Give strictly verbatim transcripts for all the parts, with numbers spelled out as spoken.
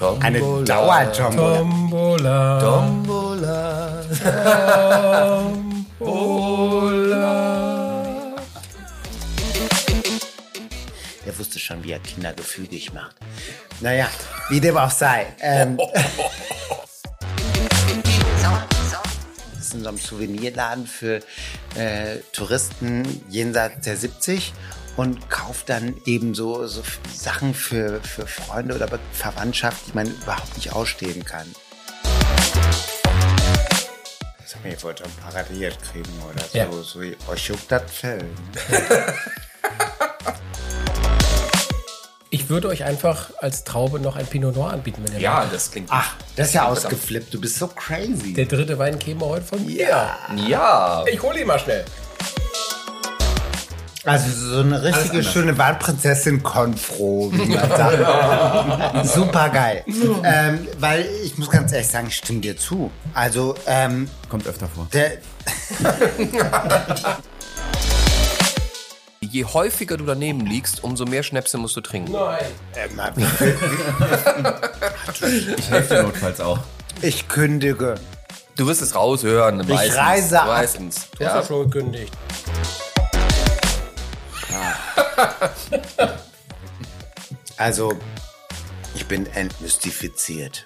Tombola. Eine Dauertombola. Tombola. Tombola. Tombola. Er wusste schon, wie er Kinder gefügig macht. Naja, wie dem auch sei. Ähm, das ist in so einem Souvenirladen für äh, Touristen jenseits der siebzig und kauft dann eben so, so Sachen für, für Freunde oder Verwandtschaft, die man überhaupt nicht ausstehen kann. Sag mal, ihr wollt doch paradiert kriegen oder so. Ja. so euch juckt das Fell. Ne? Ich würde euch einfach als Traube noch ein Pinot Noir anbieten, wenn ihr Ja, wollt. das klingt. Ach, das ist ja ausgeflippt. Du bist so crazy. Der dritte Wein käme heute von mir. Ja. Ja. Ich hole ihn mal schnell. Also so eine richtige schöne Weinprinzessin Konfro, wie man sagt. Super geil. ähm, weil ich muss ganz ehrlich sagen, ich stimme dir zu. Also, ähm, Kommt öfter vor. der, Je häufiger du daneben liegst, umso mehr Schnäpse musst du trinken. Nein. äh, mal, wie viel- Ich helfe dir notfalls auch. ich kündige. Du wirst es raushören. Ich meistens, reise ab. Meistens. Du hast ja schon gekündigt. Also, ich bin entmystifiziert.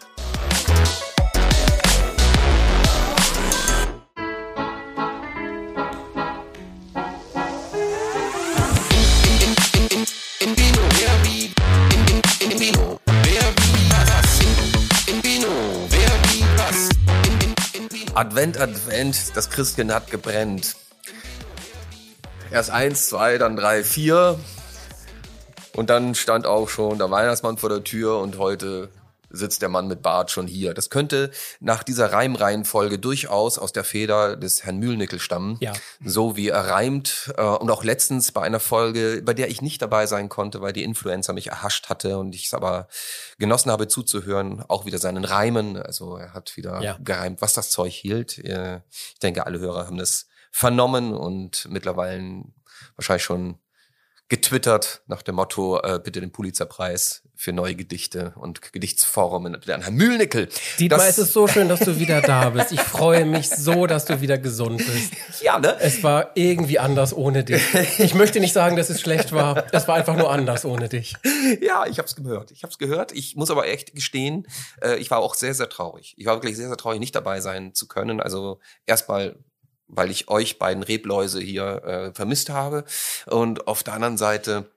Advent, Advent, das Christkind hat gebrennt. Erst eins, zwei, dann drei, vier. Und dann stand auch schon der Weihnachtsmann vor der Tür und heute sitzt der Mann mit Bart schon hier. Das könnte nach dieser Reimreihenfolge durchaus aus der Feder des Herrn Mühlnickel stammen. Ja. So So wie er reimt. Äh, Und auch letztens bei einer Folge, bei der ich nicht dabei sein konnte, weil die Influencer mich erhascht hatte und ich es aber genossen habe zuzuhören, auch wieder seinen Reimen. Also er hat wieder Ja. gereimt, was das Zeug hielt. Äh, Ich denke, alle Hörer haben das vernommen und mittlerweile wahrscheinlich schon getwittert nach dem Motto, äh, bitte den Pulitzerpreis für neue Gedichte und Gedichtsformen an Herrn Mühlnickel. Dietmar, Das- es ist so schön, dass du wieder da bist. Ich freue mich so, dass du wieder gesund bist. Ja, ne? Es war irgendwie anders ohne dich. Ich möchte nicht sagen, dass es schlecht war. Es war einfach nur anders ohne dich. Ja, ich hab's gehört. Ich hab's gehört. Ich muss aber echt gestehen, äh, ich war auch sehr, sehr traurig. Ich war wirklich sehr, sehr traurig, nicht dabei sein zu können. Also erstmal, weil ich euch beiden Rebläuse hier äh, vermisst habe. Und auf der anderen Seite,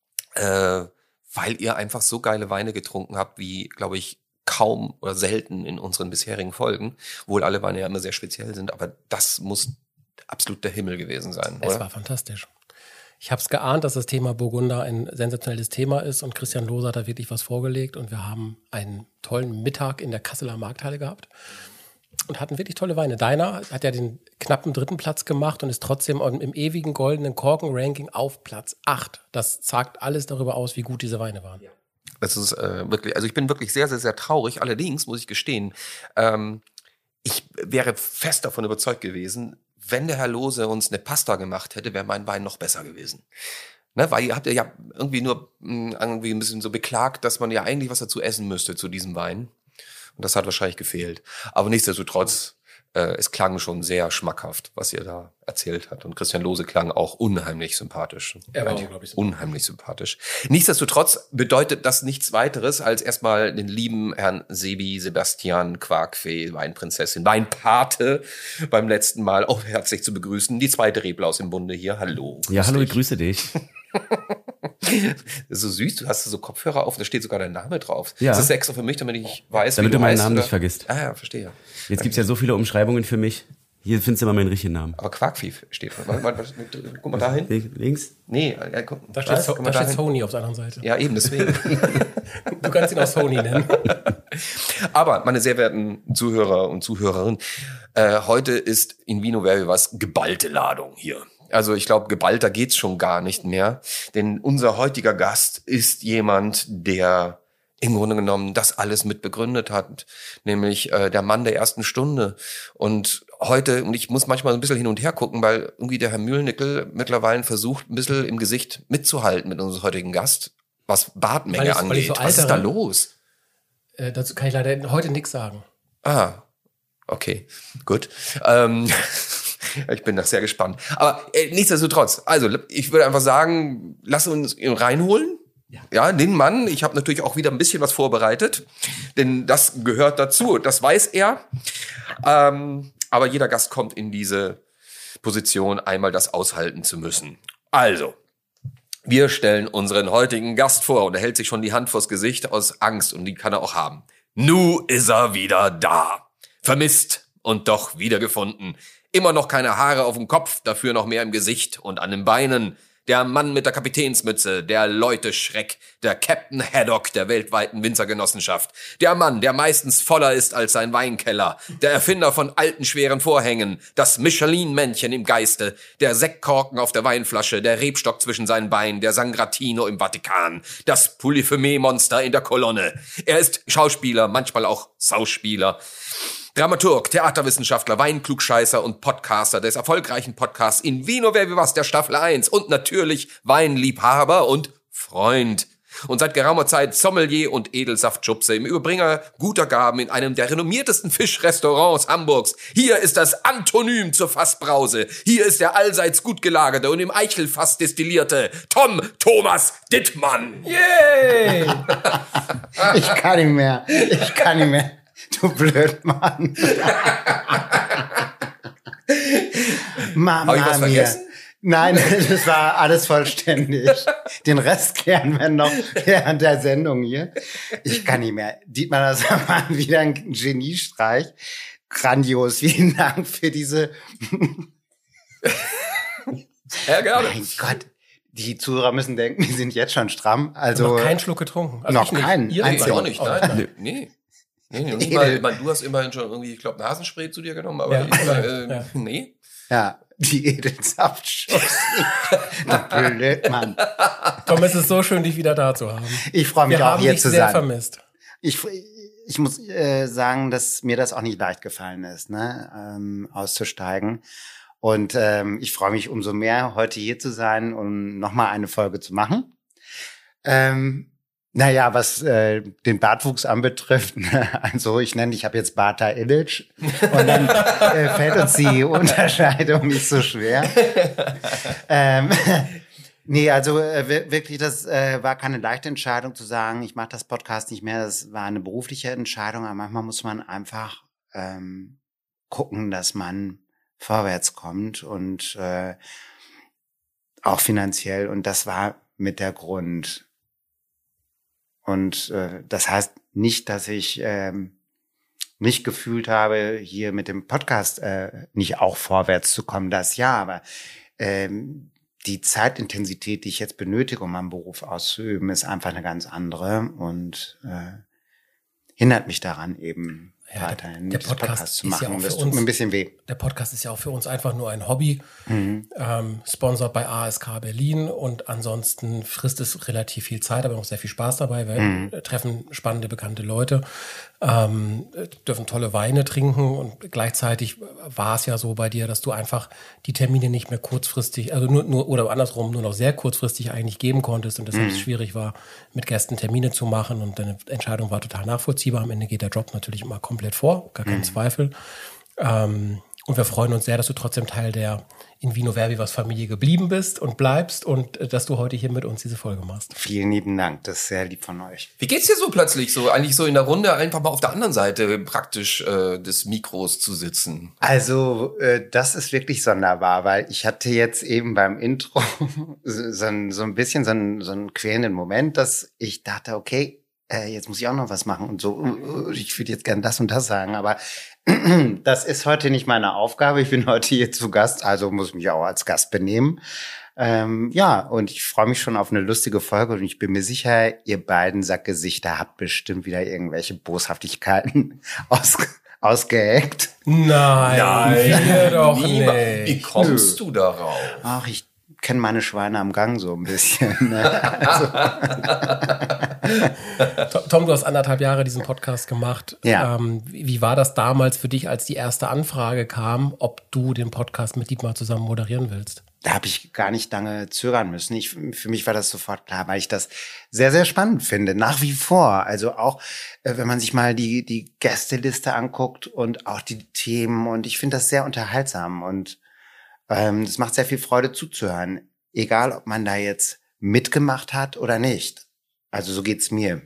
äh, weil ihr einfach so geile Weine getrunken habt, wie, glaube ich, kaum oder selten in unseren bisherigen Folgen. Wohl alle Weine ja immer sehr speziell sind, aber das muss absolut der Himmel gewesen sein, Es oder? war fantastisch. Ich habe es geahnt, dass das Thema Burgunder ein sensationelles Thema ist und Christian Lohse hat da wirklich was vorgelegt und wir haben einen tollen Mittag in der Kasseler Markthalle gehabt und hatten wirklich tolle Weine. Deiner hat ja den knappen dritten Platz gemacht und ist trotzdem im ewigen goldenen Korken-Ranking auf Platz acht. Das sagt alles darüber aus, wie gut diese Weine waren. Das ist äh, wirklich, also ich bin wirklich sehr, sehr, sehr traurig. Allerdings muss ich gestehen, ähm, ich wäre fest davon überzeugt gewesen, wenn der Herr Lohse uns eine Pasta gemacht hätte, wäre mein Wein noch besser gewesen. Ne, weil ihr habt ja irgendwie nur mh, irgendwie ein bisschen so beklagt, dass man ja eigentlich was dazu essen müsste zu diesem Wein. Und das hat wahrscheinlich gefehlt. Aber nichtsdestotrotz, äh, es klang schon sehr schmackhaft, was ihr da erzählt habt. Und Christian Lohse klang auch unheimlich sympathisch. Er war Eigentlich unglaublich sympathisch. Unheimlich sympathisch. Nichtsdestotrotz bedeutet das nichts weiteres, als erstmal den lieben Herrn Sebi Sebastian Quarkfee, Weinprinzessin, Weinpate, beim letzten Mal auch herzlich zu begrüßen. Die zweite Reblaus im Bunde hier. Hallo. Ja, grüß hallo, ich dich. grüße dich. Das ist so süß, du hast so Kopfhörer auf, da steht sogar dein Name drauf. Ja. Das ist extra für mich, damit ich weiß, Damit wie du du meinen heißt, Namen oder? nicht vergisst. Ah ja, verstehe. Jetzt gibt's ja so viele Umschreibungen für mich. Hier findest du immer meinen richtigen Namen. Aber Quarkvieh steht. Warte mal, was- guck mal dahin. Links? Nee, äh, guck, Da steht, was? so, Guck mal da steht dahin. Sony auf der anderen Seite. Ja, eben, deswegen. Du kannst ihn auch Sony nennen. Aber, meine sehr verehrten Zuhörer und Zuhörerinnen, äh, heute ist in Vino Verbi was geballte Ladung hier. Also ich glaube, geballter geht's schon gar nicht mehr. Denn unser heutiger Gast ist jemand, der im Grunde genommen das alles mit begründet hat. Nämlich äh, der Mann der ersten Stunde. Und heute, und ich muss manchmal ein bisschen hin und her gucken, weil irgendwie der Herr Mühlnickel mittlerweile versucht, ein bisschen im Gesicht mitzuhalten mit unserem heutigen Gast, was Bartmenge Weil ich- weil ich angeht. so was ist da altere- los? Äh, dazu kann ich leider heute nichts sagen. Ah, okay, gut. Ähm, ich bin noch sehr gespannt. Aber äh, nichtsdestotrotz, also ich würde einfach sagen, lass uns ihn reinholen. Ja. ja, den Mann. Ich habe natürlich auch wieder ein bisschen was vorbereitet, denn das gehört dazu. Das weiß er. Ähm, aber jeder Gast kommt in diese Position, einmal das aushalten zu müssen. Also, wir stellen unseren heutigen Gast vor und er hält sich schon die Hand vors Gesicht aus Angst und die kann er auch haben. Nu ist er wieder da. Vermisst und doch wiedergefunden. Immer noch keine Haare auf dem Kopf, dafür noch mehr im Gesicht und an den Beinen. Der Mann mit der Kapitänsmütze, der Leuteschreck, der Captain Haddock der weltweiten Winzergenossenschaft. Der Mann, der meistens voller ist als sein Weinkeller. Der Erfinder von alten, schweren Vorhängen. Das Michelin-Männchen im Geiste. Der Sektkorken auf der Weinflasche. Der Rebstock zwischen seinen Beinen. Der Sangratino im Vatikan. Das Polyphemie-Monster in der Kolonne. Er ist Schauspieler, manchmal auch Sauspieler. Dramaturg, Theaterwissenschaftler, Weinklugscheißer und Podcaster des erfolgreichen Podcasts In Vino Verbi Was der Staffel eins und natürlich Weinliebhaber und Freund. Und seit geraumer Zeit Sommelier und Edelsaftschubse im Überbringer guter Gaben in einem der renommiertesten Fischrestaurants Hamburgs. Hier ist das Antonym zur Fassbrause. Hier ist der allseits gut gelagerte und im Eichelfass destillierte Tom Thomas Dittmann. Yay! Ich kann nicht mehr. Ich kann nicht mehr. Du Blödmann. Mama Hab ich was vergessen? Nein, das war alles vollständig. Den Rest klären wir noch während der Sendung hier. Ich kann nicht mehr. Dietmar, das war wieder ein Geniestreich. Grandios. Vielen Dank für diese... Ja, gerne. Mein Gott. Die Zuhörer müssen denken, die sind jetzt schon stramm. Also noch keinen Schluck getrunken. Also noch keinen. Ihr Nee, ich auch nicht. nicht, nein. Nee. Nee, nee, nee mal, mal, du hast immerhin schon irgendwie, ich glaube, Nasenspray zu dir genommen, aber Ja. ich, äh, Ja. nee. Ja, die Edelsaftschussi. Blöd, Mann. Tom, es ist so schön, dich wieder da zu haben. Ich freue mich Wir auch haben hier dich zu sehr sein. vermisst. Ich, ich muss äh, sagen, dass mir das auch nicht leicht gefallen ist, ne, ähm, auszusteigen. Und ähm, ich freue mich umso mehr, heute hier zu sein, um nochmal eine Folge zu machen. Ähm, naja, was äh, den Bartwuchs anbetrifft, also ich nenne, ich habe jetzt Bata Illich und dann äh, fällt uns die Unterscheidung nicht so schwer. ähm, nee, also äh, wirklich, das äh, war keine leichte Entscheidung zu sagen, ich mache das Podcast nicht mehr, das war eine berufliche Entscheidung, aber manchmal muss man einfach ähm, gucken, dass man vorwärts kommt und äh, auch finanziell und das war mit der Grund. Und äh, das heißt nicht, dass ich ähm, nicht gefühlt habe, hier mit dem Podcast äh, nicht auch vorwärts zu kommen, das ja, aber ähm, die Zeitintensität, die ich jetzt benötige, um meinen Beruf auszuüben, ist einfach eine ganz andere und äh, hindert mich daran eben Ja, weiterhin der- der das Podcast Podcast zu ist ja machen. auch Und das für tut uns- mir ein bisschen weh. Der Podcast ist ja auch für uns einfach nur ein Hobby, Mhm. ähm, sponsert bei A S K Berlin und ansonsten frisst es relativ viel Zeit, aber auch sehr viel Spaß dabei. Wir Mhm. treffen spannende, bekannte Leute, ähm, dürfen tolle Weine trinken und gleichzeitig war es ja so bei dir, dass du einfach die Termine nicht mehr kurzfristig, also nur, nur oder andersrum nur noch sehr kurzfristig eigentlich geben konntest und deshalb es schwierig war, mit Gästen Termine zu machen und deine Entscheidung war total nachvollziehbar. Am Ende geht der Job natürlich immer komplett vor, gar kein Zweifel. Ähm, und wir freuen uns sehr, dass du trotzdem Teil der In Vino Verbi Was Familie geblieben bist und bleibst und äh, dass du heute hier mit uns diese Folge machst. Vielen lieben Dank, das ist sehr lieb von euch. Wie geht's dir so plötzlich so, eigentlich so in der Runde einfach mal auf der anderen Seite praktisch äh, des Mikros zu sitzen? Also äh, das ist wirklich sonderbar, weil ich hatte jetzt eben beim Intro so, so, ein, so ein bisschen so einen, so einen quälenden Moment, dass ich dachte, okay, äh, jetzt muss ich auch noch was machen und so, uh, ich würde jetzt gerne das und das sagen, aber das ist heute nicht meine Aufgabe. Ich bin heute hier zu Gast, also muss ich mich auch als Gast benehmen. Ähm, ja, und ich freue mich schon auf eine lustige Folge und ich bin mir sicher, ihr beiden Sackgesichter habt bestimmt wieder irgendwelche Boshaftigkeiten aus, ausgeheckt. Nein, wir doch Niemand- nicht. Wie kommst du darauf? Ach, ich kenne meine Schweine am Gang so ein bisschen. Ne? Tom, du hast anderthalb Jahre diesen Podcast gemacht. Ja. Ähm, wie wie war das damals für dich, als die erste Anfrage kam, ob du den Podcast mit Dietmar zusammen moderieren willst? da habe ich gar nicht lange zögern müssen. Ich, für mich war das sofort klar, weil ich das sehr, sehr spannend finde, nach wie vor. Also auch, äh, wenn man sich mal die, die Gästeliste anguckt und auch die Themen. Und ich finde das sehr unterhaltsam und ähm, es macht sehr viel Freude zuzuhören. Egal, ob man da jetzt mitgemacht hat oder nicht. Also so geht's mir.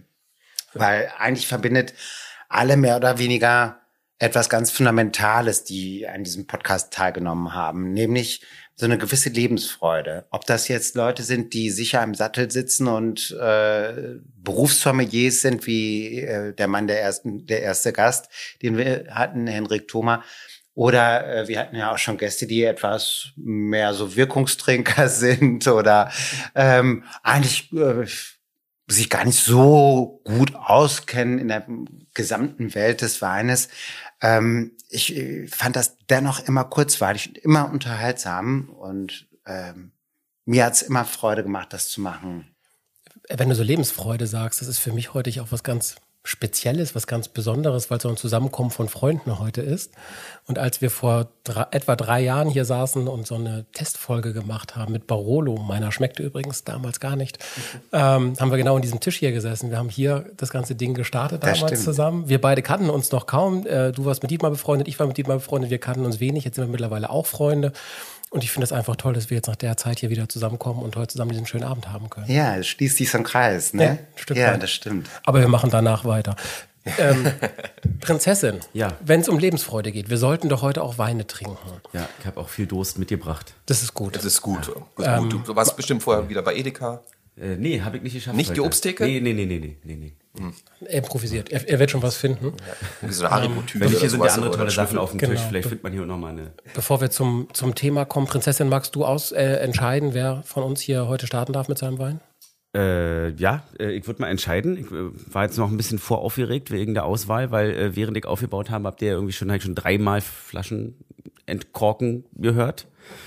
Weil eigentlich verbindet alle mehr oder weniger etwas ganz Fundamentales, die an diesem Podcast teilgenommen haben, nämlich so eine gewisse Lebensfreude. Ob das jetzt Leute sind, die sicher im Sattel sitzen und äh, Berufssommeliers sind, wie äh, der Mann der ersten, der erste Gast, den wir hatten, Henrik Thoma, oder äh, wir hatten ja auch schon Gäste, die etwas mehr so Wirkungstrinker sind oder ähm, eigentlich äh, sich gar nicht so gut auskennen in der gesamten Welt des Weines. Ähm, ich fand das dennoch immer kurzweilig und immer unterhaltsam und ähm, mir hat's immer Freude gemacht, das zu machen. Wenn du so Lebensfreude sagst, das ist für mich heute auch was ganz Spezielles, was ganz Besonderes, weil es so ein Zusammenkommen von Freunden heute ist. Und als wir vor drei, etwa drei Jahren hier saßen und so eine Testfolge gemacht haben mit Barolo, meiner schmeckte übrigens damals gar nicht, mhm. ähm, haben wir genau an diesem Tisch hier gesessen. Wir haben hier das ganze Ding gestartet das damals stimmt. zusammen. Wir beide kannten uns noch kaum. Äh, du warst mit Dietmar befreundet, ich war mit Dietmar befreundet. Wir kannten uns wenig, jetzt sind wir mittlerweile auch Freunde. Und ich finde es einfach toll, dass wir jetzt nach der Zeit hier wieder zusammenkommen und heute zusammen diesen schönen Abend haben können. Ja, es schließt sich so ein Kreis, ne? Ja, Stück ja weit. Das stimmt. Aber wir machen danach weiter. ähm, Prinzessin, Ja. wenn es um Lebensfreude geht, wir sollten doch heute auch Weine trinken. Ja, ich habe auch viel Durst mitgebracht. Das ist gut. Das ist gut. Das ist gut. Du warst bestimmt vorher wieder bei Edeka. Äh, nee, habe ich nicht geschafft. Nicht die heute. Obsttheke? Nee, nee, nee, nee, nee, nee. nee. Er improvisiert. Er, er wird schon was finden. Wie so eine Haribo-Tüte. Wenn nicht, hier oder sind ja sowas andere oder tolle Sachen Schnüffel. auf dem Genau. Tisch. Vielleicht findet man hier noch mal eine. Bevor wir zum, zum Thema kommen, Prinzessin, magst du aus äh, entscheiden, wer von uns hier heute starten darf mit seinem Wein? Äh, ja, äh, ich würde mal entscheiden. Ich äh, war jetzt noch ein bisschen voraufgeregt wegen der Auswahl, weil äh, während ich aufgebaut habe, habt ihr irgendwie schon, hab ich schon dreimal Flaschen entkorken gehört.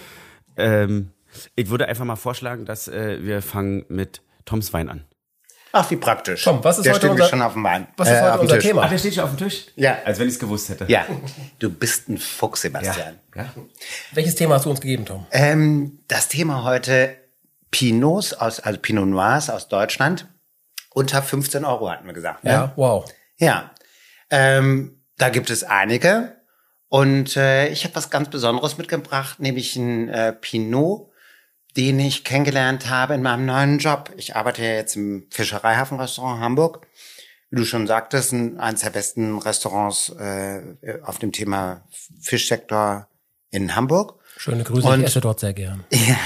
Ähm, ich würde einfach mal vorschlagen, dass äh, wir fangen mit Toms Wein an. Ach, wie praktisch. Komm, was ist Der heute steht unser- schon auf dem Wein. Was ist äh, heute auf dem unser Tisch. Thema? Ach, der steht schon auf dem Tisch? Ja. Als wenn ich es gewusst hätte. Ja, du bist ein Fuchs, Sebastian. Ja. Welches Thema hast du uns gegeben, Tom? Ähm, das Thema heute Pinots, aus, also Pinot Noirs aus Deutschland. Unter fünfzehn Euro hatten wir gesagt. Ne? Ja, wow. Ja, ähm, da gibt es einige. Und äh, ich habe was ganz Besonderes mitgebracht, nämlich ein äh, Pinot, den ich kennengelernt habe in meinem neuen Job. Ich arbeite ja jetzt im Fischereihafenrestaurant Hamburg. Wie du schon sagtest, ein, eines der besten Restaurants äh, auf dem Thema Fischsektor in Hamburg. Schöne Grüße, Und- ich esse dort sehr gern.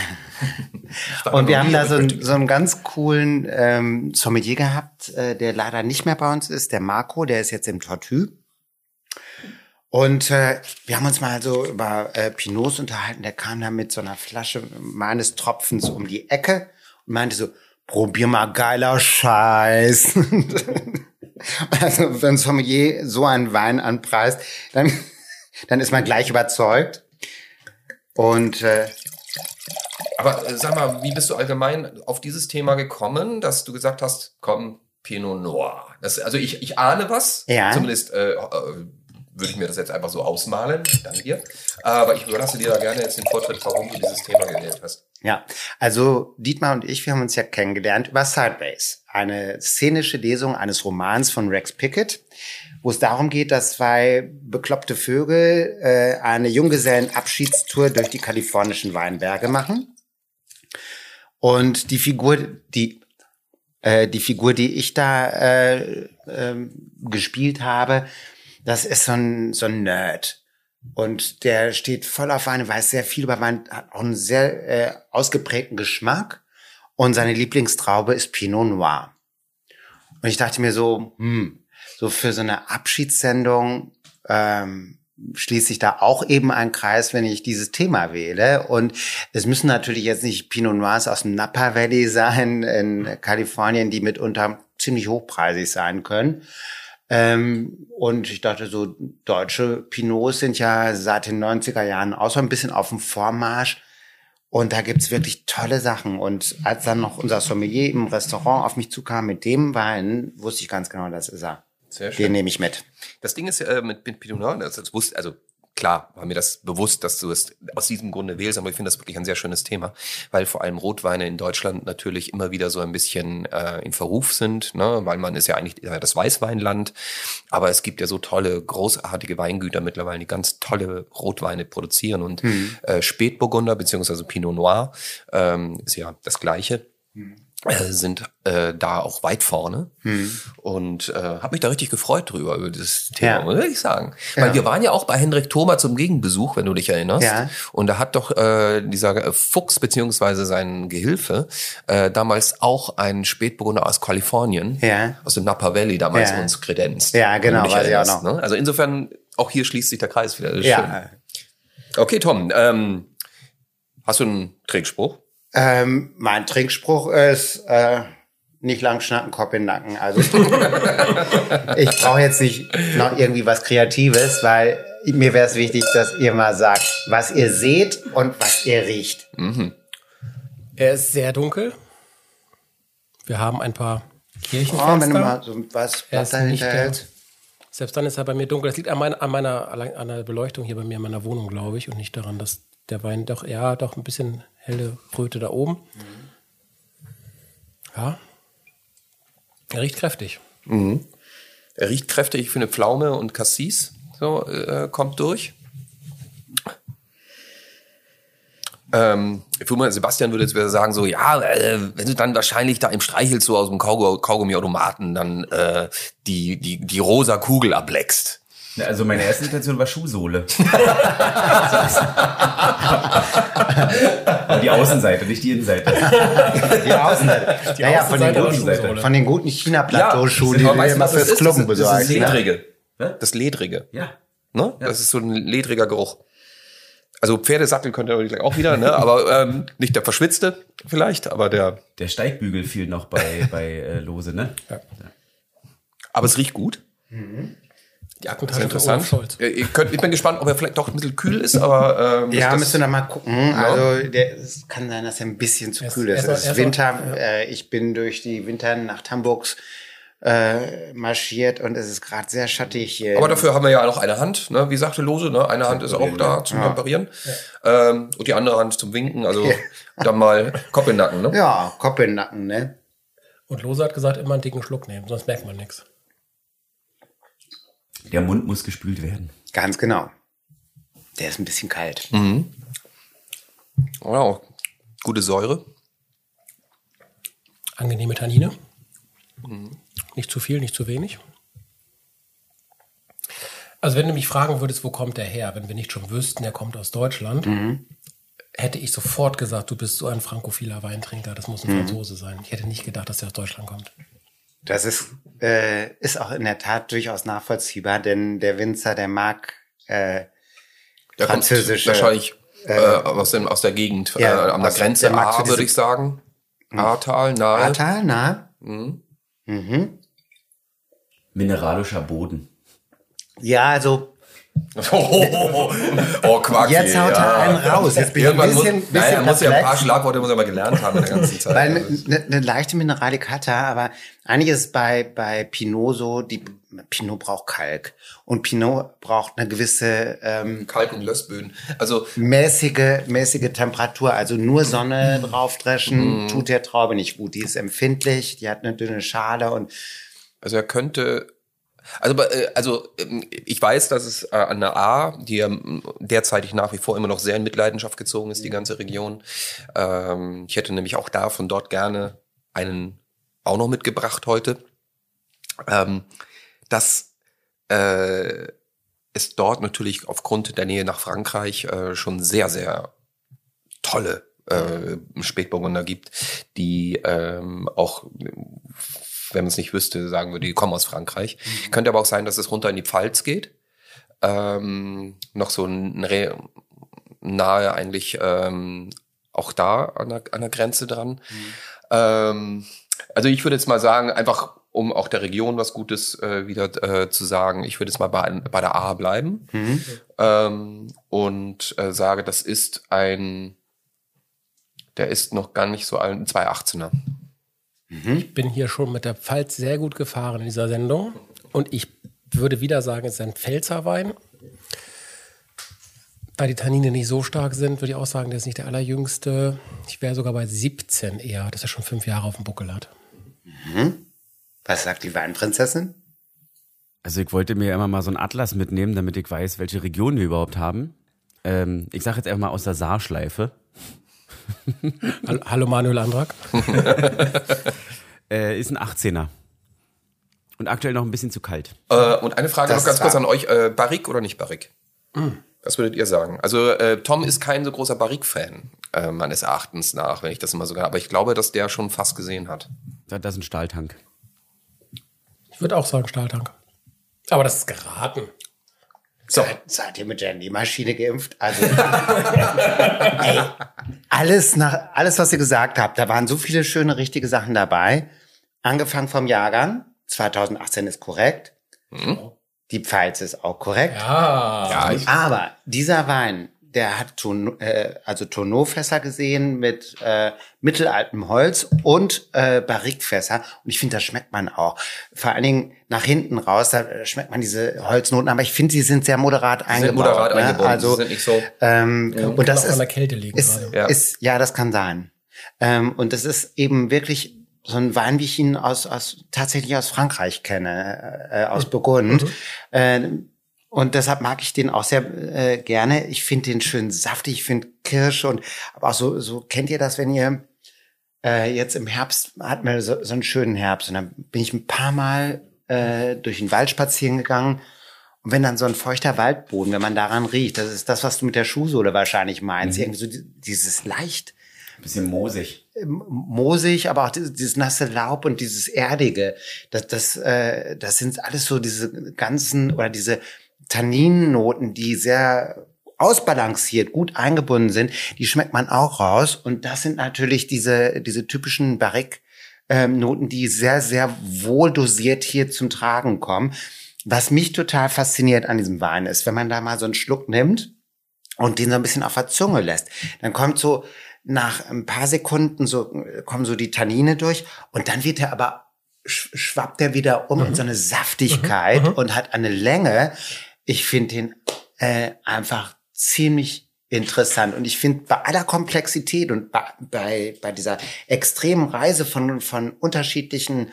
Und wir haben da so einen, so einen ganz coolen ähm, Sommelier gehabt, äh, der leider nicht mehr bei uns ist, der Marco, der ist jetzt im Tortue. Und äh, wir haben uns mal so über äh, Pinots unterhalten. Der kam da mit so einer Flasche meines Tropfens um die Ecke und meinte so, probier mal geiler Scheiß. Also wenn ein Sommelier so einen Wein anpreist, dann, dann ist man gleich überzeugt. Und äh, Aber äh, sag mal, wie bist du allgemein auf dieses Thema gekommen, dass du gesagt hast, komm, Pinot Noir. Das, also ich, ich ahne was, Ja. zumindest äh, äh, würde ich mir das jetzt einfach so ausmalen, danke dir. Aber ich überlasse dir da gerne jetzt den Vortritt, warum du dieses Thema gewählt hast. ja, also Dietmar und ich, wir haben uns ja kennengelernt über Sideways, eine szenische Lesung eines Romans von Rex Pickett, wo es darum geht, dass zwei bekloppte Vögel äh, eine Junggesellenabschiedstour durch die kalifornischen Weinberge machen. Und die Figur, die äh, die Figur, die ich da äh, äh, gespielt habe, das ist so ein, so ein Nerd. Und der steht voll auf Wein, weiß sehr viel über Wein, hat auch einen sehr äh, ausgeprägten Geschmack. Und seine Lieblingstraube ist Pinot Noir. Und ich dachte mir so, hm, so für so eine Abschiedssendung ähm, schließt sich da auch eben ein Kreis, wenn ich dieses Thema wähle. Und es müssen natürlich jetzt nicht Pinot Noirs aus dem Napa Valley sein in Kalifornien, die mitunter ziemlich hochpreisig sein können. Ähm, und ich dachte so, deutsche Pinots sind ja seit den neunziger Jahren auch so ein bisschen auf dem Vormarsch. Und da gibt's wirklich tolle Sachen. Und als dann noch unser Sommelier im Restaurant auf mich zukam mit dem Wein, wusste ich ganz genau, das ist er. Sehr schön. Den nehme ich mit. Das Ding ist ja äh, mit Pinot Noir, das, das wusste, also klar war mir das bewusst, dass du es aus diesem Grunde wählst, aber ich finde das wirklich ein sehr schönes Thema, weil vor allem Rotweine in Deutschland natürlich immer wieder so ein bisschen äh, in Verruf sind, ne? Weil man ist ja eigentlich das Weißweinland, aber es gibt ja so tolle, großartige Weingüter mittlerweile, die ganz tolle Rotweine produzieren und mhm. äh, Spätburgunder beziehungsweise Pinot Noir ähm, ist ja das Gleiche. Mhm. Äh, sind äh, da auch weit vorne hm. und äh, habe mich da richtig gefreut drüber, über dieses Thema, ja. muss ich sagen. Ja. Weil wir waren ja auch bei Henrik Thoma zum Gegenbesuch, wenn du dich erinnerst. Ja. Und da hat doch äh, dieser Fuchs beziehungsweise sein Gehilfe äh, damals auch einen Spätburgunder aus Kalifornien, ja. aus dem Napa Valley damals ja. uns kredenzt. Ja, genau, weiß ich auch noch. Ne? Also insofern, auch hier schließt sich der Kreis wieder. Ja. Schön. Okay, Tom, ähm, hast du einen Trinkspruch? Ähm, mein Trinkspruch ist, äh, nicht lang schnacken, Kopf in den Nacken. Also ich brauche jetzt nicht noch irgendwie was Kreatives, weil mir wäre es wichtig, dass ihr mal sagt, was ihr seht und was ihr riecht. Mhm. Er ist sehr dunkel. Wir haben ein paar Kirchenfenster. Oh, wenn du mal so was dahinter hältst. Selbst dann ist er bei mir dunkel. Das liegt an meiner, an meiner an der Beleuchtung hier bei mir in meiner Wohnung, glaube ich, und nicht daran, dass der Wein doch, ja, doch ein bisschen helle Röte da oben. Mhm. Ja. Er riecht kräftig. Mhm. Er riecht kräftig, ich finde Pflaume und Cassis so, äh, kommt durch. Ähm, Sebastian würde jetzt wieder sagen, so, ja, äh, wenn du dann wahrscheinlich da im Streichelst so aus dem Kaug- Kaugummiautomaten dann äh, die, die, die rosa Kugel ableckst. Also meine erste Situation war Schuhsohle. Die Außenseite, nicht die Innenseite. Die Außenseite. Die ja, ja, von, den guten, von den guten China-Plateauschuhen, ja, die wir immer fürs Klubben besorgen. Das ist Ledrige. Ne? Das Ledrige. Ja. Ne? Ja. Das ist so ein ledriger Geruch. Also Pferdesattel könnte er auch wieder, ne? Aber ähm, nicht der verschwitzte vielleicht, aber der... Der Steigbügel fiel noch bei, bei äh, Lose, ne? Ja. Aber es riecht gut. Mhm. Die Aktentasche interessant. Ich, könnt, ich bin gespannt, ob er vielleicht doch ein bisschen kühl ist, aber ähm, ja, müssen wir da mal gucken. Ja. Also der, es kann sein, dass er ein bisschen zu kühl ist. Es ist Winter. Ja. Äh, ich bin durch die Winternacht Hamburgs äh, marschiert und es ist gerade sehr schattig hier. Aber dafür haben wir ja noch eine Hand, ne? Wie sagte Lose, ne? Eine Hand ist auch da zum ja. Temperieren ja. Ähm, und die andere Hand zum Winken. Also ja. dann mal Kopf in den Nacken, ne? Ja, Kopf in den Nacken, ne? Und Lose hat gesagt, immer einen dicken Schluck nehmen, sonst merkt man nichts. Der Mund muss gespült werden. Ganz genau. Der ist ein bisschen kalt. Mhm. Wow. Gute Säure. Angenehme Tannine. Mhm. Nicht zu viel, nicht zu wenig. Also wenn du mich fragen würdest, wo kommt der her, wenn wir nicht schon wüssten, der kommt aus Deutschland, mhm. hätte ich sofort gesagt, du bist so ein frankophiler Weintrinker, das muss ein mhm. Franzose sein. Ich hätte nicht gedacht, dass der aus Deutschland kommt. Das ist, äh, ist auch in der Tat durchaus nachvollziehbar, denn der Winzer, der mag äh, der französische... wahrscheinlich äh, aus, dem, aus der Gegend, ja, äh, an der Grenze A, würde ich sagen. Ahrtal, nahe. Ahrtal, nahe. Mhm. Mhm. Mineralischer Boden. Ja, also... Oh, oh, oh, oh Quack. Jetzt haut er einen raus. Jetzt bin ich ein bisschen, muss, bisschen naja, muss ja ein paar Schlagworte muss er mal gelernt haben in der ganzen Zeit. Weil eine, eine leichte Mineralik hat er, aber eigentlich ist es bei, bei Pinot so, die Pinot braucht Kalk. Und Pinot braucht eine gewisse ähm, Kalk- und Lössböden. Also mäßige, mäßige Temperatur. Also nur Sonne draufdreschen mm. tut der Traube nicht gut. Die ist empfindlich, die hat eine dünne Schale und also er könnte Also, also ich weiß, dass es an der A, die ja derzeitig nach wie vor immer noch sehr in Mitleidenschaft gezogen ist, die ganze Region. Ich hätte nämlich auch da von dort gerne einen auch noch mitgebracht heute. Dass es dort natürlich aufgrund der Nähe nach Frankreich schon sehr, sehr tolle Spätburgunder gibt, die auch, wenn man es nicht wüsste, sagen würde, die kommen aus Frankreich. Mhm. Könnte aber auch sein, dass es runter in die Pfalz geht. Ähm, noch so ein Re- nahe eigentlich ähm, auch da an der, an der Grenze dran. Mhm. Ähm, also ich würde jetzt mal sagen, einfach um auch der Region was Gutes äh, wieder äh, zu sagen, ich würde jetzt mal bei, bei der A bleiben mhm. ähm, und äh, sage, das ist ein, der ist noch gar nicht so ein zwei achtzehner. Ich bin hier schon mit der Pfalz sehr gut gefahren in dieser Sendung. Und ich würde wieder sagen, es ist ein Pfälzer Wein. Da die Tannine nicht so stark sind, würde ich auch sagen, der ist nicht der allerjüngste. Ich wäre sogar bei siebzehn eher, dass er schon fünf Jahre auf dem Buckel hat. Mhm. Was sagt die Weinprinzessin? Also ich wollte mir immer mal so einen Atlas mitnehmen, damit ich weiß, welche Region wir überhaupt haben. Ähm, ich sage jetzt einfach mal aus der Saarschleife. Hallo Manuel Andrak. äh, ist ein achtzehner. Und aktuell noch ein bisschen zu kalt. Äh, und eine Frage Das noch ganz war- kurz an euch. Äh, Barrique oder nicht Barrique? Mm. Was würdet ihr sagen? Also äh, Tom ist kein so großer Barrique-Fan, äh, meines Erachtens nach, wenn ich das immer so... Aber ich glaube, dass der schon fast gesehen hat. Das ist ein Stahltank. Ich würde auch sagen Stahltank. Aber das ist geraten. So. Seid, seid ihr mit der Nähmaschine geimpft? Also, ey, alles, nach, alles, was ihr gesagt habt, da waren so viele schöne, richtige Sachen dabei. Angefangen vom Jahrgang. zweitausendachtzehn ist korrekt. Mhm. Die Pfalz ist auch korrekt. Ja. Ja, ich, Aber dieser Wein, der hat Ton, äh, also Tonneaufässer gesehen mit äh, mittelaltem Holz und äh, Barrique-Fässer. Und ich finde, das schmeckt man auch. Vor allen Dingen nach hinten raus, da schmeckt man diese Holznoten. Aber ich finde, sie sind sehr moderat eingebaut. sind moderat ne? eingebaut. Also, Sie sind nicht so... ähm, und das Noch an ist, der Kälte liegen ist, gerade. Ja. ist, ja, das kann sein. Ähm, und das ist eben wirklich so ein Wein, wie ich ihn aus, aus tatsächlich aus Frankreich kenne, äh, aus Burgund. Mhm. Äh, und deshalb mag ich den auch sehr äh, gerne. Ich finde den schön saftig, ich finde Kirsche und aber auch so, so kennt ihr das, wenn ihr äh, jetzt im Herbst hatten wir so, so einen schönen Herbst und dann bin ich ein paar Mal äh, durch den Wald spazieren gegangen. Und wenn dann so ein feuchter Waldboden, wenn man daran riecht, das ist das, was du mit der Schuhsohle wahrscheinlich meinst, Mhm. irgendwie so die- dieses leicht Bisschen moosig. moosig, aber auch dieses, dieses nasse Laub und dieses Erdige. Das, das, äh, das sind alles so diese ganzen oder diese Tanninnoten, die sehr ausbalanciert, gut eingebunden sind. Die schmeckt man auch raus. Und das sind natürlich diese, diese typischen Barrique-Noten, die sehr, sehr wohl dosiert hier zum Tragen kommen. Was mich total fasziniert an diesem Wein ist, wenn man da mal so einen Schluck nimmt und den so ein bisschen auf der Zunge lässt, dann kommt so nach ein paar Sekunden so, kommen so die Tannine durch und dann wird er aber, sch- schwappt er wieder um in so eine Saftigkeit Mhm. und hat eine Länge. Ich finde den äh, einfach ziemlich interessant und ich finde bei aller Komplexität und bei, bei, bei dieser extremen Reise von, von unterschiedlichen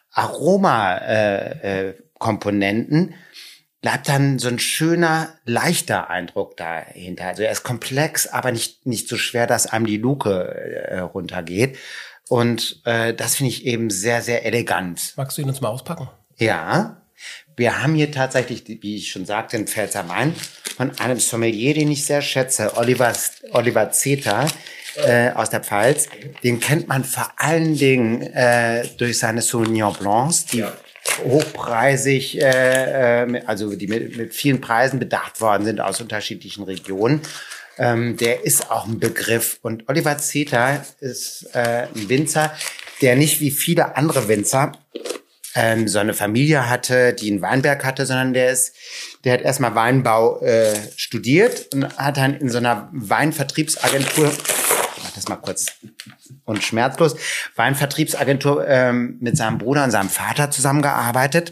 Aroma-Komponenten äh, äh, Komponenten, bleibt dann so ein schöner, leichter Eindruck dahinter. Also er ist komplex, aber nicht nicht so schwer, dass einem die Luke äh, runtergeht. Und äh, das finde ich eben sehr, sehr elegant. Magst du ihn uns mal auspacken? Ja, wir haben hier tatsächlich, wie ich schon sagte, einen Pfälzer Wein von einem Sommelier, den ich sehr schätze, Oliver, Oliver Zeter äh, aus der Pfalz. Den kennt man vor allen Dingen äh, durch seine Sauvignon Blancs, die hochpreisig, äh, äh, also die mit, mit vielen Preisen bedacht worden sind aus unterschiedlichen Regionen. Ähm, der ist auch ein Begriff. Und Oliver Zeter ist äh, ein Winzer, der nicht wie viele andere Winzer ähm, so eine Familie hatte, die einen Weinberg hatte, sondern der ist, der hat erstmal Weinbau äh, studiert und hat dann in so einer Weinvertriebsagentur, ich mach das mal kurz und schmerzlos, Weinvertriebsagentur ähm, mit seinem Bruder und seinem Vater zusammengearbeitet.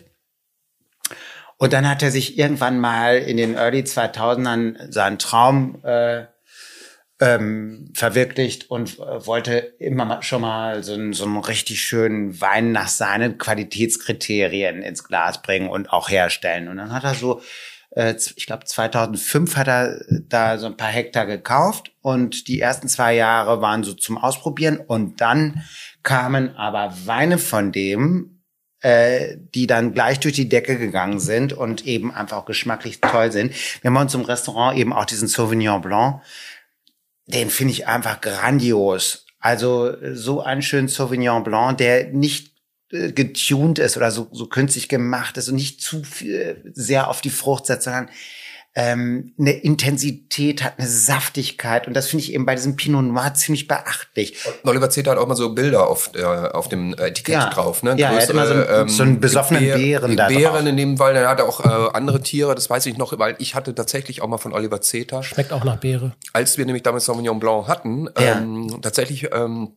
Und dann hat er sich irgendwann mal in den Early zweitausendern seinen Traum äh, ähm, verwirklicht und äh, wollte immer mal, schon mal so einen, so einen richtig schönen Wein nach seinen Qualitätskriterien ins Glas bringen und auch herstellen. Und dann hat er so, äh, ich glaube zweitausendfünf hat er da so ein paar Hektar gekauft und die ersten zwei Jahre waren so zum Ausprobieren und dann kamen aber Weine von dem, äh, die dann gleich durch die Decke gegangen sind und eben einfach auch geschmacklich toll sind. Wir haben uns im Restaurant eben auch diesen Sauvignon Blanc, den finde ich einfach grandios. Also so einen schönen Sauvignon Blanc, der nicht äh, getuned ist oder so, so künstlich gemacht ist und nicht zu viel, sehr auf die Frucht setzt, sondern ähm, eine Intensität hat, eine Saftigkeit. Und das finde ich eben bei diesem Pinot Noir ziemlich beachtlich. Und Oliver Zeter hat auch mal so Bilder auf, äh, auf dem Etikett Ja. drauf. Ne? Ja, er hat immer so einen- so einen besoffenen Bären da drauf. Bären in dem Fall. Er hatte auch äh, andere Tiere, das weiß ich noch, weil ich hatte tatsächlich auch mal von Oliver Zeter, Schmeckt auch nach Beere. als wir nämlich damals Sauvignon Blanc hatten, Ja. ähm, tatsächlich ähm,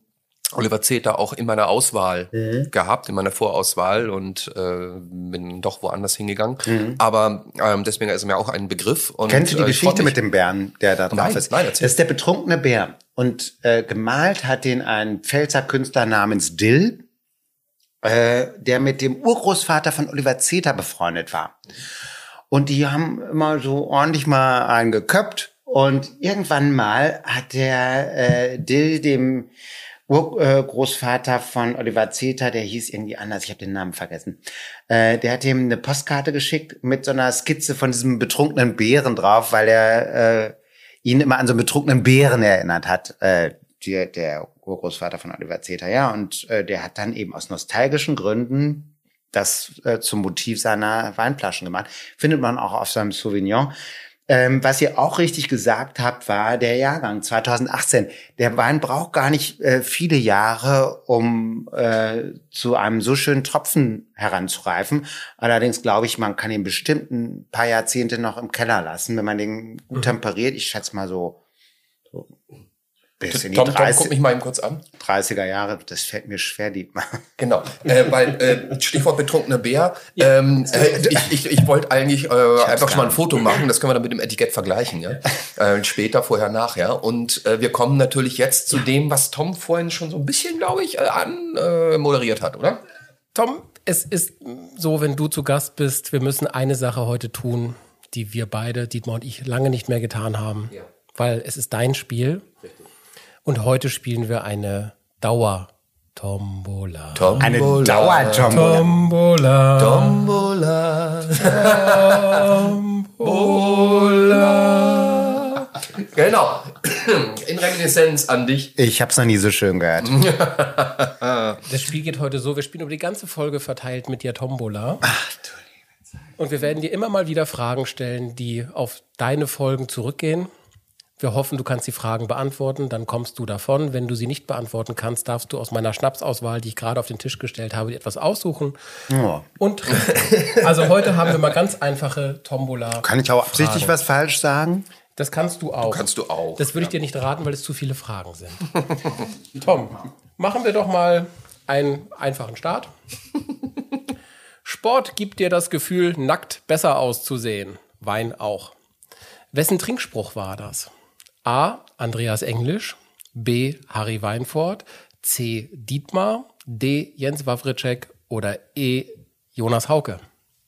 Oliver Zeter auch in meiner Auswahl Mhm. gehabt, in meiner Vorauswahl und äh, bin doch woanders hingegangen. Mhm. Aber ähm, deswegen ist er mir auch ein Begriff. Und, Kennst du die äh, ich freu Geschichte mich- mit dem Bären, der da drauf Nein, ist? nein, erzähl. Das ist der betrunkene Bär. Und äh, gemalt hat den ein Pfälzer Künstler namens Dill, äh, der mit dem Urgroßvater von Oliver Zeter befreundet war. Und die haben immer so ordentlich mal einen geköpft. Und irgendwann mal hat der äh, Dill dem Urgroßvater von Oliver Zeter, der hieß irgendwie anders, ich habe den Namen vergessen, äh, der hat ihm eine Postkarte geschickt mit so einer Skizze von diesem betrunkenen Bären drauf, weil er äh, ihn immer an so einen betrunkenen Bären erinnert hat, äh, die, der Urgroßvater von Oliver Zeter, ja. Und äh, der hat dann eben aus nostalgischen Gründen das äh, zum Motiv seiner Weinflaschen gemacht. Findet man auch auf seinem Sauvignon. Ähm, was ihr auch richtig gesagt habt, war der Jahrgang zwanzig achtzehn. Der Wein braucht gar nicht äh, viele Jahre, um äh, zu einem so schönen Tropfen heranzureifen. Allerdings glaube ich, man kann ihn bestimmt ein paar Jahrzehnte noch im Keller lassen, wenn man den gut temperiert. Ich schätze mal so, so bis in die Tom, Tom, guck dreißig, mich mal eben kurz an. dreißiger Jahre. Das fällt mir schwer, Dietmar. Genau, äh, weil äh, Stichwort betrunkener Bär. Ähm, äh, ich ich, ich wollte eigentlich äh, einfach schon mal ein Foto machen, das können wir dann mit dem Etikett vergleichen, ja. Äh, später, vorher, nachher. Und äh, wir kommen natürlich jetzt zu dem, was Tom vorhin schon so ein bisschen, glaube ich, äh, an äh, moderiert hat, oder? Tom, es ist so, wenn du zu Gast bist, wir müssen eine Sache heute tun, die wir beide, Dietmar und ich, lange nicht mehr getan haben. Ja. Weil es ist dein Spiel. Richtig. Und heute spielen wir eine Dauer-Tombola. Eine Dauertombola. Tombola. Tombola. Genau. In Reminiszenz an dich. Ich hab's noch nie so schön gehört. Das Spiel geht heute so, wir spielen über die ganze Folge verteilt mit dir Tombola. Ach, du liebe Zeit. Und wir werden dir immer mal wieder Fragen stellen, die auf deine Folgen zurückgehen. Wir hoffen, du kannst die Fragen beantworten, dann kommst du davon. Wenn du sie nicht beantworten kannst, darfst du aus meiner Schnapsauswahl, die ich gerade auf den Tisch gestellt habe, dir etwas aussuchen. Oh. Und also heute haben wir mal ganz einfache Tombola. Kann ich auch absichtlich Fragen. was falsch sagen? Das kannst du auch. Kannst du auch. Das würde ich dir nicht raten, weil es zu viele Fragen sind. Tom, machen wir doch mal einen einfachen Start. Sport gibt dir das Gefühl, nackt besser auszusehen. Wein auch. Wessen Trinkspruch war das? A. Andreas Englisch, B. Harry Weinfurt, C. Dietmar, D. Jens Wawrczyk oder E. Jonas Hauke.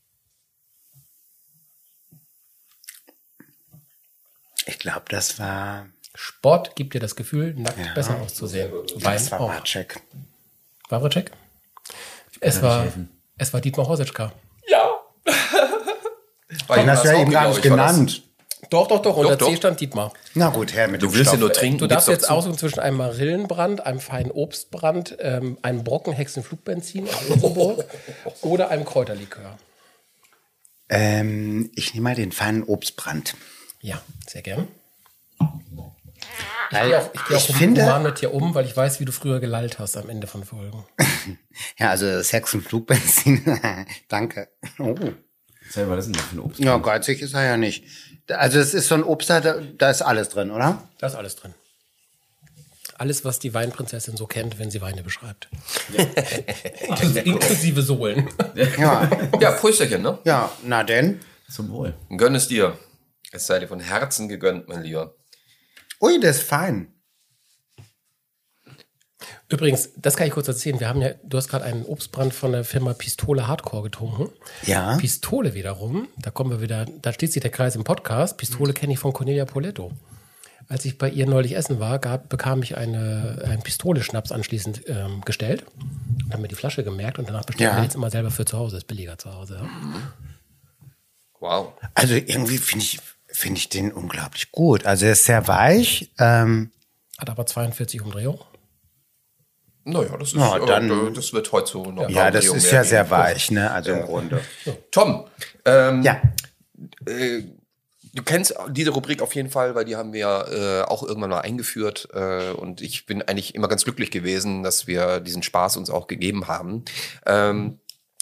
Ich glaube, das war, Sport gibt dir das Gefühl, nackt Ja. besser auszusehen. Wein das war auch. Wawrczyk. Wawrczyk? Es war, es war Dietmar Horseczka. Ja. Den hast du ja eben gar nicht genannt. Doch, doch, doch. Unter Doch, C doch. stand Dietmar. Na gut, her mit Du dem willst ja Stoff. nur trinken. Du darfst gib's jetzt doch zu. aussuchen zwischen einem Marillenbrand, einem feinen Obstbrand, ähm, einem Brocken Hexenflugbenzin aus Rosenburg oder einem Kräuterlikör. Ähm, ich nehme mal den feinen Obstbrand. Ja, sehr gern. Ich Weil gehe auch, ich gehe auch ich um, finde- human mit dir um, weil ich weiß, wie du früher gelallt hast am Ende von Folgen. Ja, also das Hexenflugbenzin. Danke. Oh. Was war das denn für ein Obst? Ja, geizig ist er ja nicht. Also es ist so ein Obst, da, da ist alles drin, oder? Da ist alles drin. Alles, was die Weinprinzessin so kennt, wenn sie Weine beschreibt. Inklusive, inklusive Sohlen. Ja. Ja, Prösterchen, ne? Ja, na denn. Zum Wohl. Gönn es dir. Es sei dir von Herzen gegönnt, mein Lieber. Ui, das ist fein. Übrigens, das kann ich kurz erzählen. Wir haben ja, du hast gerade einen Obstbrand von der Firma Pistole Hardcore getrunken. Ja. Pistole wiederum, da kommen wir wieder, da schließt sich der Kreis im Podcast. Pistole kenne ich von Cornelia Poletto. Als ich bei ihr neulich essen war, gab, bekam ich eine, einen Pistole-Schnaps anschließend ähm, gestellt. Und haben mir die Flasche gemerkt und danach bestellen Ja. wir jetzt immer selber für zu Hause. Ist billiger zu Hause. Ja. Wow. Also irgendwie finde ich, finde ich den unglaublich gut. Also er ist sehr weich. Ähm, Hat aber zweiundvierzig Umdrehungen. Naja, das ist, Na, äh, dann- das wird heute so noch. ja, das Umdrehung ist mehr ja geben. sehr weich, ne? Also im Grunde. Tom, ähm, Ja. äh, du kennst diese Rubrik auf jeden Fall, weil die haben wir äh, auch irgendwann mal eingeführt. Äh, und ich bin eigentlich immer ganz glücklich gewesen, dass wir diesen Spaß uns auch gegeben haben. Ähm,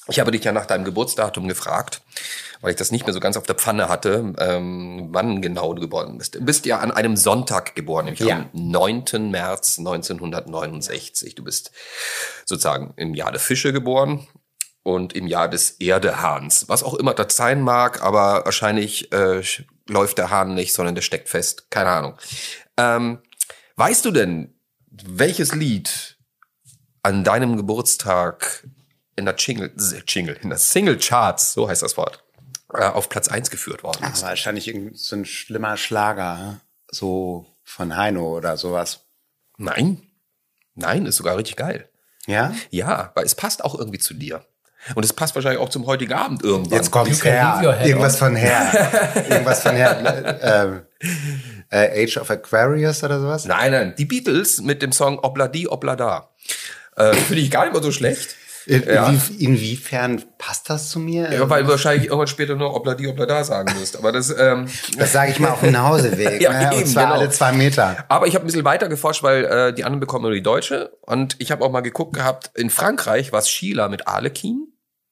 Ich habe dich ja nach deinem Geburtsdatum gefragt, weil ich das nicht mehr so ganz auf der Pfanne hatte, ähm, wann genau du geboren bist. Du bist ja an einem Sonntag geboren, nämlich Ja. am neunten März neunzehnhundertneunundsechzig. Du bist sozusagen im Jahr der Fische geboren und im Jahr des Erdehahns. Was auch immer das sein mag, aber wahrscheinlich äh, läuft der Hahn nicht, sondern der steckt fest. Keine Ahnung. Ähm, weißt du denn, welches Lied an deinem Geburtstag in der Jingle, Jingle, in der Single Charts, so heißt das Wort, äh, auf Platz eins geführt worden Ach, ist? wahrscheinlich irgend so ein schlimmer Schlager, so von Heino oder sowas. Nein. Nein, ist sogar richtig geil. Ja? Ja, weil es passt auch irgendwie zu dir. Und es passt wahrscheinlich auch zum heutigen Abend irgendwann. Jetzt kommt's You can leave your her. head Irgendwas on. von her. Irgendwas von her. ähm, äh, Age of Aquarius oder sowas? Nein, nein, die Beatles mit dem Song Obladi Oblada. Äh, Finde ich gar nicht mal so schlecht. In, Ja. inwie, inwiefern passt das zu mir? Ja, weil du wahrscheinlich irgendwann später nur Obladi Oblada sagen wirst. Aber das, ähm, Das sage ich mal auf dem Nachhauseweg. Ja, ne? Und eben, zwar genau. alle zwei Meter. aber ich habe ein bisschen weiter geforscht, weil äh, die anderen bekommen nur die deutsche. Und ich habe auch mal geguckt gehabt, in Frankreich war es Sheila mit Arlekin.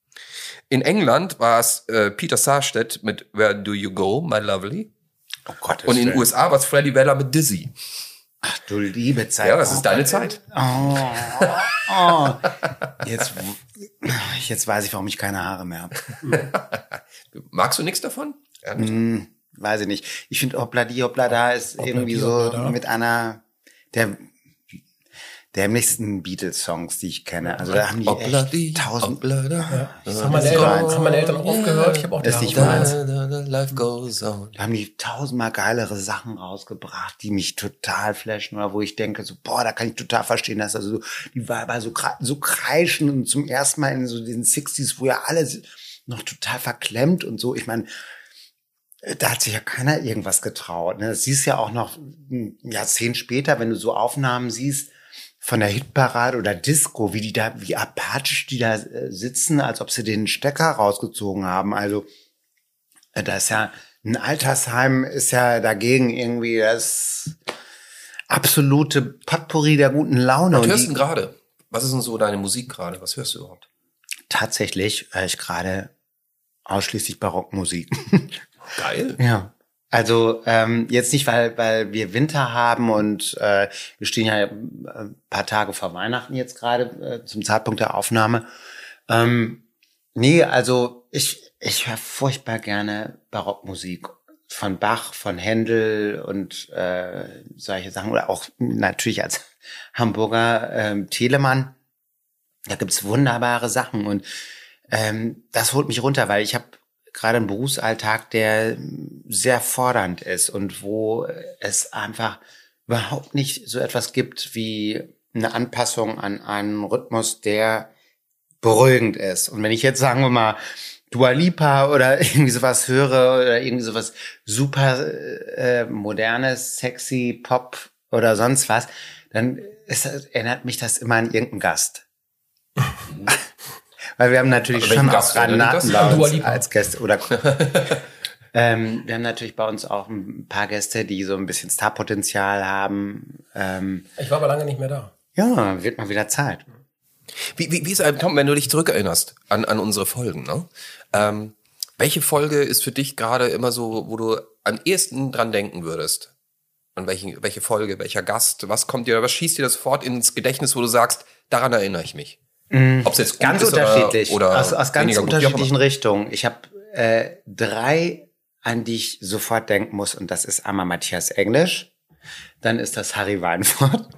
In England war es äh, Peter Sarstedt mit Where Do You Go, My Lovely. Oh Gott. Und in den U S A war es Freddie Weller mit Dizzy. Ach du liebe Zeit. Ja, das Oh ist deine Gott. Zeit. Oh, oh. Jetzt, jetzt weiß ich, warum ich keine Haare mehr habe. Magst du nichts davon? Ja, nicht. Hm, weiß ich nicht. Ich finde Obladi Oblada ist Obladi irgendwie so Oblada. mit einer der dämlichsten Beatles-Songs, die ich kenne. Also da haben die Obladi, echt tausend... Oblada. Das haben meine, Eltern, haben meine Eltern auch aufgehört. Ich habe auch die Das ist Haare nicht verloren. meins. Life goes on. Da haben die tausendmal geilere Sachen rausgebracht, die mich total flashen oder wo ich denke, so, boah, da kann ich total verstehen, dass also so, die Weiber so, kre- so kreischen und zum ersten Mal in so den sechziger, wo ja alle noch total verklemmt und so. Ich meine, da hat sich ja keiner irgendwas getraut. Ne? Das siehst ja auch noch ein Jahrzehnt später, wenn du so Aufnahmen siehst von der Hitparade oder Disco, wie die da, wie apathisch die da äh, sitzen, als ob sie den Stecker rausgezogen haben. Also äh, da ist ja ein Altersheim ist ja dagegen irgendwie das absolute Potpourri der guten Laune. Was Und hörst die, du denn gerade? Was ist denn so deine Musik gerade? Was hörst du überhaupt? tatsächlich höre ich gerade ausschließlich Barockmusik. Geil. Ja. Also ähm, jetzt nicht, weil weil wir Winter haben und äh, wir stehen ja ein paar Tage vor Weihnachten jetzt gerade äh, zum Zeitpunkt der Aufnahme. Ähm, nee, also ich ich höre furchtbar gerne Barockmusik von Bach, von Händel und äh, solche Sachen oder auch natürlich als Hamburger ähm, Telemann. Da gibt's wunderbare Sachen und ähm, das holt mich runter, weil ich habe gerade einen Berufsalltag, der sehr fordernd ist und wo es einfach überhaupt nicht so etwas gibt wie eine Anpassung an einen Rhythmus, der beruhigend ist. Und wenn ich jetzt, sagen wir mal, Dua Lipa oder irgendwie sowas höre oder irgendwie sowas super äh, modernes, sexy Pop oder sonst was, dann ist das, erinnert mich das immer an irgendeinen Gast. Weil wir haben natürlich Aber welchen schon auch Gast erinnert Granaten das? bei Dua uns Lipa. als Gäste. Oder ähm, wir haben natürlich bei uns auch ein paar Gäste, die so ein bisschen Starpotenzial haben. Ähm, Ich war aber lange nicht mehr da. ja, wird mal wieder Zeit. Wie, wie, wie ist es, Tom, wenn du dich zurückerinnerst an, an unsere Folgen, ne? Ähm, welche Folge ist für dich gerade immer so, wo du am ehesten dran denken würdest? An welche, welche Folge, welcher Gast, was kommt dir, was schießt dir das sofort ins Gedächtnis, wo du sagst, daran erinnere ich mich? Ob es jetzt gut Ganz ist unterschiedlich, oder, oder aus, aus ganz weniger gut, wie auch unterschiedlichen immer. Richtungen. Ich habe äh, drei, an die ich sofort denken muss, und das ist einmal Matthias Englisch, dann ist das Harry Weinfurt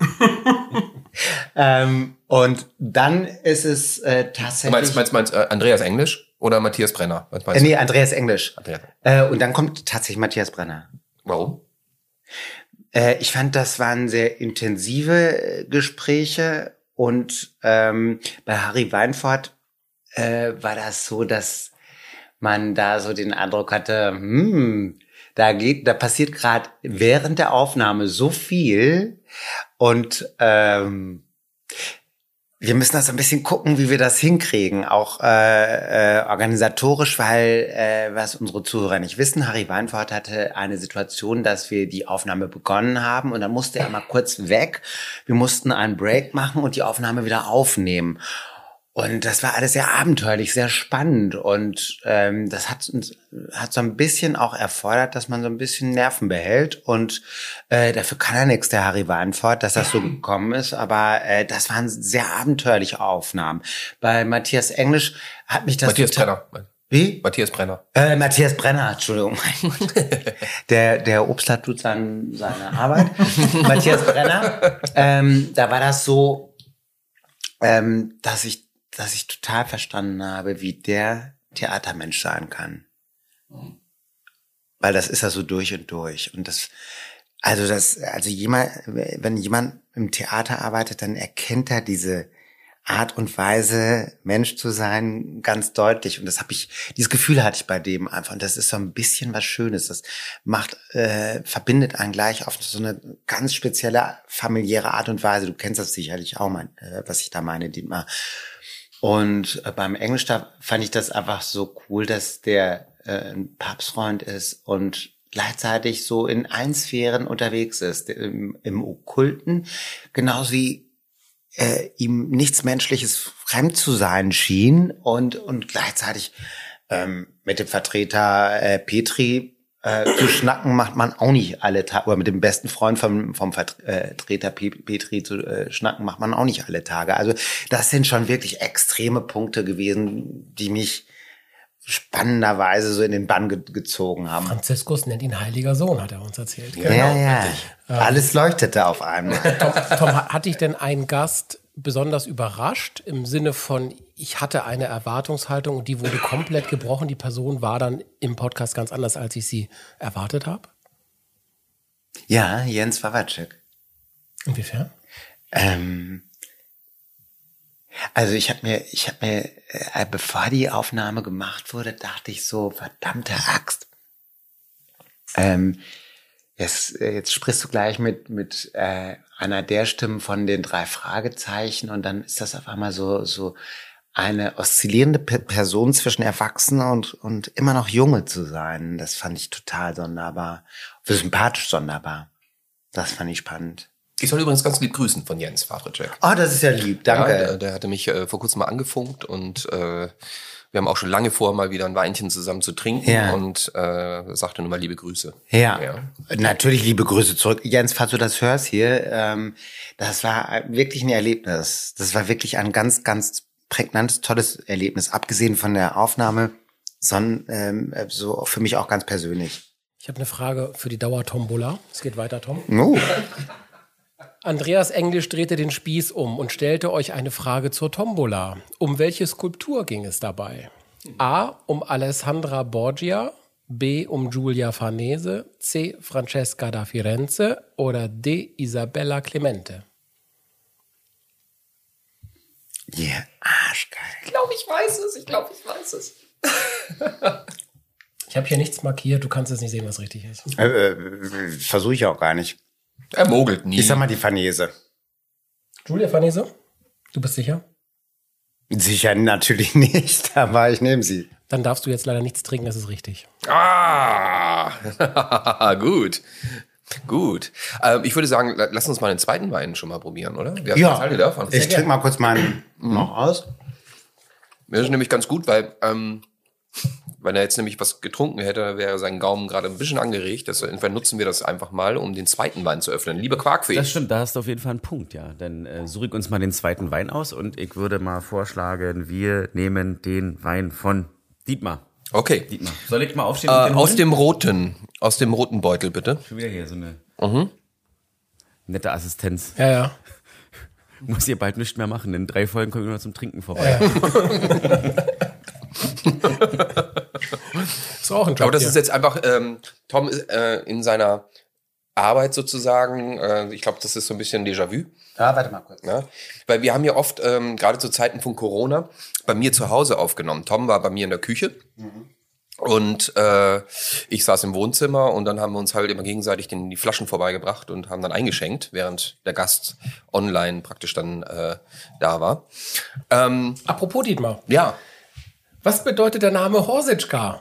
ähm, und dann ist es äh, Du tatsächlich... meinst, meinst, meinst äh, Andreas Englisch oder Matthias Brenner? Was meinst äh, du? nee, Andreas Englisch. Andreas. Äh, und dann kommt tatsächlich Matthias Brenner. Warum? Äh, ich fand, das waren sehr intensive äh, Gespräche und ähm, bei Harry Weinfurt äh, war das so, dass man da so den Eindruck hatte, hm, da geht, da passiert gerade während der Aufnahme so viel und ähm, wir müssen das ein bisschen gucken, wie wir das hinkriegen, auch äh, äh, organisatorisch, weil, äh, was unsere Zuhörer nicht wissen, Harry Weinfurt hatte eine Situation, dass wir die Aufnahme begonnen haben und dann musste er mal kurz weg. Wir mussten einen Break machen und die Aufnahme wieder aufnehmen. Und das war alles sehr abenteuerlich, sehr spannend. Und ähm, das hat uns hat so ein bisschen auch erfordert, dass man so ein bisschen Nerven behält. Und äh, dafür kann er nichts, der Harry Weinfurt, dass das so gekommen ist. Aber äh, das waren sehr abenteuerliche Aufnahmen. Bei Matthias Englisch hat mich das Matthias total- Brenner. Wie? Matthias Brenner. Äh, Matthias Brenner, Entschuldigung. Mein Gott. Der, der Obstler tut sein, seine Arbeit. Matthias Brenner, ähm, da war das so, ähm, dass ich, dass ich total verstanden habe, wie der Theatermensch sein kann. Weil das ist er so durch und durch. Und das, also das, also jemand, wenn jemand im Theater arbeitet, dann erkennt er diese Art und Weise, Mensch zu sein, ganz deutlich. Und das habe ich, dieses Gefühl hatte ich bei dem einfach. Und das ist so ein bisschen was Schönes. Das macht, äh, verbindet einen gleich auf so eine ganz spezielle familiäre Art und Weise. Du kennst das sicherlich auch, mein, äh, was ich da meine, Dietmar. Und äh, beim Englisch, da fand ich das einfach so cool, dass der äh, ein Papstfreund ist und gleichzeitig so in allen Sphären unterwegs ist. Im, im Okkulten, genauso wie Äh, ihm nichts Menschliches fremd zu sein schien und und gleichzeitig ähm, mit dem Vertreter äh, Petri äh, zu schnacken macht man auch nicht alle Tage, oder mit dem besten Freund vom vom Vertreter Petri zu äh, schnacken macht man auch nicht alle Tage. Also das sind schon wirklich extreme Punkte gewesen, die mich spannenderweise so in den Bann ge- gezogen haben. Franziskus nennt ihn Heiliger Sohn, hat er uns erzählt. Ja, ja. Alles leuchtete auf einmal. Tom, Tom, hat dich denn ein Gast besonders überrascht im Sinne von, ich hatte eine Erwartungshaltung und die wurde komplett gebrochen, die Person war dann im Podcast ganz anders, als ich sie erwartet habe? Ja, Jens Wawacek. Inwiefern? Ähm, also ich habe mir, ich habe mir, äh, bevor die Aufnahme gemacht wurde, dachte ich so, verdammte Axt. Ähm, jetzt, jetzt sprichst du gleich mit mit äh, einer der Stimmen von den drei Fragezeichen und dann ist das auf einmal so so eine oszillierende P- Person zwischen Erwachsenen und und immer noch Junge zu sein. Das fand ich total sonderbar, sympathisch sonderbar. Das fand ich spannend. Ich soll übrigens ganz lieb grüßen von Jens Wawacek. Oh, das ist ja lieb, danke. Ja, der, der hatte mich äh, vor kurzem mal angefunkt und äh, wir haben auch schon lange vor, mal wieder ein Weinchen zusammen zu trinken Ja. und äh, sagte nur mal liebe Grüße. Ja. Ja. Natürlich liebe Grüße zurück. Jens, falls du das hörst hier, ähm, das war wirklich ein Erlebnis. Das war wirklich ein ganz, ganz prägnantes, tolles Erlebnis. Abgesehen von der Aufnahme, sondern ähm, so für mich auch ganz persönlich. Ich habe eine Frage für die Dauertombola. Es geht weiter, Tom. Oh. Andreas Englisch drehte den Spieß um und stellte euch eine Frage zur Tombola. Um welche Skulptur ging es dabei? A. Um Alessandra Borgia, B. Um Giulia Farnese, C. Francesca da Firenze oder D. Isabella Clemente? Ja, yeah, arschgeil. Ich glaube, ich weiß es. Ich glaube, ich weiß es. Ich habe hier nichts markiert, du kannst es nicht sehen, was richtig ist. Äh, äh, Versuche ich auch gar nicht. Er mogelt nie. Ich sag mal die Farnese. Giulia Farnese? Du bist sicher? Sicher natürlich nicht, da war ich neben sie. Dann darfst du jetzt leider nichts trinken, das ist richtig. Ah, gut. Gut. Ähm, ich würde sagen, la- lass uns mal den zweiten Wein schon mal probieren, oder? Wir Ja, was haltet ihr davon? ich trinke mal kurz meinen noch aus. Das ist nämlich ganz gut, weil ähm, wenn er jetzt nämlich was getrunken hätte, wäre sein Gaumen gerade ein bisschen angeregt. Deswegen nutzen wir das einfach mal, um den zweiten Wein zu öffnen. Liebe Quarkfee. Das stimmt, da hast du auf jeden Fall einen Punkt, ja. Dann äh, suche ich uns mal den zweiten Wein aus und ich würde mal vorschlagen, wir nehmen den Wein von Dietmar. Okay. Dietmar. Soll ich mal aufstehen? Äh, und den aus holen? dem roten, aus dem roten Beutel, bitte. Schon wieder hier so eine Mhm. nette Assistenz. Ja, ja. Muss ihr bald nichts mehr machen. In drei Folgen kommen wir nur zum Trinken vorbei. Ist auch ein Job Aber das hier. ist jetzt einfach, ähm, Tom ist äh, in seiner Arbeit sozusagen, äh, ich glaube, das ist so ein bisschen Déjà-vu. Ja, warte mal kurz. Ja? Weil wir haben ja oft, ähm, gerade zu Zeiten von Corona, bei mir zu Hause aufgenommen. Tom war bei mir in der Küche. Mhm. Und äh, ich saß im Wohnzimmer und dann haben wir uns halt immer gegenseitig den, die Flaschen vorbeigebracht und haben dann eingeschenkt, während der Gast online praktisch dann äh, da war. Ähm, Apropos Dietmar, ja, was bedeutet der Name Horsitschka?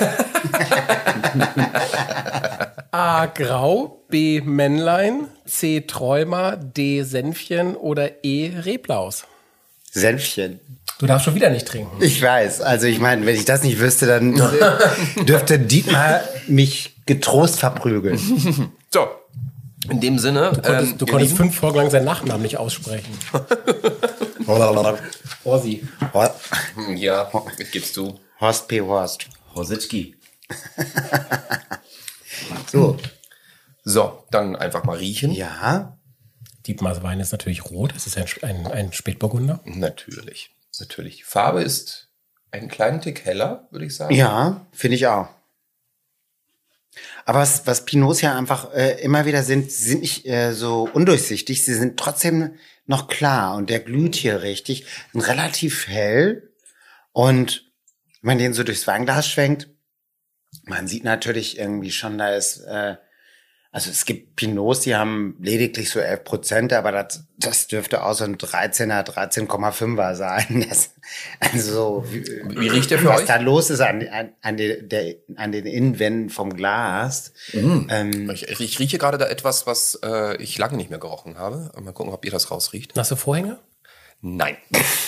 A. Grau, B. Männlein, C. Träumer, D. Senfchen oder E. Reblaus? Senfchen. Du darfst schon wieder nicht trinken. Ich weiß. Also ich meine, wenn ich das nicht wüsste, dann dürfte Dietmar mich getrost verprügeln. So, in dem Sinne. Du konntest, ähm, du konntest fünf Folgen lang seinen Nachnamen nicht aussprechen. Horsi. Ja, das gibst du. Horst P. Horst. Horsitzky. So. So, dann einfach mal riechen. Ja. Dietmars Wein ist natürlich rot. Es ist ein, ein, ein Spätburgunder. Natürlich, natürlich. Die Farbe ist einen kleinen Tick heller, würde ich sagen. Ja, finde ich auch. Aber was, was Pinots ja einfach äh, immer wieder sind, sie sind nicht äh, so undurchsichtig. Sie sind trotzdem noch klar. Und der glüht hier richtig. Sind relativ hell. Und wenn man den so durchs Weinglas schwenkt, man sieht natürlich irgendwie schon, da ist... Äh, Also es gibt Pinots, die haben lediglich so elf Prozent, aber das, das dürfte auch so ein dreizehner, dreizehn Komma fünfer sein. Das, also wie, wie riecht der für was euch? da los ist an, an, an, den, der, an den Innenwänden vom Glas. Mhm. Ähm, Ich, ich rieche gerade da etwas, was äh, ich lange nicht mehr gerochen habe. Mal gucken, ob ihr das rausriecht. Nasse Vorhänge? Nein.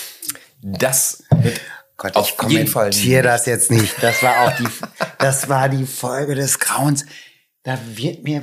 Das wird Gott, auf ich jeden Fall kommentiere das jetzt nicht. Das war auch die, das war die Folge des Grauens. Da wird mir,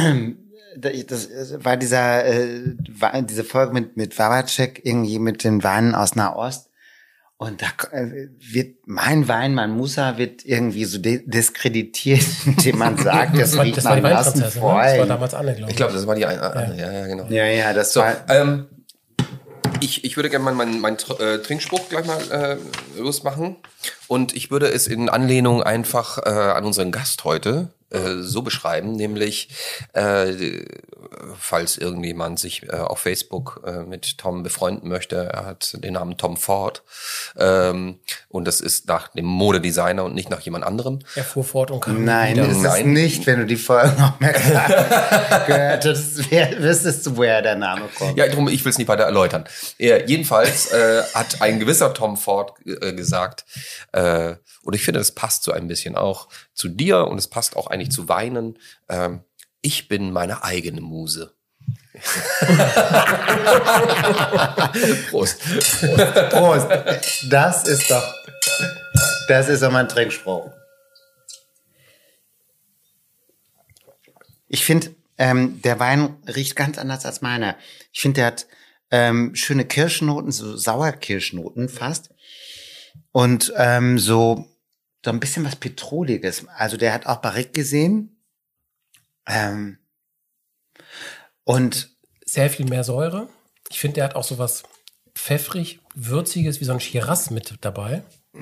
das war dieser, äh, war diese Folge mit, mit Wawacek, irgendwie mit den Weinen aus Nahost. Und da äh, wird mein Wein, mein Musa, wird irgendwie so de- diskreditiert, indem man sagt, das, Das war, riecht das war die nach nassen Weinprinzessin, ne? Das war Vorhängen. damals Anne, glaube ich. Ich glaube, das war die eine. Ja, ja, ja genau. Ja, ja, das So, war, ähm, ich, ich würde gerne mal meinen mein, äh, Trinkspruch gleich mal äh, losmachen. Und ich würde es in Anlehnung einfach äh, an unseren Gast heute äh, so beschreiben, nämlich äh, falls irgendjemand sich äh, auf Facebook äh, mit Tom befreunden möchte, er hat den Namen Tom Ford ähm, und das ist nach dem Modedesigner und nicht nach jemand anderem. Er fuhr fort und kam nein, wieder. ist es Nein. nicht, wenn du die Folge noch mehr gehört hättest, wer- wüsstest du, woher der Name kommt. Ja, drum, ich will es nicht weiter erläutern. Er, jedenfalls äh, hat ein gewisser Tom Ford äh, gesagt, äh, und ich finde, das passt so ein bisschen auch zu dir und es passt auch eigentlich zu Weinen. Ähm, ich bin meine eigene Muse. Prost. Prost. Das ist doch, das ist doch mein Trinkspruch. Ich finde, ähm, der Wein riecht ganz anders als meiner. Ich finde, der hat ähm, schöne Kirschnoten, so Sauerkirschnoten fast. Und ähm, so, so ein bisschen was Petroliges. Also der hat auch Barrique gesehen. Ähm, und Sehr viel mehr Säure. Ich finde, der hat auch so was pfeffrig, würziges, wie so ein Shiraz mit dabei.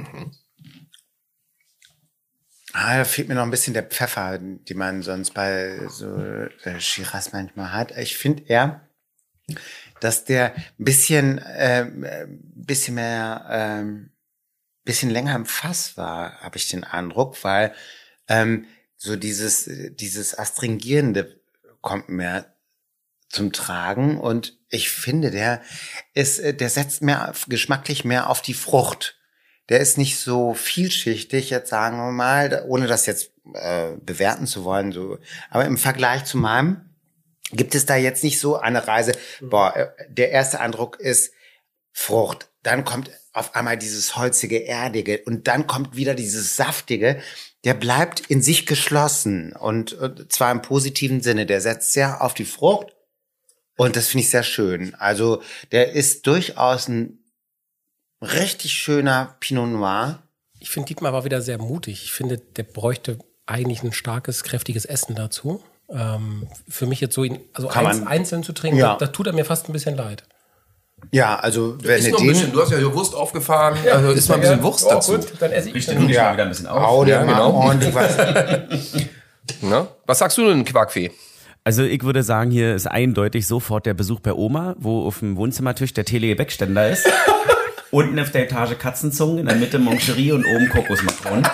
Ah, da fehlt mir noch ein bisschen der Pfeffer, die man sonst bei so äh, Shiraz manchmal hat. Ich finde eher, dass der ein bisschen, ähm, äh, bisschen mehr, ähm, bisschen länger im Fass war, habe ich den Eindruck, weil ähm, so dieses, dieses Astringierende kommt mehr zum Tragen und ich finde, der ist, äh, der setzt mehr auf, geschmacklich mehr auf die Frucht. Der ist nicht so vielschichtig, jetzt sagen wir mal, ohne das jetzt äh, bewerten zu wollen, so. Aber im Vergleich zu meinem gibt es da jetzt nicht so eine Reise. Boah, äh, der erste Eindruck ist Frucht. Dann kommt auf einmal dieses holzige, erdige und dann kommt wieder dieses saftige. Der bleibt in sich geschlossen und, und zwar im positiven Sinne. Der setzt sehr auf die Frucht und das finde ich sehr schön. Also der ist durchaus ein richtig schöner Pinot Noir. Ich finde, Dietmar war wieder sehr mutig. Ich finde, der bräuchte eigentlich ein starkes, kräftiges Essen dazu. Ähm, für mich jetzt so, ihn, also Kann eins, man- einzeln zu trinken, Ja. da tut er mir fast ein bisschen leid. Ja, also wenn Ist du noch ein bisschen, den... du hast ja hier Wurst aufgefahren, also ist mal ein bisschen Wurst Oh, dazu. gut, dann esse ich. Richte Dann, du Ja. mal wieder ein bisschen auf. Hau dir Ja, mal genau. ordentlich was. Ne? Was sagst du denn, Quarkfee? Also ich würde sagen, hier ist eindeutig sofort der Besuch bei Oma, wo auf dem Wohnzimmertisch der Tele-Gebäckständer ist. Unten auf der Etage Katzenzungen, in der Mitte Moncherie und oben Kokosmakronen.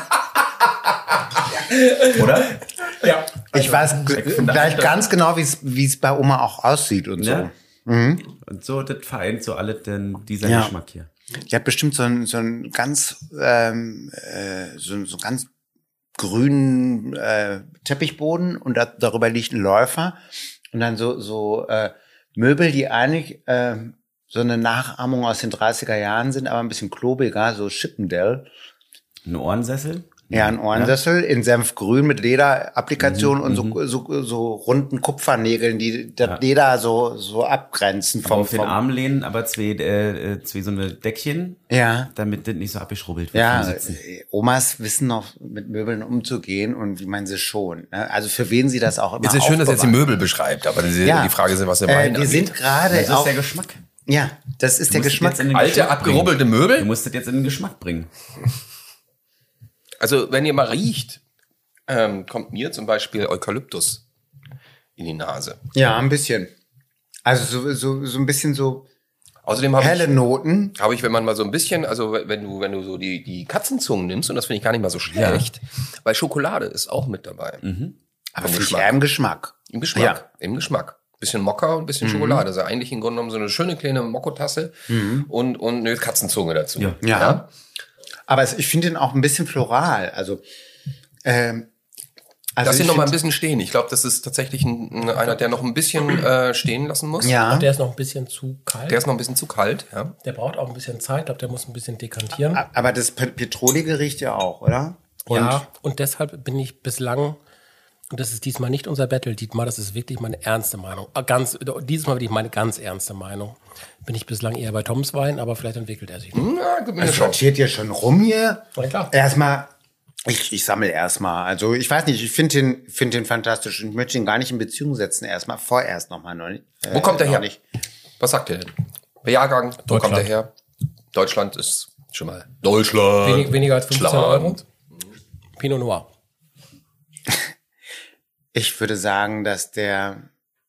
Oder? ja. Ich weiß gleich ganz genau, wie es wie es bei Oma auch aussieht und so. Ja. Und so, das vereint so alle denn dieser Ja. Geschmack hier. Die hat bestimmt so einen so einen ganz ähm, äh, so, so einen ganz grünen äh, Teppichboden und da, darüber liegt ein Läufer und dann so so äh, Möbel, die eigentlich äh, so eine Nachahmung aus den dreißiger Jahren sind, aber ein bisschen klobiger, so Chippendale. Ein Ohrensessel? Ja, ein Ohrensessel ja. in Senfgrün mit Lederapplikation mhm, und so, mhm. so, so runden Kupfernägeln, die das ja. Leder so, so abgrenzen. Vom, auf den Arm lehnen, aber zwei, äh, zwei so eine Deckchen, ja. damit das nicht so abgeschrubbelt wird. Ja, Omas wissen noch, mit Möbeln umzugehen und wie man sie schon. Ne? Also für wen sie das auch immer Es ist schön, dass ihr jetzt die Möbel beschreibt, aber die, ja. die Frage ist, was ihr meint. Äh, wir sind gerade Das ist auch, der Geschmack. Ja, das ist der Geschmack. Alte, Geschmack abgerubbelte bringen. Möbel? Du musst das jetzt in den Geschmack bringen. Also, wenn ihr mal riecht, ähm, kommt mir zum Beispiel Eukalyptus in die Nase. Ja, ein bisschen. Also so, so, so ein bisschen so Außerdem habe helle ich, Noten. Habe ich, wenn man mal so ein bisschen, also wenn du, wenn du so die, die Katzenzungen nimmst, und das finde ich gar nicht mal so schlecht, ja. weil Schokolade ist auch mit dabei. Mhm. Aber finde ich eher im Geschmack. Im Geschmack, ja. im Geschmack. Bisschen Mokka und ein bisschen mhm. Schokolade. Also eigentlich im Grunde genommen so eine schöne kleine Mokko-Tasse mhm. und, und eine Katzenzunge dazu. Ja. ja. ja. Aber ich finde den auch ein bisschen floral. Also, ähm, also Lass ihn noch mal ein bisschen stehen. Ich glaube, das ist tatsächlich ein, einer, der noch ein bisschen äh, stehen lassen muss. Ja. Und der ist noch ein bisschen zu kalt. Der ist noch ein bisschen zu kalt, ja. Der braucht auch ein bisschen Zeit. Ich glaube, der muss ein bisschen dekantieren. Aber das Petrolige riecht ja auch, oder? Und ja, und deshalb bin ich bislang, und das ist diesmal nicht unser Battle, Dietmar, das ist wirklich meine ernste Meinung. Ganz, dieses Mal wirklich meine ganz ernste Meinung. Bin ich bislang eher bei Toms Wein, aber vielleicht entwickelt er sich noch. Ja, es sortiert ja schon rum hier. Ja, klar. Erstmal, ich, ich sammle erstmal. Also ich weiß nicht, ich finde den, finde den fantastisch. Ich möchte ihn gar nicht in Beziehung setzen erstmal. Vorerst nochmal noch nicht. Wo äh, kommt er her? Nicht. Was sagt er denn? Der Jahrgang, wo kommt er her? Deutschland ist schon mal Deutschland. Wenig, weniger als fünfzehn Euro. Pinot Noir. Ich würde sagen, dass der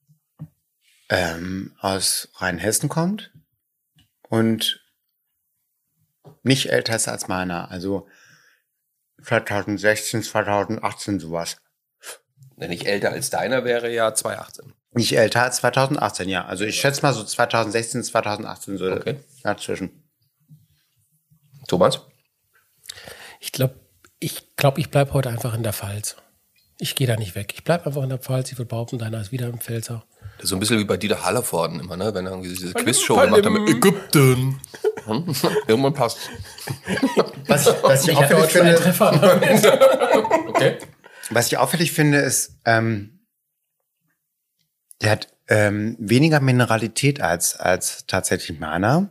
ähm, aus Rheinhessen kommt und nicht älter ist als meiner. Also zwanzig sechzehn, zwanzig achtzehn sowas. Wenn ich älter als deiner wäre, ja zwanzig achtzehn. Nicht älter als zwanzig achtzehn, ja. Also ich schätze mal so zwanzig sechzehn, zwanzig achtzehn so okay. dazwischen. Thomas? Ich glaube, ich, glaub, ich bleibe heute einfach in der Pfalz. Ich gehe da nicht weg. Ich bleibe einfach in der Pfalz. Ich würde behaupten, deiner ist wieder im Pfälzer. Das ist so ein bisschen wie bei Dieter Hallervorden immer, ne? Wenn er irgendwie diese Quizshow macht mit Ägypten. Hm? Irgendwann passt. Was ich, was ich, ich auffällig finde, Treffer. Okay. Was ich auffällig finde, ist, ähm, der hat ähm, weniger Mineralität als als tatsächlich Mana.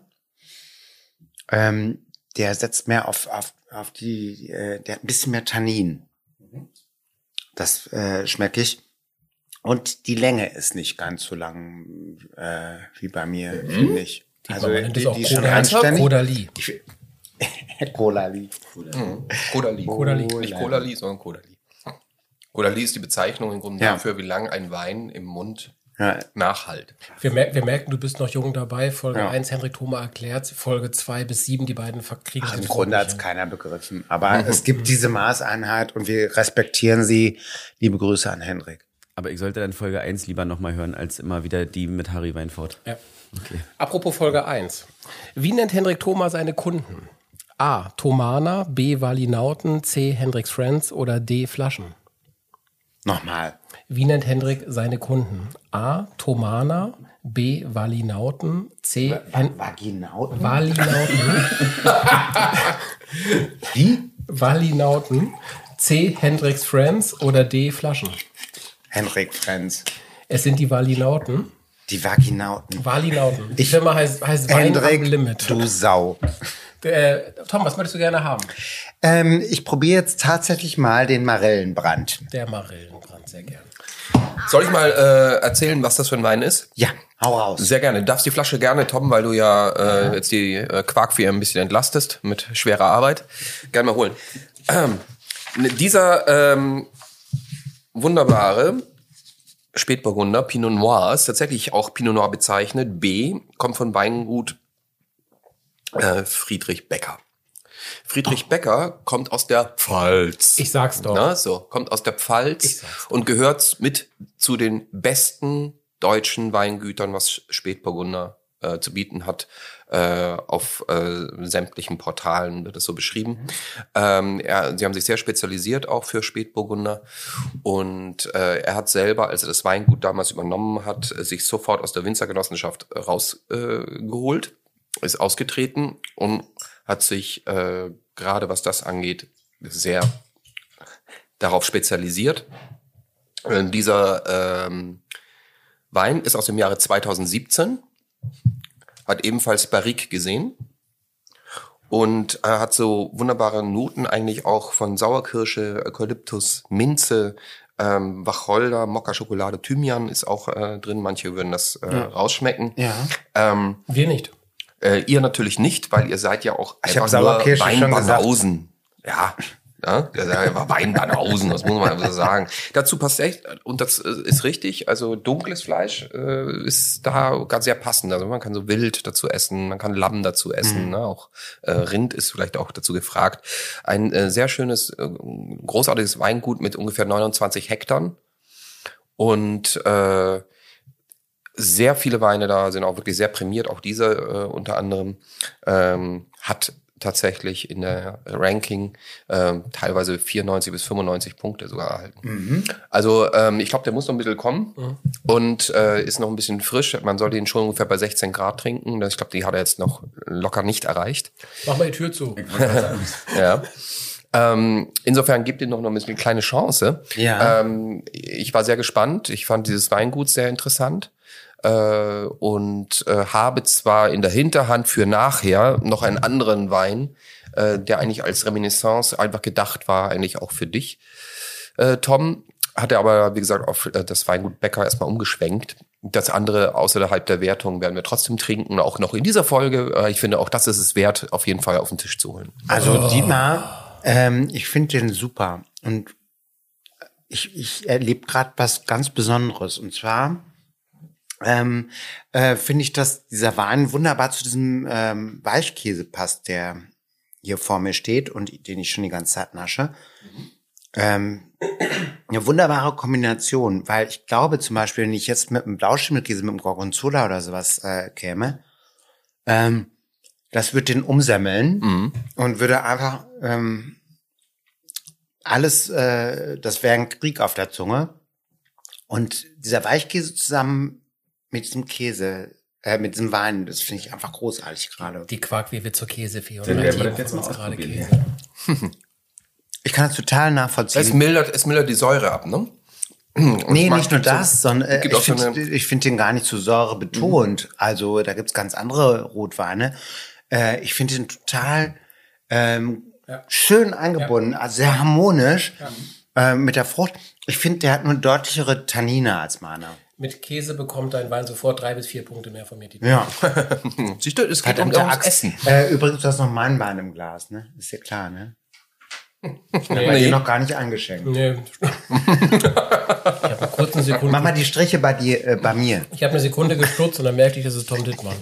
Ähm, der setzt mehr auf auf auf die, äh, der hat ein bisschen mehr Tannin. Das äh, schmecke ich. Und die Länge ist nicht ganz so lang äh, wie bei mir, mhm. finde ich. Die also die, die, ist auch die ist schon anständig. Kodali. Kodali. Mhm. Kodali. Kodali. Nicht Kodali, sondern Kodali. Kodali ist die Bezeichnung im Grunde ja. dafür, wie lang ein Wein im Mund ja. nachhalt. Wir, mer- wir merken, du bist noch jung dabei. Folge ja. eins, Henrik Thoma erklärt. Folge zwei bis sieben, die beiden kriegen Ach, im Grunde hat es keiner begriffen. Aber mhm. es gibt diese Maßeinheit und wir respektieren sie. Liebe Grüße an Henrik. Aber ich sollte dann Folge eins lieber nochmal hören, als immer wieder die mit Harry Weinfurt. Ja. Okay. Apropos Folge eins. Wie nennt Henrik Thoma seine Kunden? A. Thomana, B. Walinauten, C. Hendricks Friends oder D. Flaschen? Nochmal. Wie nennt Hendrik seine Kunden? A. Thomana, B. Walinauten, C. Hen- Vaginauten? Walinauten. Wie? Walinauten, C. Hendricks Friends oder D. Flaschen? Henrik Friends. Es sind die Walinauten. Die Vaginauten. Walinauten. Die Ich- Firma heißt, heißt Wein am Hendrik, Limit. du Sau. Äh, Tom, was möchtest du gerne haben? Ähm, ich probiere jetzt tatsächlich mal den Marellenbrand. Der Marillenbrand, sehr gern. Soll ich mal äh, erzählen, was das für ein Wein ist? Ja, hau raus. Sehr gerne. Du darfst die Flasche gerne, Tom, weil du ja äh, jetzt die äh, Quarkfirmen ein bisschen entlastest mit schwerer Arbeit. Gerne mal holen. Ähm, dieser ähm, wunderbare Spätburgunder Pinot Noir ist tatsächlich auch Pinot Noir bezeichnet. B kommt von Weingut äh, Friedrich Becker. Friedrich Becker kommt aus der Pfalz. Ich sag's doch. Na, so, kommt aus der Pfalz Ich sag's doch. und gehört mit zu den besten deutschen Weingütern, was Spätburgunder äh, zu bieten hat. Äh, auf äh, sämtlichen Portalen wird es so beschrieben. Mhm. Ähm, er, sie haben sich sehr spezialisiert auch für Spätburgunder. Und äh, er hat selber, als er das Weingut damals übernommen hat, sich sofort aus der Winzergenossenschaft rausgeholt, äh, ist ausgetreten und hat sich äh, gerade was das angeht sehr darauf spezialisiert. Äh, dieser ähm, Wein ist aus dem Jahre zweitausendsiebzehn, hat ebenfalls Barrique gesehen und er hat so wunderbare Noten eigentlich auch von Sauerkirsche, Eukalyptus, Minze, ähm, Wacholder, Mokka-Schokolade, Thymian ist auch äh, drin. Manche würden das äh, ja. rausschmecken. Ja. Ähm, Wir nicht. Äh, ihr natürlich nicht, weil ihr seid ja auch ich einfach nur Weinbanausen. Ja, ja, der war Weinbanausen, das muss man so sagen. Dazu passt echt, und das ist richtig, also dunkles Fleisch äh, ist da ganz sehr passend. Also man kann so Wild dazu essen, man kann Lamm dazu essen, mhm. ne? Auch äh, Rind ist vielleicht auch dazu gefragt. Ein äh, sehr schönes, äh, großartiges Weingut mit ungefähr neunundzwanzig Hektar und äh, sehr viele Weine da sind auch wirklich sehr prämiert, auch diese äh, unter anderem ähm, hat tatsächlich in der Ranking ähm, teilweise vierundneunzig bis fünfundneunzig Punkte sogar erhalten. Mhm. Also ähm, ich glaube, der muss noch ein bisschen kommen mhm. und äh, ist noch ein bisschen frisch. Man sollte ihn schon ungefähr bei sechzehn Grad trinken. Ich glaube, die hat er jetzt noch locker nicht erreicht. Mach mal die Tür zu. Ja. Ähm, insofern gibt ihm noch ein bisschen eine kleine Chance. Ja. Ähm, ich war sehr gespannt. Ich fand dieses Weingut sehr interessant. Äh, und äh, habe zwar in der Hinterhand für nachher noch einen anderen Wein, äh, der eigentlich als Reminiscence einfach gedacht war, eigentlich auch für dich, äh, Tom, hat er aber, wie gesagt, auf äh, das Weingut Becker erstmal umgeschwenkt. Das andere außerhalb der Wertung werden wir trotzdem trinken, auch noch in dieser Folge. Äh, ich finde, auch das ist es wert, auf jeden Fall auf den Tisch zu holen. Also oh. Dietmar, ähm, ich finde den super und ich, ich erlebe gerade was ganz Besonderes und zwar Ähm, äh, finde ich, dass dieser Wein wunderbar zu diesem ähm, Weichkäse passt, der hier vor mir steht und den ich schon die ganze Zeit nasche. Mhm. Ähm, eine wunderbare Kombination, weil ich glaube zum Beispiel, wenn ich jetzt mit einem Blauschimmelkäse, mit einem Gorgonzola oder sowas äh, käme, ähm, das würde den umsemmeln mhm. und würde einfach ähm, alles, äh, das wäre ein Krieg auf der Zunge. Und dieser Weichkäse zusammen mit diesem Käse, äh, mit diesem Wein, das finde ich einfach großartig gerade. Die Quarkwirbel zur Käsefee. Dann werden wir das jetzt mal gerade Käse. Ich kann das total nachvollziehen. Es mildert, es mildert die Säure ab, ne? Und nee, nicht nur das, so, sondern äh, ich finde so ich find den gar nicht so säurebetont. Mhm. Also da gibt's ganz andere Rotweine. Äh, ich finde den total ähm, ja. schön eingebunden, ja. also sehr harmonisch ja. äh, mit der Frucht. Ich finde, der hat nur deutlichere Tannine als meiner. Mit Käse bekommt dein Wein sofort drei bis vier Punkte mehr von mir. Ja. Siehst du, es geht um ums Essen. Äh, übrigens, du hast noch meinen Wein im Glas, ne? Ist ja klar, ne? Ich habe nee. dir noch gar nicht eingeschenkt. Nee. Ich habe eine kurze Sekunde. Mach mal die Striche bei dir, äh, bei mir. Ich habe eine Sekunde gestutzt und dann merkte ich, das ist Tom Dittmann.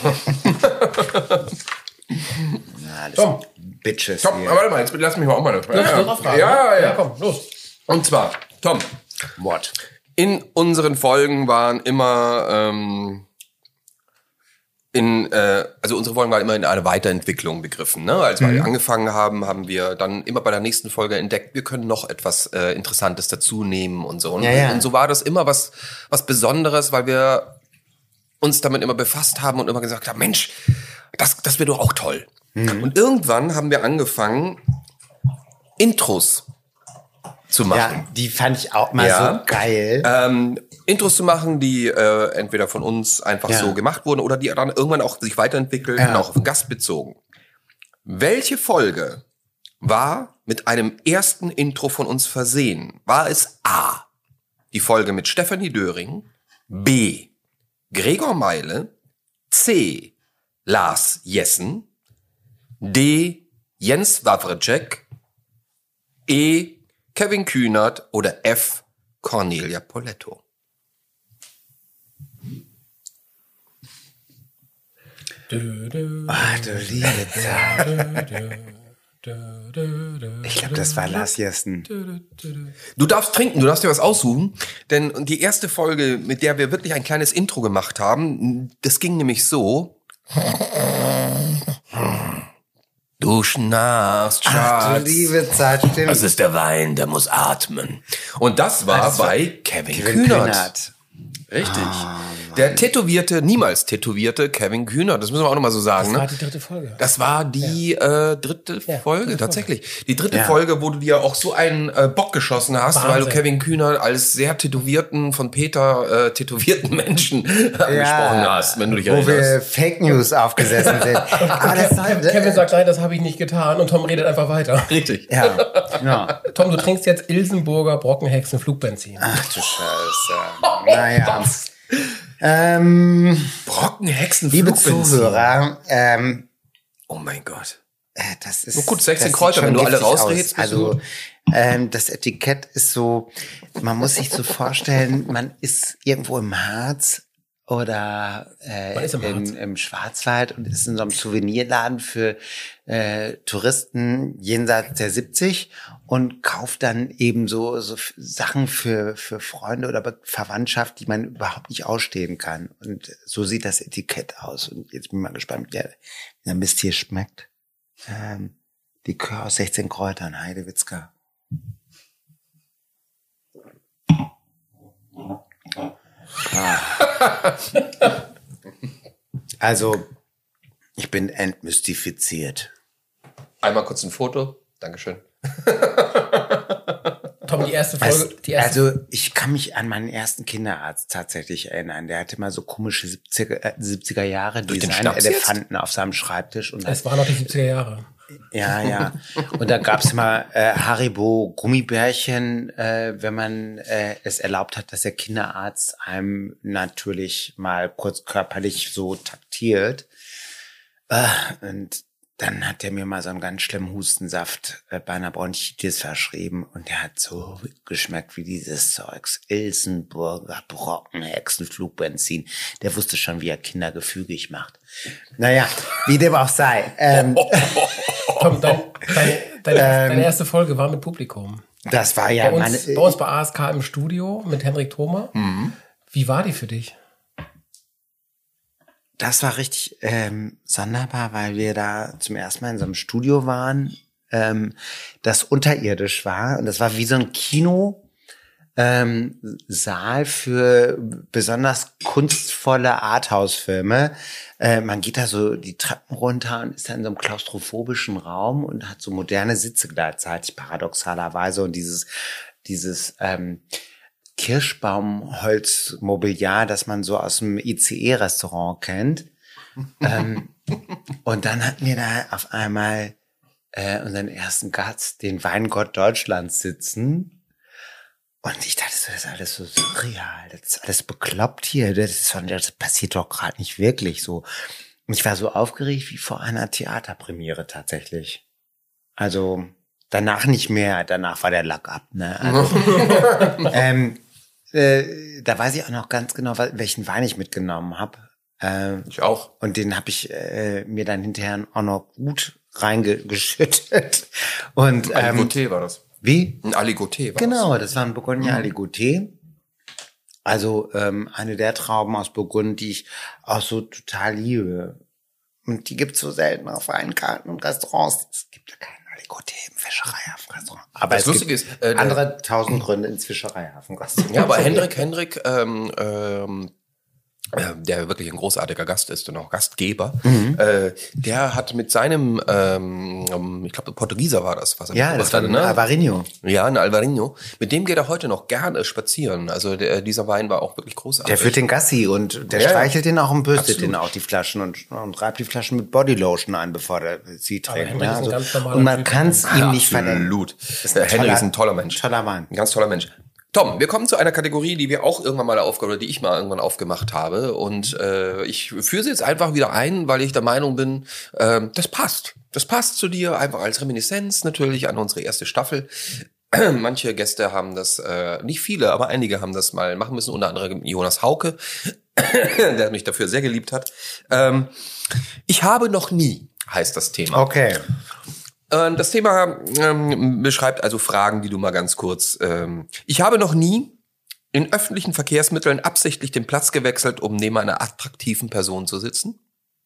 Na, das Tom. Bitches. Tom, aber warte mal, jetzt lass mich mal auch mal noch. Ja, ja. Fragen, ja, ja, ja, komm, los. Und zwar, Tom. What? In unseren Folgen waren immer ähm, in, äh, also unsere Folgen waren immer in eine Weiterentwicklung begriffen. Ne? Als wir mhm. angefangen haben, haben wir dann immer bei der nächsten Folge entdeckt, wir können noch etwas äh, Interessantes dazu nehmen und so. Und, ja, ja. und so war das immer was, was Besonderes, weil wir uns damit immer befasst haben und immer gesagt haben, Mensch, das, das wäre doch auch toll. Mhm. Und irgendwann haben wir angefangen, Intros zu machen. Ja, die fand ich auch mal ja. so geil. Ähm, Intros zu machen, die äh, entweder von uns einfach ja. so gemacht wurden oder die dann irgendwann auch sich weiterentwickeln ja. und auch auf den Gast bezogen. Welche Folge war mit einem ersten Intro von uns versehen? War es A, die Folge mit Stefanie Döring, B, Gregor Meile, C, Lars Jessen, D, Jens Wawrczyk, E, Kevin Kühnert oder F, Cornelia Poletto? Du, du. Ach, du liebe Zeit. Ich glaube, das war Lars Jessen. Du darfst trinken, du darfst dir was aussuchen, denn die erste Folge, mit der wir wirklich ein kleines Intro gemacht haben, das ging nämlich so. Du schnarchst, Schatz. Ach, du liebe Zeit, stimmt. Das ist der Wein, der muss atmen. Und das war das war bei Kevin, Kevin Kühnert. Kühnert. Richtig. Der tätowierte, niemals tätowierte Kevin Kühnert, das müssen wir auch nochmal so sagen. Das war ne? die dritte Folge. Das war die ja. äh, dritte ja, Folge, dritte tatsächlich. Folge. Die dritte ja. Folge, wo du dir auch so einen äh, Bock geschossen hast, Wahnsinn. weil du Kevin Kühnert als sehr tätowierten, von Peter äh, tätowierten Menschen angesprochen hast, wenn du dich wo erinnerst. wir Fake News aufgesessen sind. Aber das war, Kevin sagt, nein, das habe ich nicht getan und Tom redet einfach weiter. Richtig. ja, ja. Tom, du trinkst jetzt Ilsenburger Brockenhexen Flugbenzin. Ach du Scheiße. Naja. Ähm, Brockenhexen, liebe Flugbenzin. Zuhörer, ähm, Oh mein Gott. äh, das ist. Nur gut, sechzehn das Kräuter, sieht schon wenn du alle giftig rausredest, aus. bist du Also, ähm, das Etikett ist so, man muss sich so vorstellen, man ist irgendwo im Harz oder äh, Man ist im Harz. im, im Schwarzwald und ist in so einem Souvenirladen für äh, Touristen jenseits der siebzig und kauft dann eben so, so f- Sachen für, für Freunde oder Be- Verwandtschaft, die man überhaupt nicht ausstehen kann. Und so sieht das Etikett aus. Und jetzt bin ich mal gespannt, wie der, wie der Mist hier schmeckt. Ähm, Likör aus sechzehn Kräutern, Heidewitzka. Ah. Also, ich bin entmystifiziert. Einmal kurz ein Foto. Dankeschön. Tom, die erste Folge. Also, die erste also ich kann mich an meinen ersten Kinderarzt tatsächlich erinnern. Der hatte mal so komische siebziger, äh, siebziger Jahre Durch den Schnaps jetzt? Design-Elefanten auf seinem Schreibtisch. Und es waren noch die siebziger Jahre. Ja, ja. Und da gab's mal äh, Haribo Gummibärchen, äh, wenn man äh, es erlaubt hat, dass der Kinderarzt einem natürlich mal kurz körperlich so taktiert. Äh, und dann hat der mir mal so einen ganz schlimmen Hustensaft äh, bei einer Bronchitis verschrieben und der hat so geschmeckt wie dieses Zeugs. Ilsenburger Brockenhexen Flugbenzin. Der wusste schon, wie er Kinder gefügig macht. Naja, wie dem auch sei. Ähm, Tom, dein, dein, deine, Ähm, deine erste Folge war mit Publikum. das war ja Bei meine... uns, bei uns bei A S K im Studio mit Henrik Thoma. Mhm. Wie war die für dich? Das war richtig ähm, sonderbar, weil wir da zum ersten Mal in so einem Studio waren, ähm, das unterirdisch war. Und das war wie so ein Kino, ähm, Saal für besonders kunstvolle Arthouse-Filme. Äh, man geht da so die Treppen runter und ist dann in so einem klaustrophobischen Raum und hat so moderne Sitze gleichzeitig, paradoxalerweise. Und dieses, dieses ähm, Kirschbaumholzmobiliar, das man so aus dem I C E-Restaurant kennt. ähm, und dann hatten wir da auf einmal äh, unseren ersten Gast, den Weingott Deutschlands, sitzen. Und ich dachte so, das ist alles so surreal, das ist alles bekloppt hier, das, ist, das passiert doch gerade nicht wirklich so. Und ich war so aufgeregt wie vor einer Theaterpremiere tatsächlich. Also danach nicht mehr, danach war der Lack ab. Ne? Also, ähm, äh, da weiß ich auch noch ganz genau, welchen Wein ich mitgenommen habe. Ähm, Ich auch. und den habe ich äh, mir dann hinterher auch noch gut reingeschüttet. Und ähm, Aligoté war das. wie? Ein Aligoté war Genau, das war ein Bourgogne Aligoté. Also ähm, eine der Trauben aus Burgund, die ich auch so total liebe. Und die gibt's so selten auf Weinkarten und Restaurants. Es gibt ja keinen Aligoté im Fischereihafenrestaurant. Aber Das es Lustige gibt ist, äh, der- andere tausend Gründe ins Fischereihafenrestaurant. Ja, aber Hendrik, Hendrik, ähm, ähm, äh, der wirklich ein großartiger Gast ist und auch Gastgeber, Mhm. äh, der hat mit seinem, ähm, ich glaube, Portugieser war das, was er Ja, das mitgebracht war hatte, ein ne? Alvarinho. Ja, ein Alvarinho. Mit dem geht er heute noch gerne spazieren. Also der, dieser Wein war auch wirklich großartig. Der führt den Gassi und der Ja, streichelt den auch und bürstet absolut. den auch, die Flaschen, und, und reibt die Flaschen mit Bodylotion ein, bevor der sie trinkt. Henrik ist ein ganz normaler und man Typ. kann es ihm nicht vernehmen. Absolut. Ist Der ein Henrik toller- ist ein toller Mensch. Toller Wein. Ein ganz toller Mensch. Tom, wir kommen zu einer Kategorie, die wir auch irgendwann mal aufgemacht oder die ich mal irgendwann aufgemacht habe. Und äh, ich führe sie jetzt einfach wieder ein, weil ich der Meinung bin, ähm, das passt. Das passt zu dir, einfach als Reminiszenz natürlich an unsere erste Staffel. Manche Gäste haben das, äh, nicht viele, aber einige haben das mal machen müssen, unter anderem Jonas Hauke, der mich dafür sehr geliebt hat. Ähm, ich habe noch nie, heißt das Thema. Okay. Äh, das Thema ähm, beschreibt also Fragen, die du mal ganz kurz... Ähm, ich habe noch nie in öffentlichen Verkehrsmitteln absichtlich den Platz gewechselt, um neben einer attraktiven Person zu sitzen.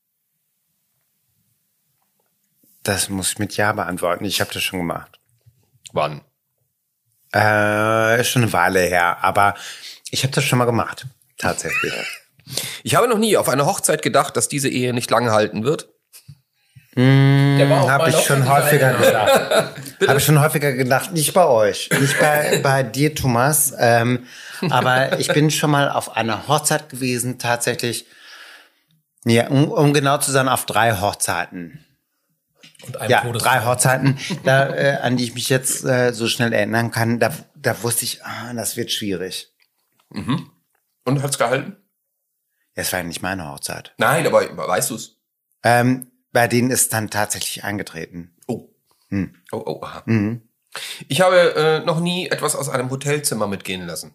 Das muss ich mit Ja beantworten. Ich habe das schon gemacht. Wann? Äh, ist schon eine Weile her, aber ich habe das schon mal gemacht. Tatsächlich. Ich habe noch nie auf einer Hochzeit gedacht, dass diese Ehe nicht lange halten wird. Mmh, habe ich schon häufiger gedacht. Habe ich schon häufiger gedacht. Nicht bei euch, nicht bei, bei dir, Thomas. Ähm, aber ich bin schon mal auf einer Hochzeit gewesen, tatsächlich. Ja, um, um genau zu sein, auf drei Hochzeiten. Und einem Ja, Todesfall. drei Hochzeiten, da, äh, an die ich mich jetzt äh, so schnell erinnern kann. Da, da wusste ich, ah, das wird schwierig. Mhm. Und hat's gehalten? Es war ja nicht meine Hochzeit. Nein, aber weißt du's? Ähm, bei denen ist dann tatsächlich eingetreten. Oh. Hm. Oh, oh, aha. Mhm. Ich habe äh, noch nie etwas aus einem Hotelzimmer mitgehen lassen.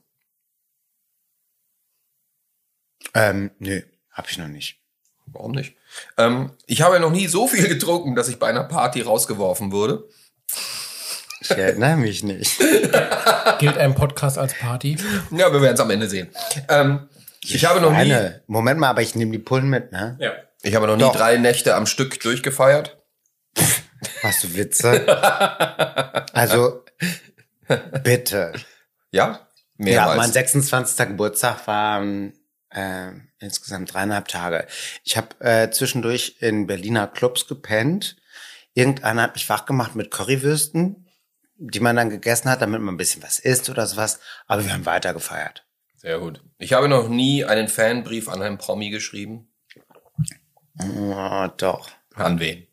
Ähm, nö, hab ich noch nicht. Warum nicht? Ähm, ich habe noch nie so viel getrunken, dass ich bei einer Party rausgeworfen wurde. Ich erinnere mich nicht. Gilt ein Podcast als Party? Ja, wir werden es am Ende sehen. Ähm, ich habe noch nie, Eine. Moment mal, aber ich nehme die Pullen mit, ne? ja. ich habe noch nie Doch. drei Nächte am Stück durchgefeiert. Machst du Witze? Also, bitte. Ja, Ja, mehrmals. mein sechsundzwanzigster Geburtstag war äh, insgesamt dreieinhalb Tage. Ich habe äh, zwischendurch in Berliner Clubs gepennt. Irgendeiner hat mich wach gemacht mit Currywürsten, die man dann gegessen hat, damit man ein bisschen was isst oder sowas. Aber wir haben weiter gefeiert. Sehr gut. Ich habe noch nie einen Fanbrief an einen Promi geschrieben. Oh, doch. An wen?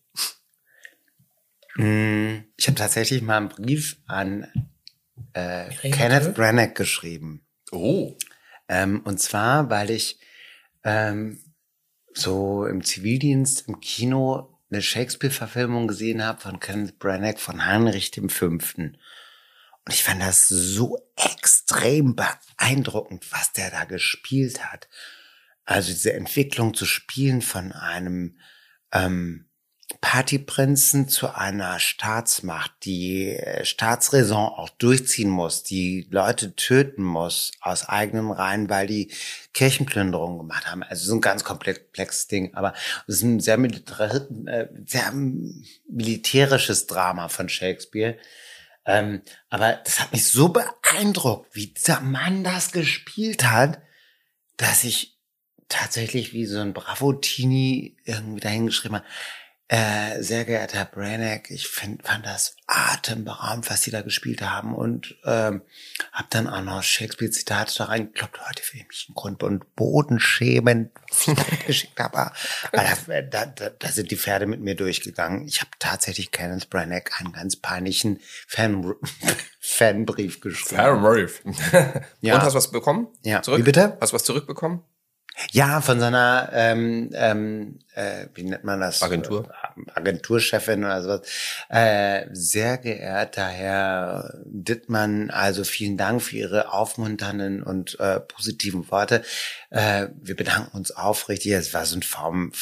Ich habe tatsächlich mal einen Brief an äh, Irene Kenneth Tö? Branagh geschrieben. Oh. Ähm, und zwar, weil ich ähm, so im Zivildienst im Kino eine Shakespeare-Verfilmung gesehen habe von Kenneth Branagh von Heinrich dem Fünften. Und ich fand das so extrem beeindruckend, was der da gespielt hat. Also diese Entwicklung zu spielen von einem ähm, Partyprinzen zu einer Staatsmacht, die äh, Staatsräson auch durchziehen muss, die Leute töten muss aus eigenen Reihen, weil die Kirchenplünderungen gemacht haben. Also so ein ganz komplexes Ding. Aber es ist ein sehr, militär, äh, sehr militärisches Drama von Shakespeare. Ähm, aber das hat mich so beeindruckt, wie dieser Mann das gespielt hat, dass ich tatsächlich wie so ein Bravo-Teenie irgendwie dahingeschrieben habe, Äh, sehr geehrter Herr Branagh, ich find, fand das atemberaubend, was Sie da gespielt haben und ähm, habe dann auch noch Shakespeare-Zitate da reingekloppt. Heute will ich mich im Grund und Boden schämen, was ich da geschickt habe. Aber da, da, da sind die Pferde mit mir durchgegangen. Ich habe tatsächlich Kenneth Branagh einen ganz peinlichen Fan Fanbrief geschrieben. Fanbrief. Ja. Und hast du was bekommen? Ja. Zurück? Wie bitte? Hast du was zurückbekommen? Ja, von seiner, ähm, ähm, äh, wie nennt man das? Agentur. Äh, Agenturchefin oder sowas. Äh, sehr geehrter Herr Dittmann, also vielen Dank für Ihre aufmunternden und äh, positiven Worte. Äh, wir bedanken uns aufrichtig. Es war so ein Form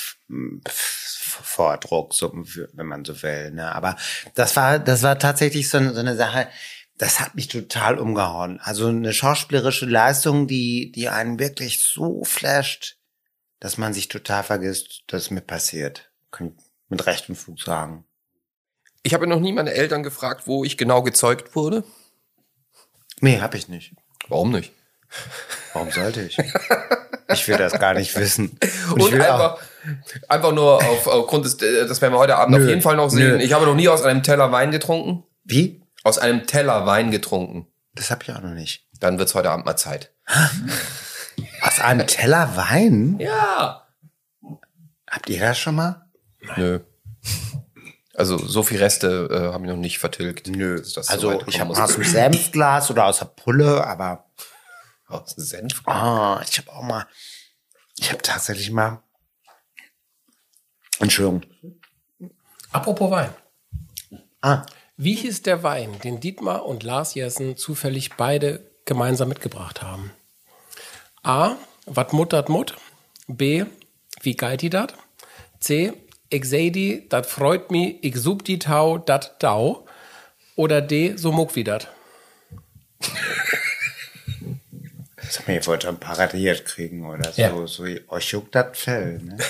Vordruck, so, wenn man so will. Ne? Aber das war, das war tatsächlich so eine, so eine Sache. Das hat mich total umgehauen. Also eine schauspielerische Leistung, die, die einen wirklich so flasht, dass man sich total vergisst, dass es mir passiert. Kann ich mit Recht und Fug sagen. Ich habe noch nie meine Eltern gefragt, wo ich genau gezeugt wurde. Nee, hab ich nicht. Warum nicht? Warum sollte ich? Ich will das gar nicht wissen. Und, Und ich will einfach, auch, einfach nur auf, aufgrund des, das werden wir heute Abend Nö, auf jeden Fall noch sehen. nö. Ich habe noch nie aus einem Teller Wein getrunken. wie? Aus einem Teller Wein getrunken. Das hab ich auch noch nicht. Dann wird's heute Abend mal Zeit. Aus einem Teller Wein? Ja. Habt ihr das schon mal? Nö. Also so viel Reste äh, habe ich noch nicht vertilgt. Nö. dass das so Also weit ich kommen habe muss. aus dem Senfglas oder aus der Pulle, aber Aus dem Senf. ah, ich habe auch mal, ich habe tatsächlich mal, Entschuldigung. Apropos Wein. Ah, Wie hieß der Wein, den Dietmar und Lars Jessen zufällig beide gemeinsam mitgebracht haben? A. Wat muttert Mut. B. Wie geit die dat? C. ich seh die, dat freut mi, ich sub die Tau, dat Dau. Oder D, so muck wie dat. Sag mal, ihr wollt schon paradiert kriegen oder so. Ja. so euch juckt das Fell, ne?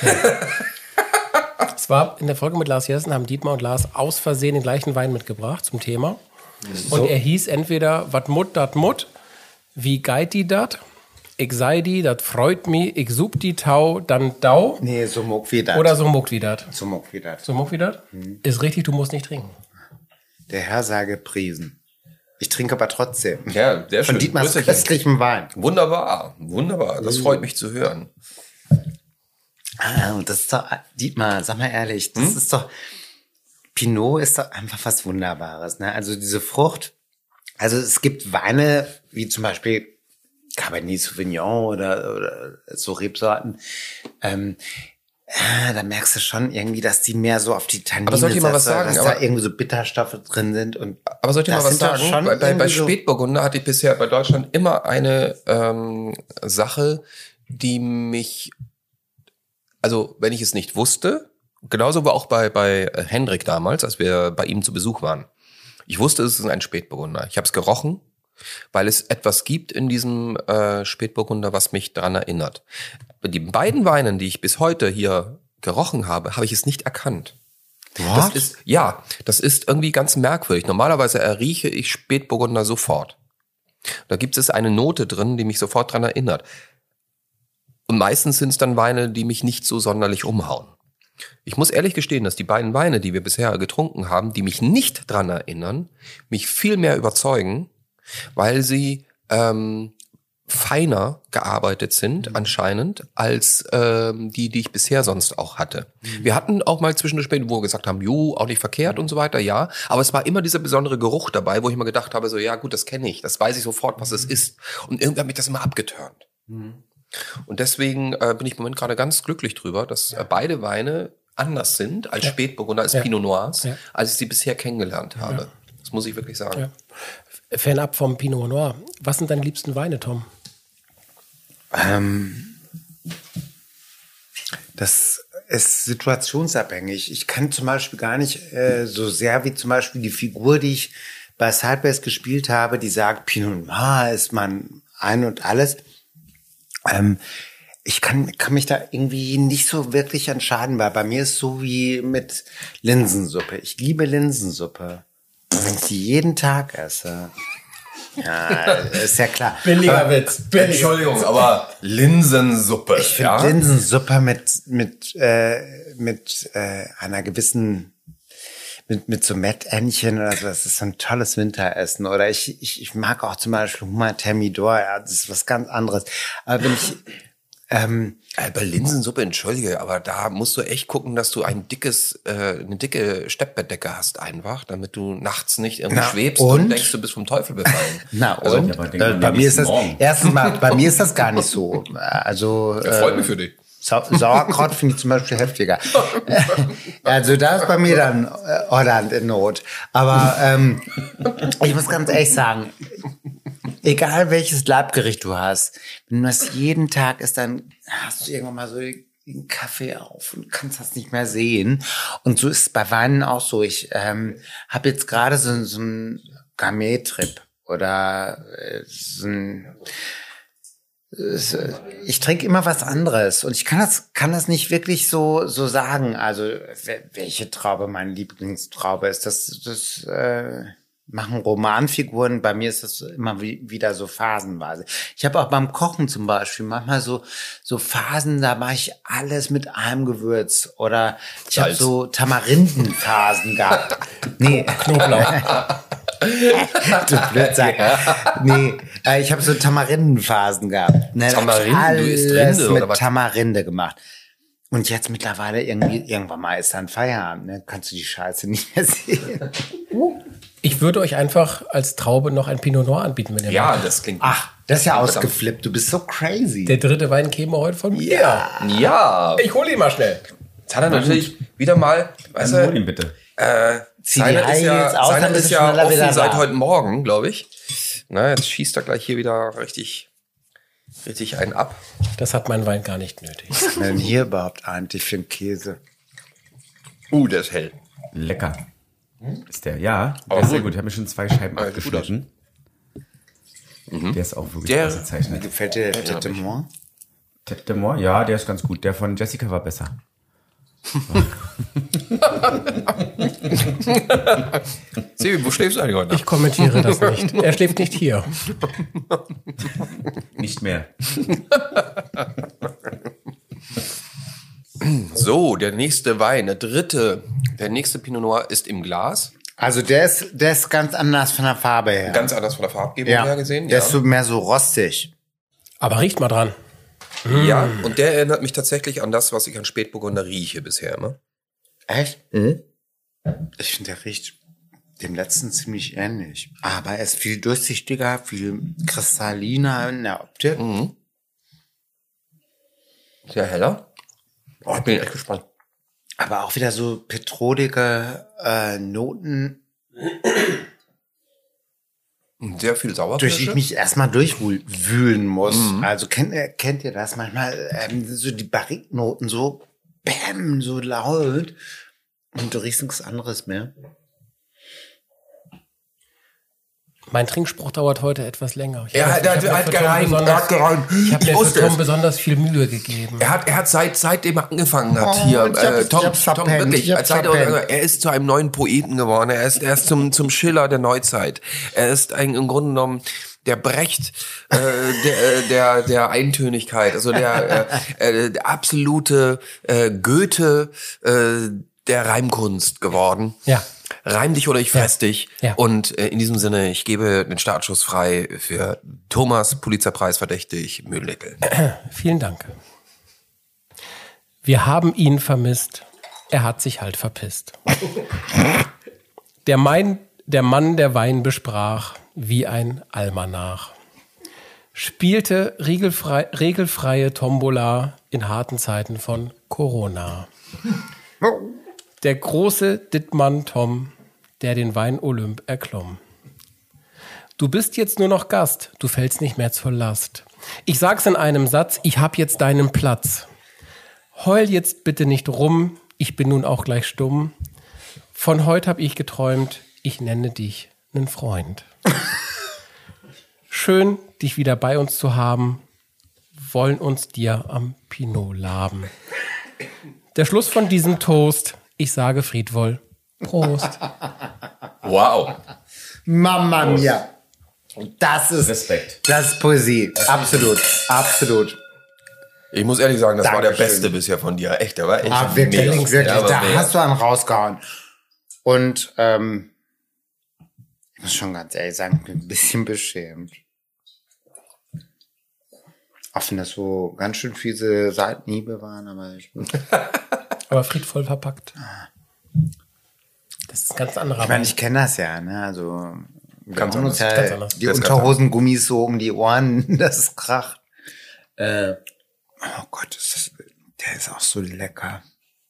Es war in der Folge mit Lars Jessen, haben Dietmar und Lars aus Versehen den gleichen Wein mitgebracht zum Thema. So. Und er hieß entweder wat mut, dat mut, wie geit die dat, ich sei die, dat freut mi, ich sub die Tau, dann Dau. Nee, so muck wie dat. Oder so muck wie dat. So muck wie dat. So muck wie dat? Hm. Ist richtig, du musst nicht trinken. Der Herr sei gepriesen. Ich trinke aber trotzdem. Ja, sehr schön. Von Dietmars köstlichem Wein. Wunderbar, wunderbar. Das freut mich zu hören. Ah, und das ist doch, Dietmar, sag mal ehrlich, das hm? ist doch, Pinot ist doch einfach was Wunderbares, ne? Also diese Frucht, also es gibt Weine, wie zum Beispiel Cabernet Sauvignon oder, oder so Rebsorten, ähm, Ah, da merkst du schon irgendwie, dass die mehr so auf die Tannine, aber soll ich mal was sagen, dass aber, da irgendwie so Bitterstoffe drin sind. Und aber soll ich mal was sagen? Bei, bei, bei Spätburgunder hatte ich bisher bei Deutschland immer eine ähm, Sache, die mich, also wenn ich es nicht wusste, genauso war auch bei, bei Hendrik damals, als wir bei ihm zu Besuch waren. Ich wusste, es ist ein Spätburgunder. Ich habe es gerochen, weil es etwas gibt in diesem äh, Spätburgunder, was mich daran erinnert. Die beiden Weinen, die ich bis heute hier gerochen habe, habe ich es nicht erkannt. What? Das ist, ja, das ist irgendwie ganz merkwürdig. Normalerweise errieche ich Spätburgunder sofort. Da gibt es eine Note drin, die mich sofort daran erinnert. Und meistens sind es dann Weine, die mich nicht so sonderlich umhauen. Ich muss ehrlich gestehen, dass die beiden Weine, die wir bisher getrunken haben, die mich nicht daran erinnern, mich viel mehr überzeugen, weil sie ähm, feiner gearbeitet sind, anscheinend, als ähm, die, die ich bisher sonst auch hatte. Mhm. Wir hatten auch mal zwischendurch, wo wir gesagt haben, jo, auch nicht verkehrt und so weiter, ja. Aber es war immer dieser besondere Geruch dabei, wo ich mir gedacht habe, so, ja gut, das kenne ich, das weiß ich sofort, was es ist. Und irgendwie hat mich das immer abgeturnt. Mhm. Und deswegen äh, bin ich im Moment gerade ganz glücklich drüber, dass äh, beide Weine anders sind als ja. Spätburgunder, als ja. Pinot Noirs, ja. als ich sie bisher kennengelernt habe. Ja. Das muss ich wirklich sagen. Ja. Fernab vom Pinot Noir. Was sind deine liebsten Weine, Tom? Ähm, das ist situationsabhängig. Ich kann zum Beispiel gar nicht äh, so sehr wie zum Beispiel die Figur, die ich bei Sideways gespielt habe, die sagt, Pinot Noir ist mein Ein und Alles. Ähm, ich kann, kann mich da irgendwie nicht so wirklich entscheiden, weil bei mir ist so wie mit Linsensuppe. Ich liebe Linsensuppe. Wenn ich die jeden Tag esse. Ja, ist ja klar. Billiger aber, Witz. Billiger. Entschuldigung, aber Linsensuppe. Ich finde ja? Linsensuppe mit mit äh, mit äh, einer gewissen mit mit so Mettentchen oder so. Das ist so ein tolles Winteressen. Oder ich ich, ich mag auch zum Beispiel Hummer Thermidor. Ja, das ist was ganz anderes. Aber wenn ich ähm, bei Linsensuppe, entschuldige, aber da musst du echt gucken, dass du ein dickes, äh, eine dicke Steppbettdecke hast einfach, damit du nachts nicht irgendwie Na, schwebst und? und denkst, du bist vom Teufel befallen. Na also, und? Äh, bei mir ist das, erstens mal, bei mir ist das gar nicht so. Also, ja, freut mich für dich. Sau- Sauerkraut finde ich zum Beispiel heftiger. Also da ist bei mir dann äh, Holland in Not. Aber ähm, ich muss ganz ehrlich sagen, egal welches Leibgericht du hast, wenn du das jeden Tag isst, dann hast du irgendwann mal so den Kaffee auf und kannst das nicht mehr sehen. Und so ist es bei Weinen auch so. Ich ähm, habe jetzt gerade so, so einen Gourmet-Trip oder äh, so ein ich trinke immer was anderes und ich kann das kann das nicht wirklich so so sagen. Also welche Traube meine Lieblingstraube ist, das das äh, machen Romanfiguren. Bei mir ist das immer wie, wieder so phasenweise. Ich habe auch beim Kochen zum Beispiel manchmal so so Phasen, da mache ich alles mit einem Gewürz oder ich habe so Tamarindenphasen gehabt. Nee, Knoblauch. Du Blödsack. Nee, äh, ich habe so Tamarindenphasen gehabt. Ne, Tamarinde, du isst alles Rinde, mit oder was? Tamarinde gemacht. Und jetzt mittlerweile irgendwie, irgendwann mal ist dann Feierabend, ne? Kannst du die Scheiße nicht mehr sehen. Ich würde euch einfach als Traube noch ein Pinot Noir anbieten, wenn ihr Ja, wollt. das klingt. Ach, das ist ja ausgeflippt. Du bist so crazy. Der dritte Wein käme heute von mir. Ja. Ja. Ich hole ihn mal schnell. Jetzt hat er natürlich wieder mal, weißt Dann hol du, ihn bitte. äh, Zieh die seine ist ja, Heils aus, seine dann bist ist du ja schneller wieder offen seit da. heute Morgen, glaube ich. Na, jetzt schießt er gleich hier wieder richtig, richtig einen ab. Das hat mein Wein gar nicht nötig. Was ist denn hier überhaupt eigentlich für ein Käse? Uh, der ist hell. Lecker. Ist der, ja. Der Aber ist sehr gut. gut. Ich habe mir schon zwei Scheiben Ah, sieht gut aus. abgeschnitten. Der ist auch wirklich Der- ausgezeichnet. Gefällt dir der Tete Moor? Tête de Mort? Ja, der ist ganz gut. Der von Jessica war besser. Sebi, wo schläfst du eigentlich heute Nacht? Ich kommentiere das nicht. Er schläft nicht hier. Nicht mehr. So, der nächste Wein, der dritte, der nächste Pinot Noir ist im Glas. Also der ist, der ist ganz anders von der Farbe her. Ganz anders von der Farbgebung ja. her gesehen. Der Ja. ist so mehr so rostig. Aber riecht mal dran. ja, und der erinnert mich tatsächlich an das, was ich an Spätburgunder rieche bisher immer. Echt? Mhm. Ich finde, der riecht dem letzten ziemlich ähnlich. Aber er ist viel durchsichtiger, viel kristalliner in der Optik. Mhm. Sehr heller. Oh, ich bin echt gespannt. Aber auch wieder so petrolige äh, Noten, Sehr viel durch die Sauerkirsche. ich mich erstmal durchwühlen muss. Also kennt, ihr- kennt ihr das manchmal? Ähm, so die Barriknoten so, bäm, so laut. Und du riechst nichts anderes mehr. Mein Trinkspruch dauert heute etwas länger. Ich Er hab- hat, ich er hab mir hat, für hat Tom gereimt, er besonders- hat gereimt. Ich habe Ich mir für wusste Tom es. besonders viel Mühe gegeben. Er hat, er hat seit, seitdem er angefangen hat Oh, hier, ich hab's- äh, Tom, ich hab's Tom verpennt, wirklich, ich hab's seit er, verpennt. er ist zu einem neuen Poeten geworden. Er ist, er ist zum, zum Schiller der Neuzeit. Er ist ein, im Grunde genommen der Brecht äh, der, der, der Eintönigkeit, also der, äh, äh, der absolute äh, Goethe äh, der Reimkunst geworden. Ja. Reim dich oder ich fress dich. Ja. Und äh, in diesem Sinne, ich gebe den Startschuss frei für Thomas, Pulitzerpreis verdächtig, Mühldeckel. Vielen Dank. Wir haben ihn vermisst. Er hat sich halt verpisst. Der, mein, der Mann, der Wein besprach, wie ein Almanach. Spielte regelfrei, regelfreie Tombola in harten Zeiten von Corona. Der große Dittmann Tom, der den Wein-Olymp erklomm. Du bist jetzt nur noch Gast, du fällst nicht mehr zur Last. Ich sag's in einem Satz, ich hab jetzt deinen Platz. Heul jetzt bitte nicht rum, ich bin nun auch gleich stumm. Von heute hab ich geträumt, ich nenne dich nen Freund. Schön, dich wieder bei uns zu haben, wollen uns dir am Pinot laben. Der Schluss von diesem Toast, ich sage friedvoll, Prost. Wow. Mamma mia. Das ist, Respekt. das ist Poesie. Absolut, absolut. Ich muss ehrlich sagen, das war der Dankeschön. Beste bisher von dir. Echt, der war echt Ah, wirklich, mega. wirklich. Der war Da mega. hast du einen rausgehauen. Und ähm, ich muss schon ganz ehrlich sagen, ich bin ein bisschen beschämt. Auch wenn das so ganz schön fiese Seitenhiebe waren, aber ich, Aber friedvoll verpackt. Das ist ein ganz anderer ich meine, Wein. ich kenne das ja, ne? Also wir Ganz haben uns anders, ja ganz anders. die Das ist ganz Unterhosengummis so um die Ohren, das ist kracht. Äh, oh Gott, ist das, der ist auch so lecker.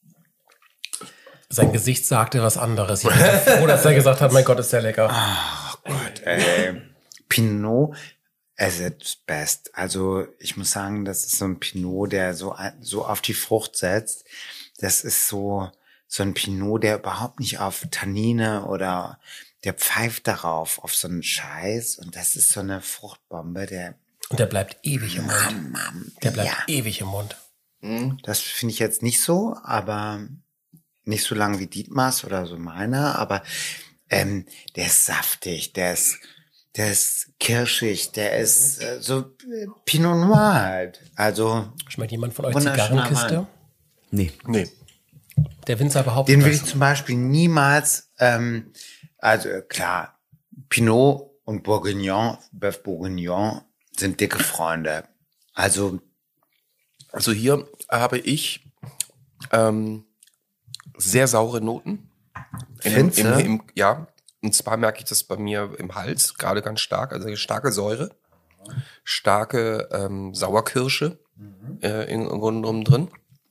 Sein Gesicht sagte was anderes. Ich bin froh, dass er gesagt hat, mein Gott, ist der lecker. Gott, ey. Pinot as its best. Also ich muss sagen, das ist so ein Pinot, der so, so auf die Frucht setzt. Das ist so, so ein Pinot, der überhaupt nicht auf Tannine oder der pfeift darauf, auf so einen Scheiß. Und das ist so eine Fruchtbombe, der, Und der bleibt ewig im Mund. Der bleibt ja. ewig im Mund. Das finde ich jetzt nicht so, aber nicht so lang wie Dietmars oder so meiner, aber ähm, der ist saftig, der ist, der ist kirschig, der ist äh, so äh, Pinot Noir halt. Also Schmeckt jemand von euch Wunderschöner Zigarrenkiste? Wein. Nee. Nee. Der Winzer behauptet den will das. ich zum Beispiel niemals, ähm, also äh, klar, Pinot und Bourguignon, Bœuf Bourguignon sind dicke Freunde. Also Also hier habe ich ähm, sehr saure Noten. Im, Findest im, du? im, ja, und zwar merke ich das bei mir im Hals, gerade ganz stark. Also starke Säure, starke ähm, Sauerkirsche äh, im Grunde genommen drin.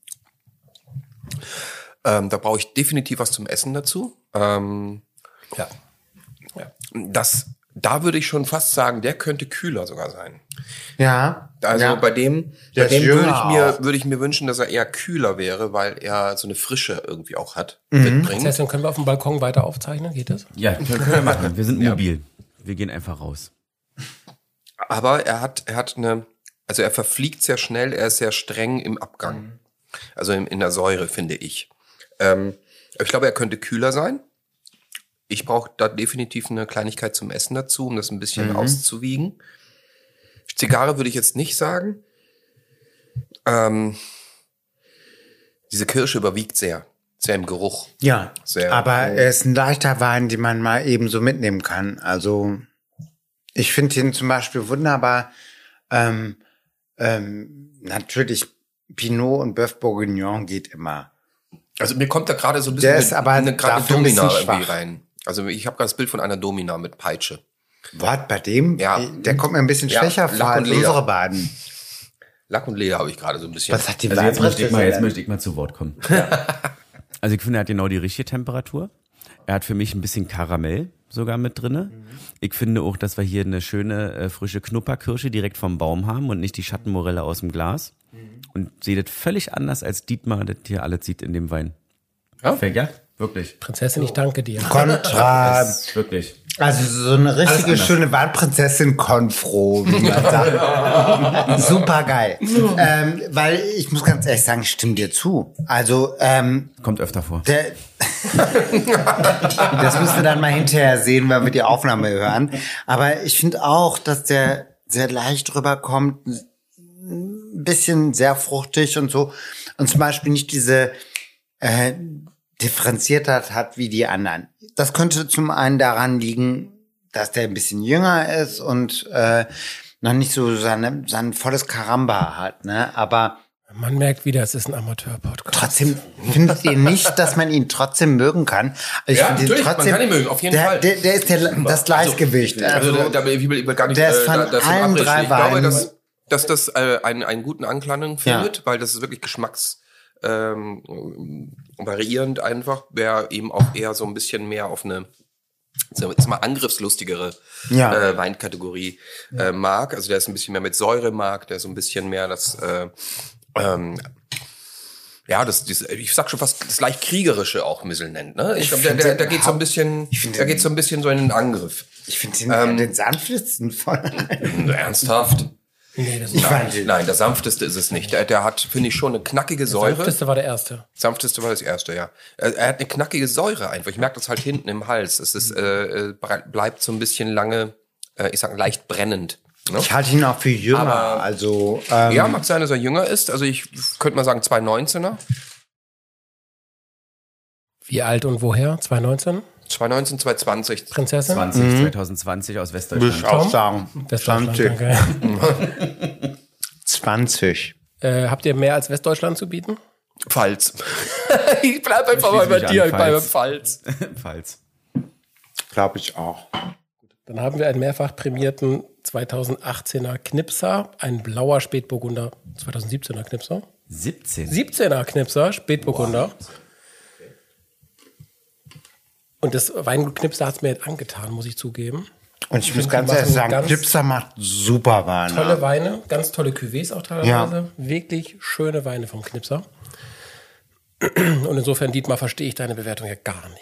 Ähm, da brauche ich definitiv was zum Essen dazu. Ähm, Ja. das, Da würde ich schon fast sagen, der könnte kühler sogar sein. Ja. Also ja. bei dem, Der bei dem ist würde jünger ich mir, auch. würde ich mir wünschen, dass er eher kühler wäre, weil er so eine Frische irgendwie auch hat. Mhm. Mitbringt. Das heißt, dann können wir auf dem Balkon weiter aufzeichnen, geht das? Ja, können, können wir machen. Wir sind mobil. Wir gehen einfach raus. Aber er hat, er hat eine, also er verfliegt sehr schnell, er ist sehr streng im Abgang. Also in, in der Säure, finde ich. Ähm, ich glaube, er könnte kühler sein. Ich brauche da definitiv eine Kleinigkeit zum Essen dazu, um das ein bisschen Mhm. auszuwiegen. Zigarre würde ich jetzt nicht sagen. Ähm, diese Kirsche überwiegt sehr. Sehr im Geruch. Ja, Sehr, aber äh, er ist ein leichter Wein, den man mal eben so mitnehmen kann. Also ich finde ihn zum Beispiel wunderbar. Ähm, ähm, natürlich Pinot und Bœuf Bourguignon geht immer. Also mir kommt da gerade so ein bisschen Der ist aber eine, gerade eine dafür ein bisschen Domina irgendwie schwach. rein. Also ich habe gerade das Bild von einer Domina mit Peitsche. Wort bei dem, Ja. der kommt mir ein bisschen Ja, schwächer Lack vor und als Leder. unsere beiden. Lack und Leder habe ich gerade so ein bisschen. Was hat die Also jetzt möchte ich mal, jetzt Weinprinzessin? möchte ich mal zu Wort kommen. Also ich finde, er hat genau die richtige Temperatur. Er hat für mich ein bisschen Karamell sogar mit drinne. Ich finde auch, dass wir hier eine schöne, äh, frische Knupperkirsche direkt vom Baum haben und nicht die Schattenmorelle aus dem Glas. Und sehe das völlig anders, als Dietmar das hier alles sieht in dem Wein. Ja? Ja, wirklich. Prinzessin, ich danke dir. Kontra. Das ist wirklich. Also so eine richtige anders. schöne Weinprinzessin Konfro, wie man sagt. Super geil. ähm, weil ich muss ganz ehrlich sagen, ich stimme dir zu. Also ähm, Kommt öfter vor. der das müssen wir dann mal hinterher sehen, wenn wir die Aufnahme hören. Aber ich finde auch, dass der sehr leicht rüberkommt, ein bisschen sehr fruchtig und so. Und zum Beispiel nicht diese äh, Differenziertheit hat wie die anderen. Das könnte zum einen daran liegen, dass der ein bisschen jünger ist und äh, noch nicht so seine, sein volles Karamba hat. Ne? Aber Man merkt wieder, es ist ein Amateur-Podcast. trotzdem findet ihr nicht, dass man ihn trotzdem mögen kann? Ich Ja, finde ihn natürlich, man kann ihn mögen, auf jeden der, Fall. Der, der ist der, das Gleichgewicht. Also, Also, da, da will ich will gar nicht der ist äh, von da, davon allen abbrechen. drei Ich glaube, Weinen- dass, dass das äh, einen, einen guten Anklang findet, Ja. weil das ist wirklich geschmacks ähm, variierend einfach, wer eben auch eher so ein bisschen mehr auf eine so, jetzt mal angriffslustigere Ja. äh, Weinkategorie äh, mag. Also der ist ein bisschen mehr mit Säure mag, der so ein bisschen mehr das äh, ähm, ja, das, das, ich sag schon fast das leicht kriegerische auch Missel nennt, ne? Ich, Ich glaube, der, find der, den der geht so ein Haupt- bisschen, ich find der den- geht so ein bisschen so in den Angriff. ich finde ihn Ähm, den sanftesten von allen. Ernsthaft? Nee, das Ich ist fand ihn. Nein, der sanfteste ist es nicht. Der, der hat, finde ich, schon eine knackige das Säure. sanfteste war der erste. Sanfteste war das erste, ja. Er, er hat eine knackige Säure einfach. Ich merke das halt hinten im Hals. Es ist, äh, äh, bleibt so ein bisschen lange, äh, ich sag leicht brennend. Ne? Ich halte ihn auch für jünger. Aber- also ähm, Ja, mag sein, dass er jünger ist. Also ich könnte mal sagen zwei neunzehner. Wie alt und woher? zwanzig neunzehn? zwei neunzehn, zwei zwanzig. Prinzessin? zwanzig, zwanzig zwanzig aus würde ich Westdeutschland. auch Tom? sagen. Westdeutschland, zwanzig. danke. zwanzig. Äh, habt ihr mehr als Westdeutschland zu bieten? Pfalz. ich bleib einfach mal schließe bei mich dir, an, ich bleibe Pfalz. Pfalz. Pfalz. Glaube ich auch. Dann haben wir einen mehrfach prämierten zweitausendachtzehner Knipser, ein blauer Spätburgunder, zweitausendsiebzehner Knipser, siebzehn. siebzehner Knipser, Spätburgunder. Und das Weingut Knipser hat es mir jetzt angetan, muss ich zugeben. Und ich muss finde, ganz die ehrlich machen sagen, ganz Knipser macht super Weine. Tolle Weine, ganz tolle Cuvées auch teilweise. Ja. Wirklich schöne Weine vom Knipser. Und insofern, Dietmar, verstehe ich deine Bewertung ja gar nicht.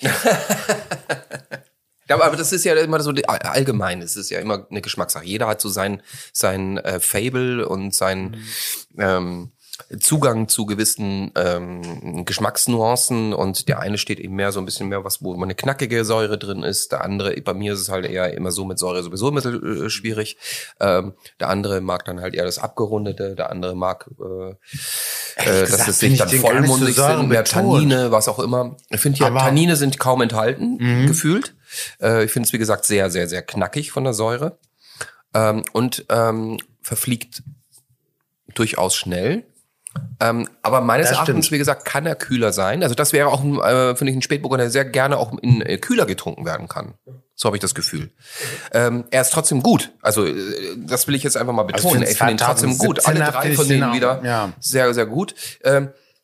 Ja, aber das ist ja immer so die- allgemein. Es ist ja immer eine Geschmackssache. Jeder hat so sein sein äh, Fable und sein ähm, Zugang zu gewissen ähm, Geschmacksnuancen. Und der eine steht eben mehr so ein bisschen mehr was, wo eine knackige Säure drin ist. Der andere, bei mir ist es halt eher immer so mit Säure sowieso ein bisschen äh, schwierig. Ähm, der andere mag dann halt eher das Abgerundete. Der andere mag, äh, äh, dass gesagt, es find sich ich dann den gar nicht so vollmundig sind, mehr säurebetont. Tannine, was auch immer. Ich finde hier, Aber- Tannine sind kaum enthalten, gefühlt. Äh, ich finde es, wie gesagt, sehr, sehr, sehr knackig von der Säure. Ähm, und ähm, verfliegt durchaus schnell. Ähm, aber meines Das Erachtens, stimmt. wie gesagt, kann er kühler sein. Also das wäre auch, ein, äh, finde ich, ein Spätburgunder, der sehr gerne auch in äh, kühler getrunken werden kann. So habe ich das Gefühl. Ähm, er ist trotzdem gut. Also äh, das will ich jetzt einfach mal Also betonen. für ich finde ihn trotzdem gut. Alle zweitausendsiebzehner drei finde von ich den denen auch- wieder ja. sehr, sehr gut. Ähm,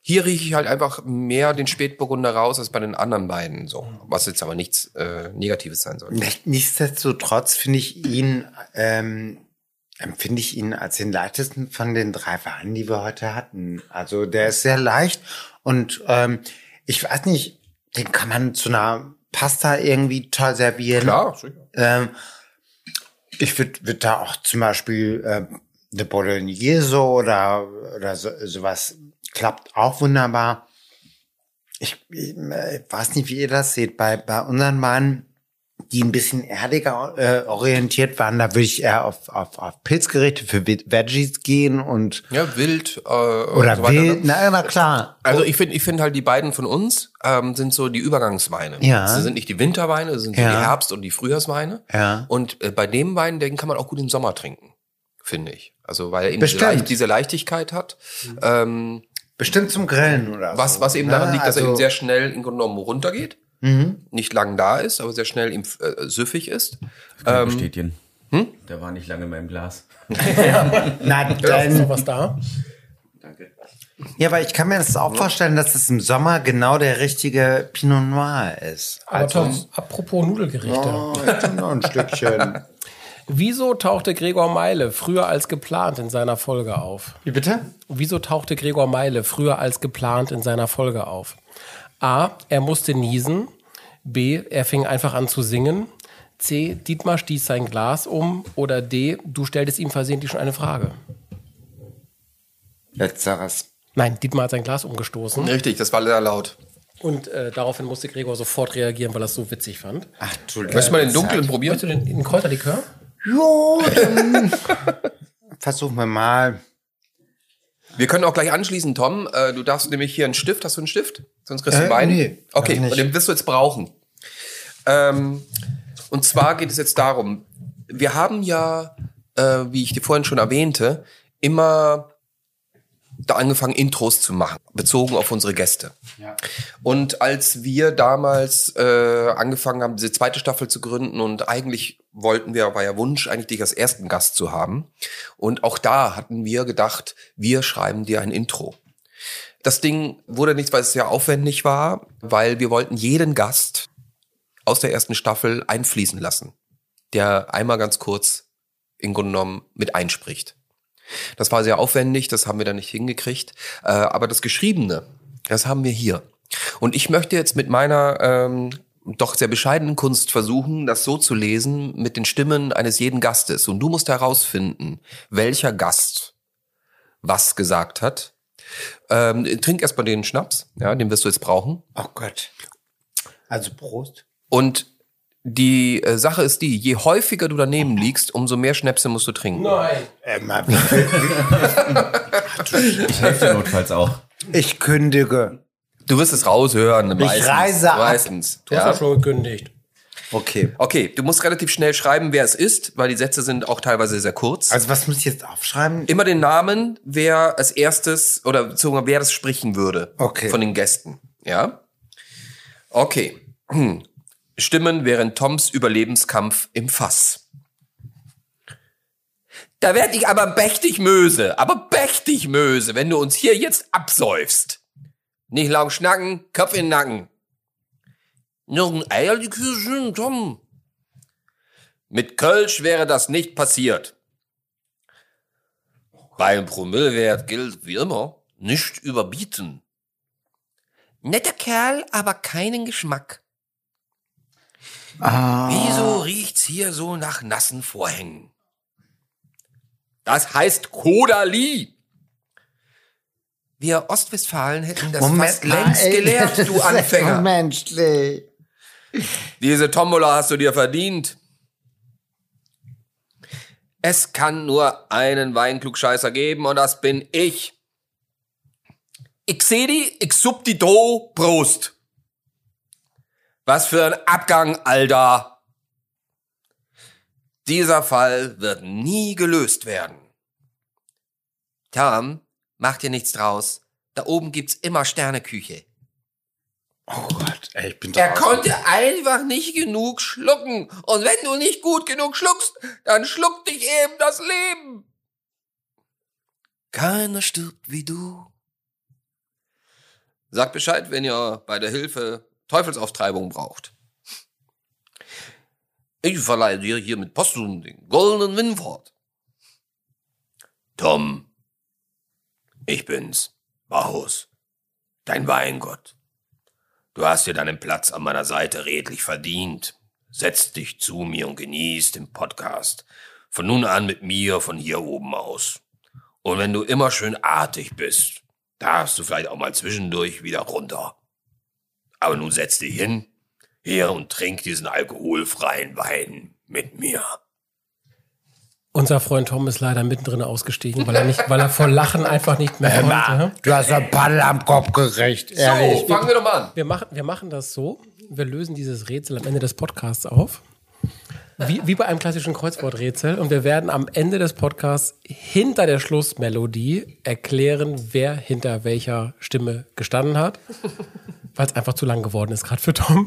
Hier rieche ich halt einfach mehr den Spätburgunder raus als bei den anderen beiden, so. Was jetzt aber nichts äh, Negatives sein soll. Nichtsdestotrotz finde ich ihn, ähm, empfinde ich ihn als den leichtesten von den drei Weinen, die wir heute hatten. Also der ist sehr leicht und ähm, ich weiß nicht, den kann man zu einer Pasta irgendwie toll servieren. Klar, sicher. Ähm, ich würde würd da auch zum Beispiel äh, eine Bolognese oder, oder so, sowas klappt auch wunderbar. Ich, ich äh, weiß nicht, wie ihr das seht. Bei, bei unseren Weinen, die ein bisschen erdiger äh, orientiert waren, da würde ich eher auf, auf, auf Pilzgerichte für Veggies gehen und Ja, wild. Äh, oder und so weiter, wild, ne? na, na klar. Also ich finde ich finde halt die beiden von uns ähm, sind so die Übergangsweine. Ja. Das sind nicht die Winterweine, das sind so Ja. die Herbst- und die Frühjahrsweine. Ja. Und äh, bei dem Wein, den kann man auch gut im Sommer trinken, finde ich. Also weil er eben diese, Bestimmt. Leicht, diese Leichtigkeit hat. Ähm, Bestimmt zum Grillen oder was, so. was eben ne? daran liegt, dass er Also- eben sehr schnell im Grunde genommen runtergeht. Mhm. Nicht lang da ist, aber sehr schnell ihm äh, süffig ist. Kann Ähm, ich bestätigen. hm? Der war nicht lange in meinem Glas. Na, Ist noch dann, was da? Danke. ja, aber ich kann mir das auch vorstellen, dass es im Sommer genau der richtige Pinot Noir ist. Aber Tom, apropos Nudelgerichte. Oh, ich tu noch ein Stückchen. Wieso tauchte Gregor Meile früher als geplant in seiner Folge auf? Wie bitte? Wieso tauchte Gregor Meile früher als geplant in seiner Folge auf? A. Er musste niesen. B. Er fing einfach an zu singen. C. Dietmar stieß sein Glas um. Oder D. Du stelltest ihm versehentlich schon eine Frage. Letzteres. Nein, Dietmar hat sein Glas umgestoßen. Richtig, das war sehr laut. Und äh, daraufhin musste Gregor sofort reagieren, weil er es so witzig fand. Ach, Entschuldigung. Möchtest du mal den dunklen probieren? Möchtest du den, den Kräuterlikör? Jo, dann versuchen wir mal. Wir können auch gleich anschließen, Tom. Äh, du darfst nämlich hier einen Stift. Hast du einen Stift? Sonst kriegst du Äh, einen Wein. nee, okay, hab ich nicht. und den wirst du jetzt brauchen. Ähm, und zwar geht es jetzt darum, wir haben ja, äh, wie ich dir vorhin schon erwähnte, immer da angefangen, Intros zu machen, bezogen auf unsere Gäste. Ja. Und als wir damals äh, angefangen haben, diese zweite Staffel zu gründen und eigentlich wollten wir, war ja Wunsch, eigentlich dich als ersten Gast zu haben. Und auch da hatten wir gedacht, wir schreiben dir ein Intro. Das Ding wurde nichts, weil es sehr aufwendig war, weil wir wollten jeden Gast aus der ersten Staffel einfließen lassen, der einmal ganz kurz im Grunde genommen mit einspricht. Das war sehr aufwendig, das haben wir dann nicht hingekriegt. Äh, aber das Geschriebene, das haben wir hier. Und ich möchte jetzt mit meiner ähm, doch sehr bescheidenen Kunst versuchen, das so zu lesen mit den Stimmen eines jeden Gastes. Und du musst herausfinden, welcher Gast was gesagt hat. Ähm, trink erstmal den Schnaps, ja, den wirst du jetzt brauchen. Oh Gott. Also Prost. Und die äh, Sache ist die, je häufiger du daneben liegst, umso mehr Schnäpse musst du trinken. Nein. Äh, mal, wie viel, wie, Ich helfe dir notfalls auch. ich kündige. Du wirst es raushören. Meistens, reise ab. Meistens. Du hast Ja. ja schon gekündigt. Okay. Okay, du musst relativ schnell schreiben, wer es ist, weil die Sätze sind auch teilweise sehr kurz. Also was muss ich jetzt aufschreiben? Immer den Namen, wer als erstes oder beziehungsweise wer das sprechen würde Okay. von den Gästen. Ja? Okay. Hm. Stimmen während Toms Überlebenskampf im Fass. Da werd ich aber mächtig Möse, aber mächtig Möse, wenn du uns hier jetzt absäufst. Nicht lang schnacken, Kopf in den Nacken. Noch ein Eierlikörchen, Tom. Mit Kölsch wäre das nicht passiert. Beim Promillewert gilt wie immer, nicht überbieten. Netter Kerl, aber keinen Geschmack. Ah, Wieso riecht's hier so nach nassen Vorhängen? Das heißt Kodali. Wir Ostwestfalen hätten das fast mal, längst ey, gelehrt, das du ist ja Anfänger. unmenschlich. Diese Tombola hast du dir verdient. Es kann nur einen Weinklugscheißer geben und das bin ich. Ich seh die, ich sub die Do, Prost. Was für ein Abgang, Alter. Dieser Fall wird nie gelöst werden. Tom, mach dir nichts draus. Da oben gibt's immer Sterneküche. Oh Gott, ey, ich bin Er draußen. konnte einfach nicht genug schlucken. Und wenn du nicht gut genug schluckst, dann schluckt dich eben das Leben. Keiner stirbt wie du. Sagt Bescheid, wenn ihr bei der Hilfe Teufelsauftreibung braucht. Ich verleihe dir hier mit posthum den goldenen Winford. Tom, ich bin's, Bacchus, dein Weingott. Du hast dir deinen Platz an meiner Seite redlich verdient. Setz dich zu mir und genieß den Podcast. Von nun an mit mir von hier oben aus. Und wenn du immer schön artig bist, darfst du vielleicht auch mal zwischendurch wieder runter. Aber nun setz dich hin, hier und trink diesen alkoholfreien Wein mit mir. Unser Freund Tom ist leider mittendrin ausgestiegen, weil er nicht, weil er vor Lachen einfach nicht mehr konnte. Du hast ein Paddel am Kopf gekriegt, ehrlich. So, fangen wir doch mal an. Wir machen, wir machen das so, wir lösen dieses Rätsel am Ende des Podcasts auf. Wie, wie bei einem klassischen Kreuzworträtsel. Und wir werden am Ende des Podcasts hinter der Schlussmelodie erklären, wer hinter welcher Stimme gestanden hat. Weil es einfach zu lang geworden ist, gerade für Tom.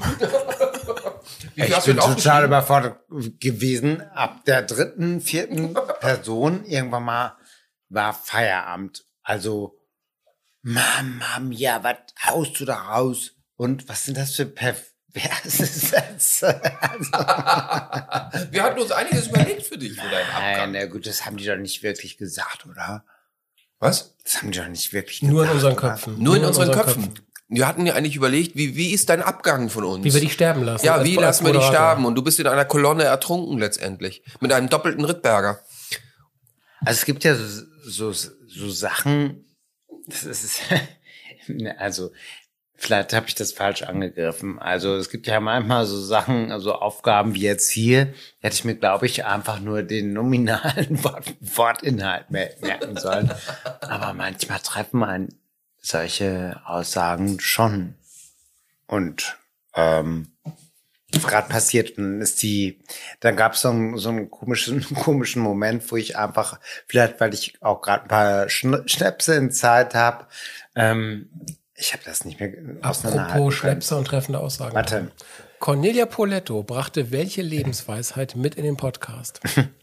Ich bin total überfordert gewesen. Ab der dritten, vierten Person irgendwann mal war Feierabend. Also, Mama mia, was haust du da raus? Und was sind das für perverse Sätze? Also, wir hatten uns einiges überlegt für dich, für deinen Abgang. Nein, na gut, das haben die doch nicht wirklich gesagt, oder? Was? Das haben die doch nicht wirklich Nur gesagt. in unseren Köpfen. Nur, Nur in, in unseren, unseren Köpfen. Köpfen. Wir hatten ja eigentlich überlegt, wie, wie ist dein Abgang von uns? Wie wir dich sterben lassen. Ja, wie lassen wir dich sterben? Und du bist in einer Kolonne ertrunken letztendlich. Mit einem doppelten Rittberger. Also es gibt ja so, so, so Sachen, das ist, also vielleicht habe ich das falsch angegriffen. Also es gibt ja manchmal so Sachen, also Aufgaben wie jetzt hier, hätte ich mir, glaube ich, einfach nur den nominalen Wort, Wortinhalt merken sollen. Aber manchmal treffen einen solche Aussagen schon. Und ähm, gerade passiert, dann ist die, dann gab es so, einen, so einen komischen, komischen Moment, wo ich einfach, vielleicht weil ich auch gerade ein paar Schn- Schnäpse in Zeit habe, ähm, ich habe das nicht mehr auseinanderhalten Apropos Schnäpse und treffende Aussagen. Warte. Cornelia Poletto brachte welche Lebensweisheit mit in den Podcast?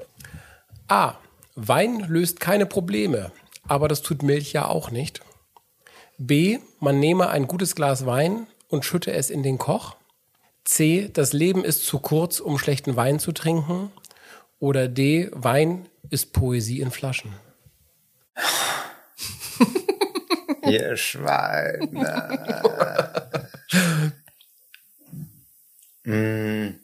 A. Wein löst keine Probleme, aber das tut Milch ja auch nicht. B. Man nehme ein gutes Glas Wein und schütte es in den Koch. C. Das Leben ist zu kurz, um schlechten Wein zu trinken. Oder D. Wein ist Poesie in Flaschen. Ihr Schweine. mm.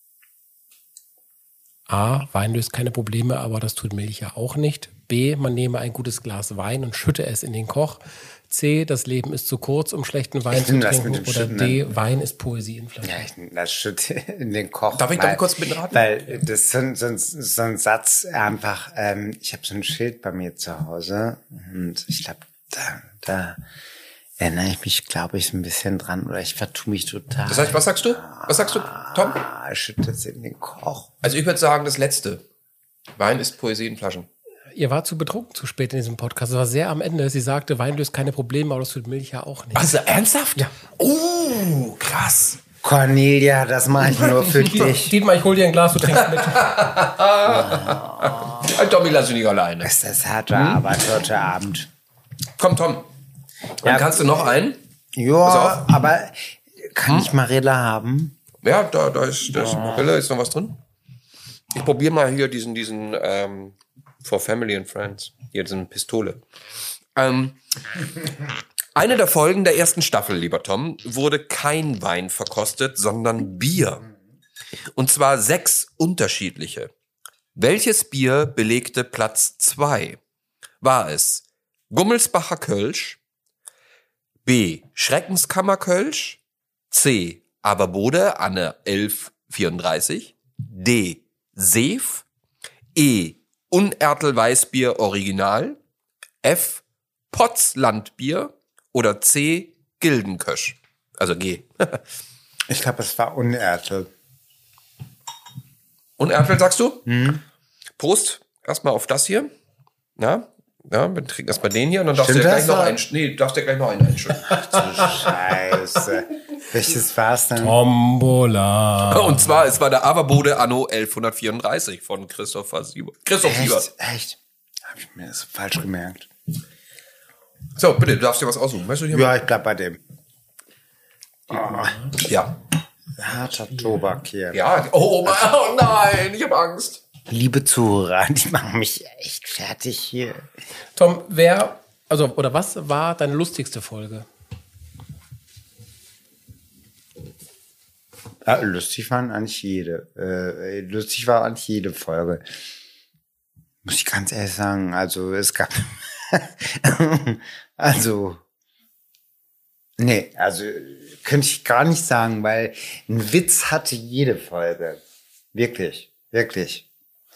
A. Wein löst keine Probleme, aber das tut Milch ja auch nicht. B. Man nehme ein gutes Glas Wein und schütte es in den Koch. C. Das Leben ist zu kurz, um schlechten Wein zu trinken. Oder D. Wein ist Poesie in Flaschen. Ja, ich nehme das Schütte in den Koch. Darf ich weil, da kurz mitraten? Weil das ist so, so, so ein Satz einfach, ähm, ich habe so ein Schild bei mir zu Hause und ich glaube, da, da erinnere ich mich, glaube ich, ein bisschen dran oder ich vertue mich total. Das heißt, was sagst du? Was sagst du, Tom? Ah, ich schütte es in den Koch. Also ich würde sagen, das Letzte. Wein ist Poesie in Flaschen. Ihr war zu betrunken zu spät in diesem Podcast. Es war sehr am Ende. Sie sagte, Wein löst keine Probleme, aber das tut Milch ja auch nicht. Also ernsthaft? Ja. Oh, krass. Cornelia, das mache ich nur für dich. Dietmar, ich hol dir ein Glas, du trinkst mit. oh. Tommy, lass dich nicht alleine. Das ist harter, hm? aber heute Abend. Komm, Tom. Dann ja. kannst du noch einen? Ja, aber kann hm? ich Marilla haben? Ja, da, da ist, da ist Marilla. Ist noch was drin? Ich probiere mal hier diesen, diesen, ähm, For Family and Friends. Hier ist eine Pistole. Ähm, eine der Folgen der ersten Staffel, lieber Tom, wurde kein Wein verkostet, sondern Bier. Und zwar sechs unterschiedliche. Welches Bier belegte Platz zwei? War es Gummelsbacher Kölsch, B. Schreckenskammer Kölsch, C. Aberbode Anne elf vierunddreißig, D. Seef, E. Unertel Weißbier Original, F. Potz Landbier oder C. Gildenkösch. Also G. Ich glaube, es war Unertel. Unertel, sagst du? Mhm. Prost. Erstmal auf das hier. Na, ja, wir trinken erstmal den hier und dann darfst Stimmt du gleich noch einen. Nee, darfst du gleich noch einen einschütten. Ach du Scheiße. Welches war's denn? Tombola. Und zwar, es war der Aberbode Anno elf vierunddreißig von Christopher Sieber. Christoph Sieber. Echt? Echt? Hab ich mir das falsch gemerkt. So, bitte, du darfst dir was aussuchen. Weißt du, hier Ja, ich bleib bei dem. ja. Harter Tobak hier. Ja, oh, Mann, oh nein, ich habe Angst. Liebe Zuhörer, die machen mich echt fertig hier. Tom, wer, also, oder was war deine lustigste Folge? Ja, lustig waren eigentlich jede. Äh, lustig war eigentlich jede Folge. Muss ich ganz ehrlich sagen. Also es gab also nee, also könnte ich gar nicht sagen, weil ein Witz hatte jede Folge. Wirklich, wirklich.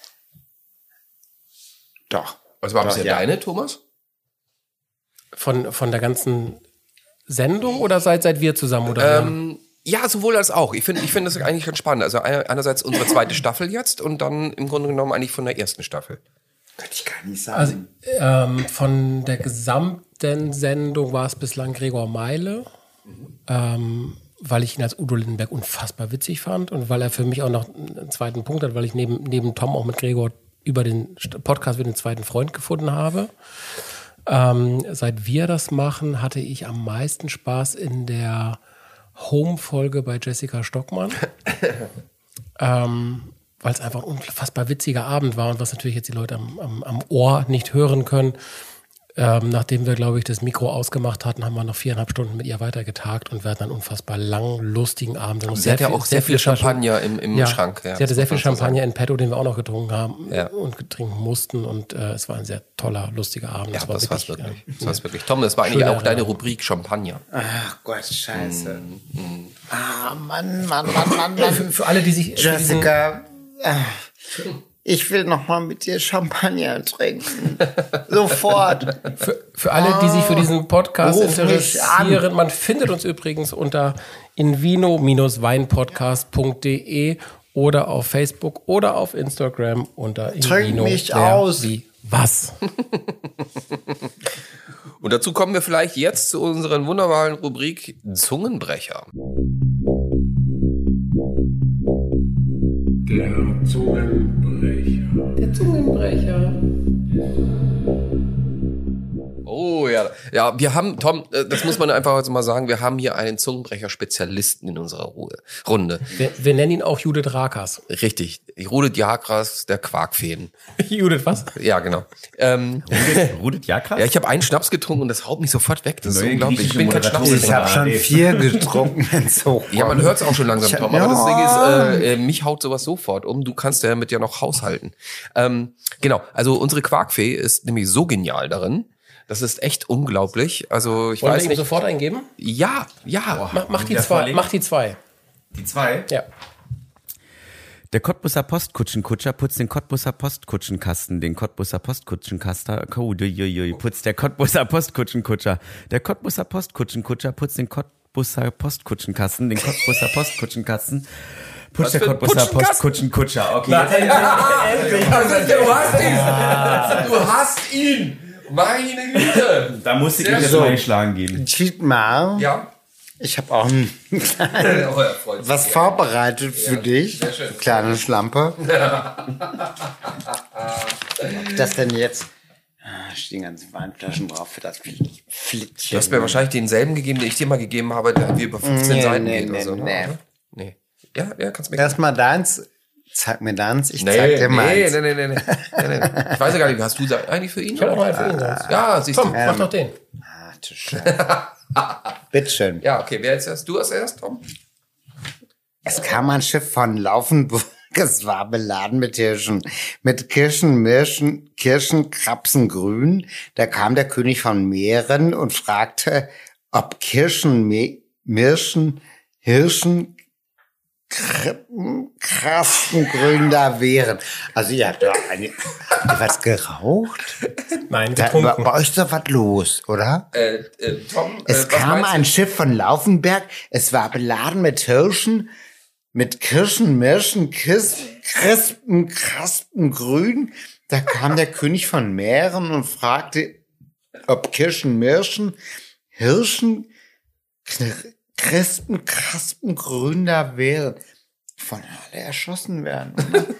Doch. Was war Doch, bisher ja. deine, Thomas? Von, von der ganzen Sendung oder seit, seit wir zusammen moderieren? Ähm, ja, sowohl als auch. Ich finde ich finde das eigentlich ganz spannend. Also einerseits unsere zweite Staffel jetzt und dann im Grunde genommen eigentlich von der ersten Staffel. Könnte ich gar nicht Also sagen. ähm, von der gesamten Sendung war es bislang Gregor Meile, ähm, weil ich ihn als Udo Lindenberg unfassbar witzig fand und weil er für mich auch noch einen zweiten Punkt hat, weil ich neben, neben Tom auch mit Gregor über den Podcast wieder den zweiten Freund gefunden habe. Ähm, seit wir das machen, hatte ich am meisten Spaß in der Home-Folge bei Jessica Stockmann. ähm, weil es einfach ein unfassbar witziger Abend war und was natürlich jetzt die Leute am, am, am Ohr nicht hören können. Ähm, nachdem wir, glaube ich, das Mikro ausgemacht hatten, haben wir noch viereinhalb Stunden mit ihr weitergetagt und wir hatten einen unfassbar langen, lustigen Abend. Und Sie hat ja auch sehr viel Champagner im, im ja, Schrank. Ja, sie hatte sehr viel muss man so Champagner sagen. in petto, den wir auch noch getrunken haben Ja. und trinken mussten und äh, es war ein sehr toller, lustiger Abend. Ja, das war's wirklich. äh, Das war's wirklich. Tom, das war eigentlich Schöne auch deine Erinnerung. Rubrik Champagner. Ach Gott, scheiße. Mm, Ah, Mann, Mann, Mann, Mann, Mann. Für, für alle, die sich für diesen- Jessica, äh, ich will noch mal mit dir Champagner trinken. Sofort. Für, für alle, die sich für diesen Podcast Ruf mich interessieren, man findet uns übrigens unter invino weinpodcast punkt de oder auf Facebook oder auf Instagram unter Trink invino. mich wer, aus. Wie, was? Und dazu kommen wir vielleicht jetzt zu unserer wunderbaren Rubrik Zungenbrecher. Der Zungenbrecher. Der Zungenbrecher. Oh ja, ja, wir haben, Tom, äh, das muss man einfach jetzt mal sagen, wir haben hier einen Zungenbrecher-Spezialisten in unserer Ruhe, Runde. Wir, wir nennen ihn auch Judith Rakers. Richtig, Judith Jakras, der Quarkfeen. Judith, was? Ja, genau. Ähm, Rudet Jakras? ja, ich habe einen Schnaps getrunken und das haut mich sofort weg. Das ist Neue unglaublich. Ich griechische bin kein Moderatorin. Schnaps. Ich habe schon vier getrunken, wenn es hochkommt. Ja, man hört es auch schon langsam, Ich hab- Tom. Aber das Ja. Ding ist, äh, äh, mich haut sowas sofort um. Du kannst ja damit ja noch haushalten. Ähm, genau, also unsere Quarkfee ist nämlich so genial darin. Das ist echt unglaublich. Also ich Wollen wir weiß ihm nicht. sofort eingeben? Ja, ja. Mach, mach die wieder zwei. vorlegen? Mach die zwei. Die zwei? Ja. Der Cottbusser Postkutschenkutscher putzt den Cottbusser Postkutschenkasten, den Cottbusser Postkutschenkaster, oh, uiuiui, putzt der Cottbusser Postkutschenkutscher. Der Cottbusser Postkutschenkutscher putzt den Cottbusser Postkutschenkasten, den Cottbusser Postkutschenkasten, putzt der für ein Cottbusser Putschenkasten? Postkutschenkutscher. Okay, Du hast ihn. Du hast ihn. Meine Güte. da muss ich Sehr mich jetzt schön. mal geschlagen geben. Cheat mal. Ja. Ich habe auch ein Oh, ja, freut sich. was vorbereitet für Ja, dich. sehr schön. Kleine Schlampe. Das denn jetzt? Ah, stehen ganze Weinflaschen drauf für das Flittchen. Du hast mir wahrscheinlich denselben gegeben, den ich dir mal gegeben habe, der wie über fünfzehn Nee, Seiten nee, geht oder nee, so. nee. Ne? Nee. Ja, ja, kannst du mir Erstmal deins. Zeig mir deins. Ich Nee, zeig dir nee, meins. nee, nee, nee, nee, nee, nee. Ich weiß ja gar nicht, hast du da eigentlich für ihn? Ich habe auch noch einen für ihn sonst. Ja, siehst Komm, du. mach doch den. Ah, du Scheiße. Bitteschön. Ja, okay, wer jetzt erst? Du hast erst, Tom? Es kam ein Schiff von Laufenburg. Es war beladen mit Hirschen. Mit Kirschen, Mirschen, Kirschen, Krapsen, Grün. Da kam der König von Mähren und fragte, ob Kirschen, Me Mirschen, Hirschen, Krippen, Krapsengrün da wären. Also ihr habt doch eine, habt ihr was geraucht? Nein, Da, getrunken. bei euch ist doch was los, oder? Äh, äh, Tom, Es äh, was kam meinst ein du? Schiff von Laufenberg. Es war beladen mit Hirschen, mit Kirschen, Mirschen, Kis Krispen, Kraspen, Grün. Da kam der König von Mähren und fragte, ob Kirschen, Mirschen, Hirschen, Kn Krispen, Kraspen, Grün da wären. Von alle erschossen werden. Oder?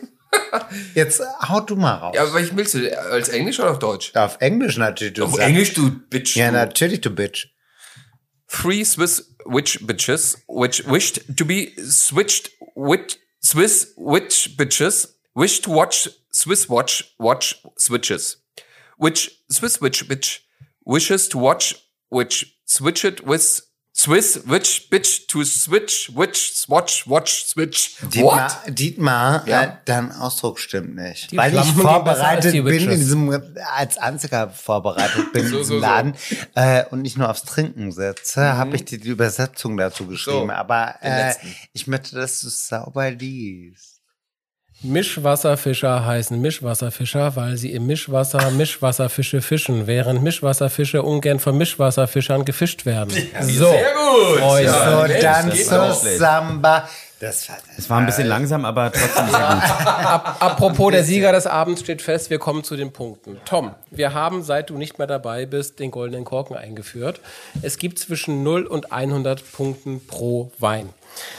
Jetzt hau du mal raus. Ja, aber ich willst du als Englisch oder auf Deutsch? Auf Englisch natürlich. Du Auf sagst. Englisch, du Bitch. Ja, du. natürlich, du Bitch. Three Swiss witch bitches which wished to be switched with Swiss witch bitches wish to watch Swiss watch watch switches. Which Swiss witch bitch wishes to watch which switch it with Swiss witch bitch to switch witch watch watch switch. Dietmar, What? Dietmar Ja. äh, dein Ausdruck stimmt nicht. Die Weil ich Flammen gehen besser als vorbereitet die bin, in Witches. diesem, als Einziger vorbereitet bin So, in diesem so, so. Laden äh, und nicht nur aufs Trinken sitze, habe ich dir die Übersetzung dazu geschrieben. So, Aber den äh, letzten. ich möchte, dass du es sauber liest. Mischwasserfischer heißen Mischwasserfischer, weil sie im Mischwasser Mischwasserfische fischen, während Mischwasserfische ungern von Mischwasserfischern gefischt werden. so, Sehr gut. Freunde. Ja, So, Mensch, dann geht zur auch. Samba. Das war, Es war ein bisschen langsam, aber trotzdem sehr gut. Apropos, der Sieger des Abends steht fest, wir kommen zu den Punkten. Tom, wir haben, seit du nicht mehr dabei bist, den goldenen Korken eingeführt. Es gibt zwischen null und hundert Punkten pro Wein.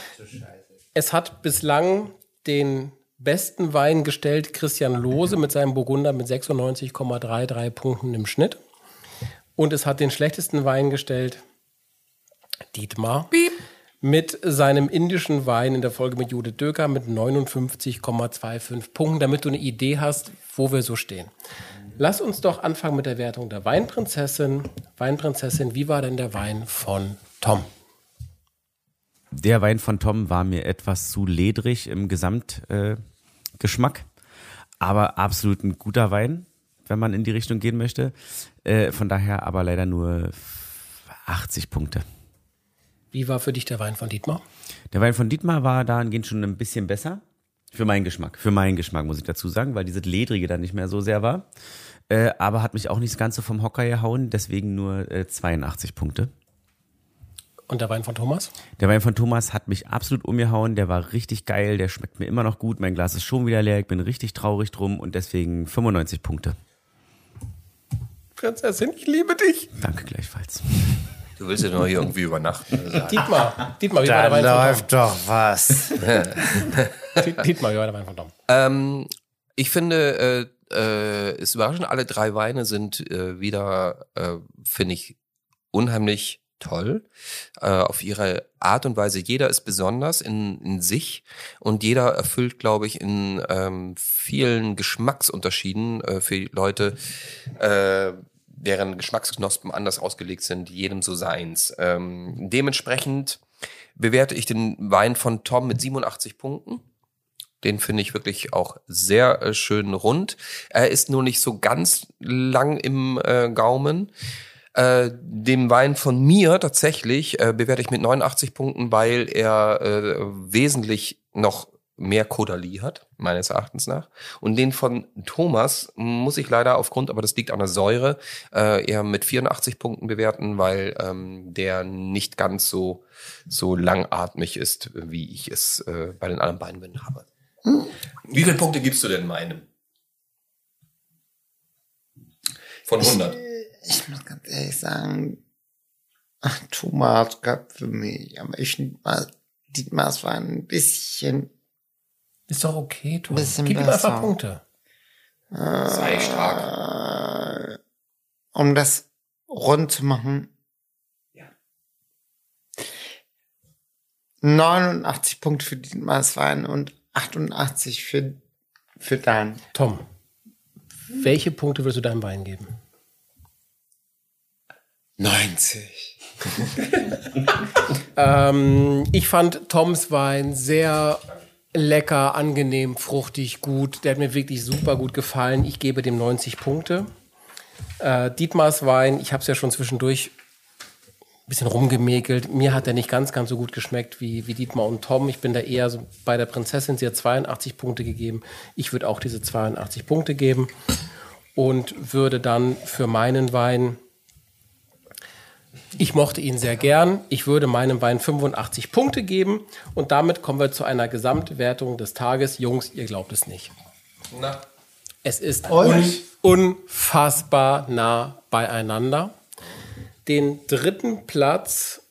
Es hat bislang den besten Wein gestellt Christian Lohse mit seinem Burgunder mit sechsundneunzig Komma dreiunddreißig Punkten im Schnitt. Und es hat den schlechtesten Wein gestellt Dietmar Piep. Mit seinem indischen Wein in der Folge mit Judith Döker mit neunundfünfzig Komma fünfundzwanzig Punkten, damit du eine Idee hast, wo wir so stehen. Lass uns doch anfangen mit der Wertung der Weinprinzessin. Weinprinzessin, wie war denn der Wein von Tom? Der Wein von Tom war mir etwas zu ledrig im Gesamtgeschmack, äh, Geschmack, aber absolut ein guter Wein, wenn man in die Richtung gehen möchte. Äh, von daher aber leider nur achtzig Punkte. Wie war für dich der Wein von Dietmar? Der Wein von Dietmar war dahingehend schon ein bisschen besser. Für meinen Geschmack. Für meinen Geschmack, muss ich dazu sagen, weil dieses Ledrige dann nicht mehr so sehr war. Äh, aber hat mich auch nicht ganz so vom Hocker gehauen, deswegen nur äh, zweiundachtzig Punkte. Und der Wein von Thomas? Der Wein von Thomas hat mich absolut umgehauen, der war richtig geil, der schmeckt mir immer noch gut, mein Glas ist schon wieder leer, ich bin richtig traurig drum und deswegen fünfundneunzig Punkte. Prinzessin, ich liebe dich. Danke gleichfalls. Du willst ja noch hier irgendwie übernachten. Also. Dietmar, Dietmar, wie Da war der Wein von läuft doch was. Tom? Dietmar, wie war der Wein von Tom? Ähm, ich finde, äh, äh, es überraschend, alle drei Weine sind äh, wieder, äh, finde ich, unheimlich toll. Äh, auf ihre Art und Weise. Jeder ist besonders in, in sich und jeder erfüllt, glaube ich, in ähm, vielen Geschmacksunterschieden äh, für die Leute, äh, deren Geschmacksknospen anders ausgelegt sind, jedem so seins. Ähm, dementsprechend bewerte ich den Wein von Tom mit siebenundachtzig Punkten. Den finde ich wirklich auch sehr äh, schön rund. Er ist nur nicht so ganz lang im äh, Gaumen. Äh, dem Wein von mir tatsächlich äh, bewerte ich mit neunundachtzig Punkten, weil er äh, wesentlich noch mehr Caudalie hat, meines Erachtens nach. Und den von Thomas muss ich leider aufgrund, aber das liegt an der Säure, äh, eher mit vierundachtzig Punkten bewerten, weil ähm, der nicht ganz so so langatmig ist, wie ich es äh, bei den anderen beiden Weinen habe. Hm. Wie viele Punkte gibst du denn meinem? Von hundert? Ich muss ganz ehrlich sagen, ach, Thomas gab für mich, aber ich Dietmars war ein bisschen, Ist doch okay, Tom. Bisschen Gib ihm einfach besser. Punkte. Sei stark. äh, um das rund zu machen. Ja. neunundachtzig Punkte für Dietmars Wein und achtundachtzig für, für deinen. Tom, welche Punkte würdest du deinem Wein geben? neunzig. Ähm, ich fand Toms Wein sehr lecker, angenehm, fruchtig, gut. Der hat mir wirklich super gut gefallen. Ich gebe dem neunzig Punkte. Äh, Dietmars Wein, ich habe es ja schon zwischendurch ein bisschen rumgemäkelt. Mir hat er nicht ganz, ganz so gut geschmeckt wie, wie Dietmar und Tom. Ich bin da eher so bei der Prinzessin. Sie hat zweiundachtzig Punkte gegeben. Ich würde auch diese zweiundachtzig Punkte geben und würde dann für meinen Wein, ich mochte ihn sehr gern. Ich würde meinem Wein fünfundachtzig Punkte geben. Und damit kommen wir zu einer Gesamtwertung des Tages. Jungs, ihr glaubt es nicht. Na. Es ist un unfassbar nah beieinander. Den dritten Platz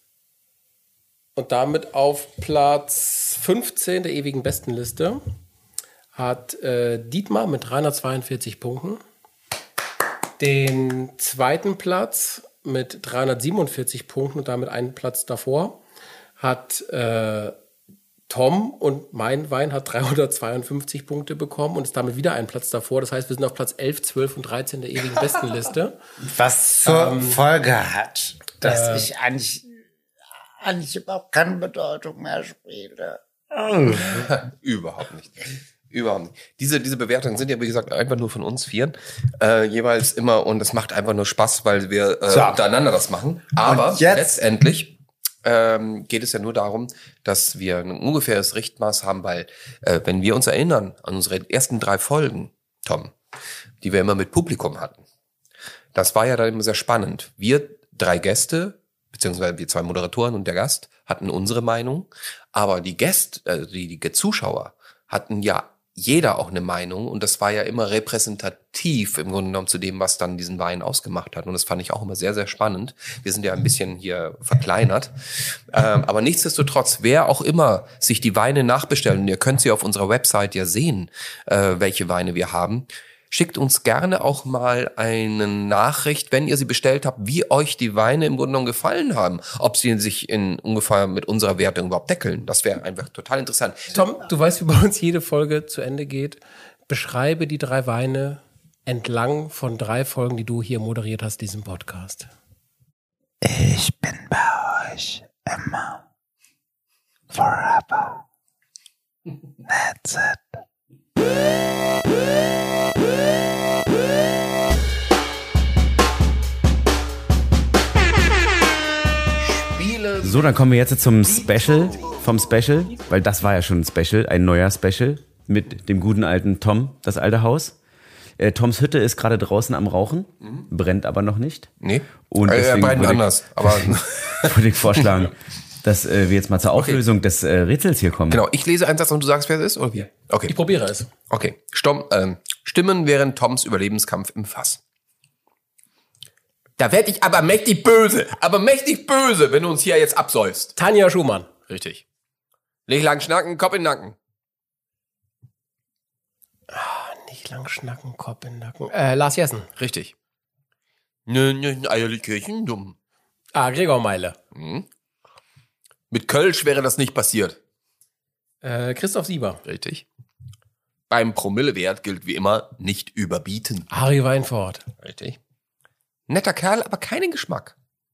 und damit auf Platz fünfzehn der ewigen Bestenliste hat äh, Dietmar mit dreihundertzweiundvierzig Punkten. Den zweiten Platz mit dreihundertsiebenundvierzig Punkten und damit einen Platz davor hat äh, Tom und mein Wein hat dreihundertzweiundfünfzig Punkte bekommen und ist damit wieder einen Platz davor. Das heißt, wir sind auf Platz elf, zwölf und dreizehn der ewigen Bestenliste. Was zur Ähm, Folge hat, dass äh, ich eigentlich, eigentlich überhaupt keine Bedeutung mehr spiele. Überhaupt nicht. Überhaupt nicht. Diese, diese Bewertungen sind ja, wie gesagt, einfach nur von uns Vieren. Äh, jeweils immer. Und es macht einfach nur Spaß, weil wir äh, So. untereinander das machen. Aber Und jetzt- letztendlich ähm, geht es ja nur darum, dass wir ein ungefähres Richtmaß haben, weil äh, wenn wir uns erinnern an unsere ersten drei Folgen, Tom, die wir immer mit Publikum hatten, das war ja dann immer sehr spannend. Wir drei Gäste, beziehungsweise wir zwei Moderatoren und der Gast, hatten unsere Meinung, aber die Gäste, also die, die Zuschauer hatten ja jeder auch eine Meinung und das war ja immer repräsentativ im Grunde genommen zu dem, was dann diesen Wein ausgemacht hat und das fand ich auch immer sehr, sehr spannend. Wir sind ja ein bisschen hier verkleinert, ähm, aber nichtsdestotrotz, wer auch immer sich die Weine nachbestellt, und ihr könnt sie auf unserer Website ja sehen, äh, welche Weine wir haben, schickt uns gerne auch mal eine Nachricht, wenn ihr sie bestellt habt, wie euch die Weine im Grunde genommen gefallen haben. Ob sie sich in ungefähr mit unserer Wertung überhaupt deckeln. Das wäre einfach total interessant. Tom, du weißt, wie bei uns jede Folge zu Ende geht. Beschreibe die drei Weine entlang von drei Folgen, die du hier moderiert hast, diesem Podcast. Ich bin bei euch immer. Forever. That's it. So, dann kommen wir jetzt zum Special vom Special, weil das war ja schon ein Special, ein neuer Special mit dem guten alten Tom, das alte Haus. Äh, Toms Hütte ist gerade draußen am Rauchen, brennt aber noch nicht. Nee, Und äh, er deswegen brennt würde ich- anders. Aber Würde ich vorschlagen, dass äh, wir jetzt mal zur Auflösung des äh, Rätsels hier kommen. genau, ich lese einen Satz und du sagst, wer es ist, oder wie? Okay. Ich probiere es. Okay. Stom, ähm, Stimmen während Toms Überlebenskampf im Fass. Da werd ich aber mächtig böse, aber mächtig böse, wenn du uns hier jetzt absäufst. Tanja Schumann. Richtig. Nicht lang schnacken, Kopf in den Nacken. Nicht lang schnacken, Kopf in den Nacken. Äh, Lars Jessen. Richtig. Nö, nö, Eierlikörchen dumm. Ah, Gregor Meile. Mit Kölsch wäre das nicht passiert. Äh, Christoph Sieber. Richtig. Beim Promillewert gilt wie immer nicht überbieten. Harry Weinfurt. Richtig. Netter Kerl, aber keinen Geschmack.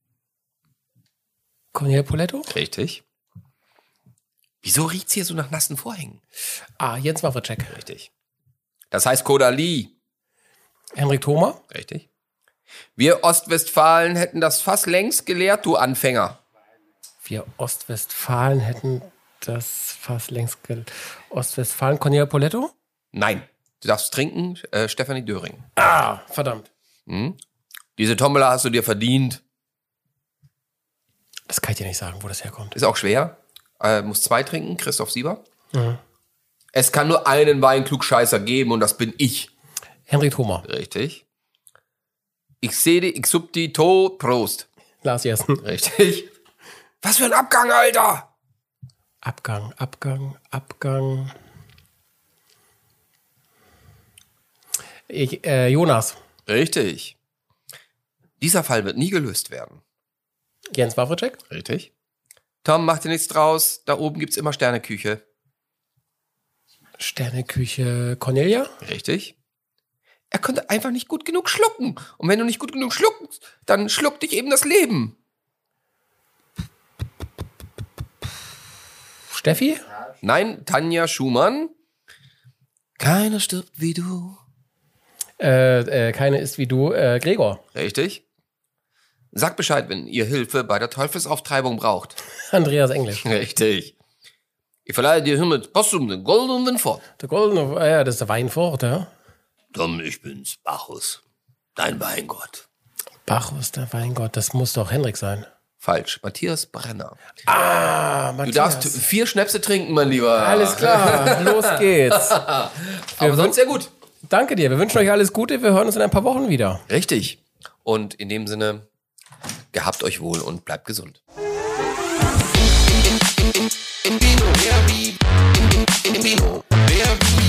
Cornel Poletto. Richtig. Wieso riecht's hier so nach nassen Vorhängen? Ah, Jens Wawritschek. Richtig. Das heißt Kodali. Henrik Thoma. Richtig. Wir Ostwestfalen hätten das Fass längst geleert, du Anfänger. Wir Ostwestfalen hätten das fast längst gel... Ostwestfalen, Cornel Poletto? Nein. Du darfst trinken, äh, Stefanie Döring. Ah, verdammt. Hm? Diese Tombola hast du dir verdient. Das kann ich dir nicht sagen, wo das herkommt. Ist auch schwer. Äh, muss zwei trinken, Christoph Sieber. Mhm. Es kann nur einen Weinklugscheißer geben und das bin ich. Henrik Thoma. Richtig. Ich sehe die, ich sub die to, Prost. Lars Jessen. Richtig. Was für ein Abgang, Alter! Abgang, Abgang, Abgang. Ich, äh, Jonas. Richtig. Dieser Fall wird nie gelöst werden. Jens Wawritschek. Richtig. Tom, mach dir nichts draus. Da oben gibt's immer Sterneküche. Sterneküche Cornelia. Richtig. Er konnte einfach nicht gut genug schlucken. Und wenn du nicht gut genug schluckst, dann schluckt dich eben das Leben. Steffi. Nein, Tanja Schumann. Keiner stirbt wie du. Äh, äh, keine ist wie du. Äh, Gregor. Richtig. Sagt Bescheid, wenn ihr Hilfe bei der Teufelsauftreibung braucht. Andreas Englisch. Richtig. Ich verleihe dir hiermit Postum den goldenen Fort. Der goldene, äh, ja, das ist der Weinfurt, ja. Tom, ich bin's, Bacchus. Dein Weingott. Bacchus, der Weingott, das muss doch Henrik sein. Falsch, Matthias Brenner. Ah, Du Matthias. darfst vier Schnäpse trinken, mein Lieber. Alles klar, los geht's. Aber sonst sehr gut. Danke dir, wir wünschen euch alles Gute, wir hören uns in ein paar Wochen wieder. Richtig. Und in dem Sinne, gehabt euch wohl und bleibt gesund. Vino, wer wie, Vino, wer wie.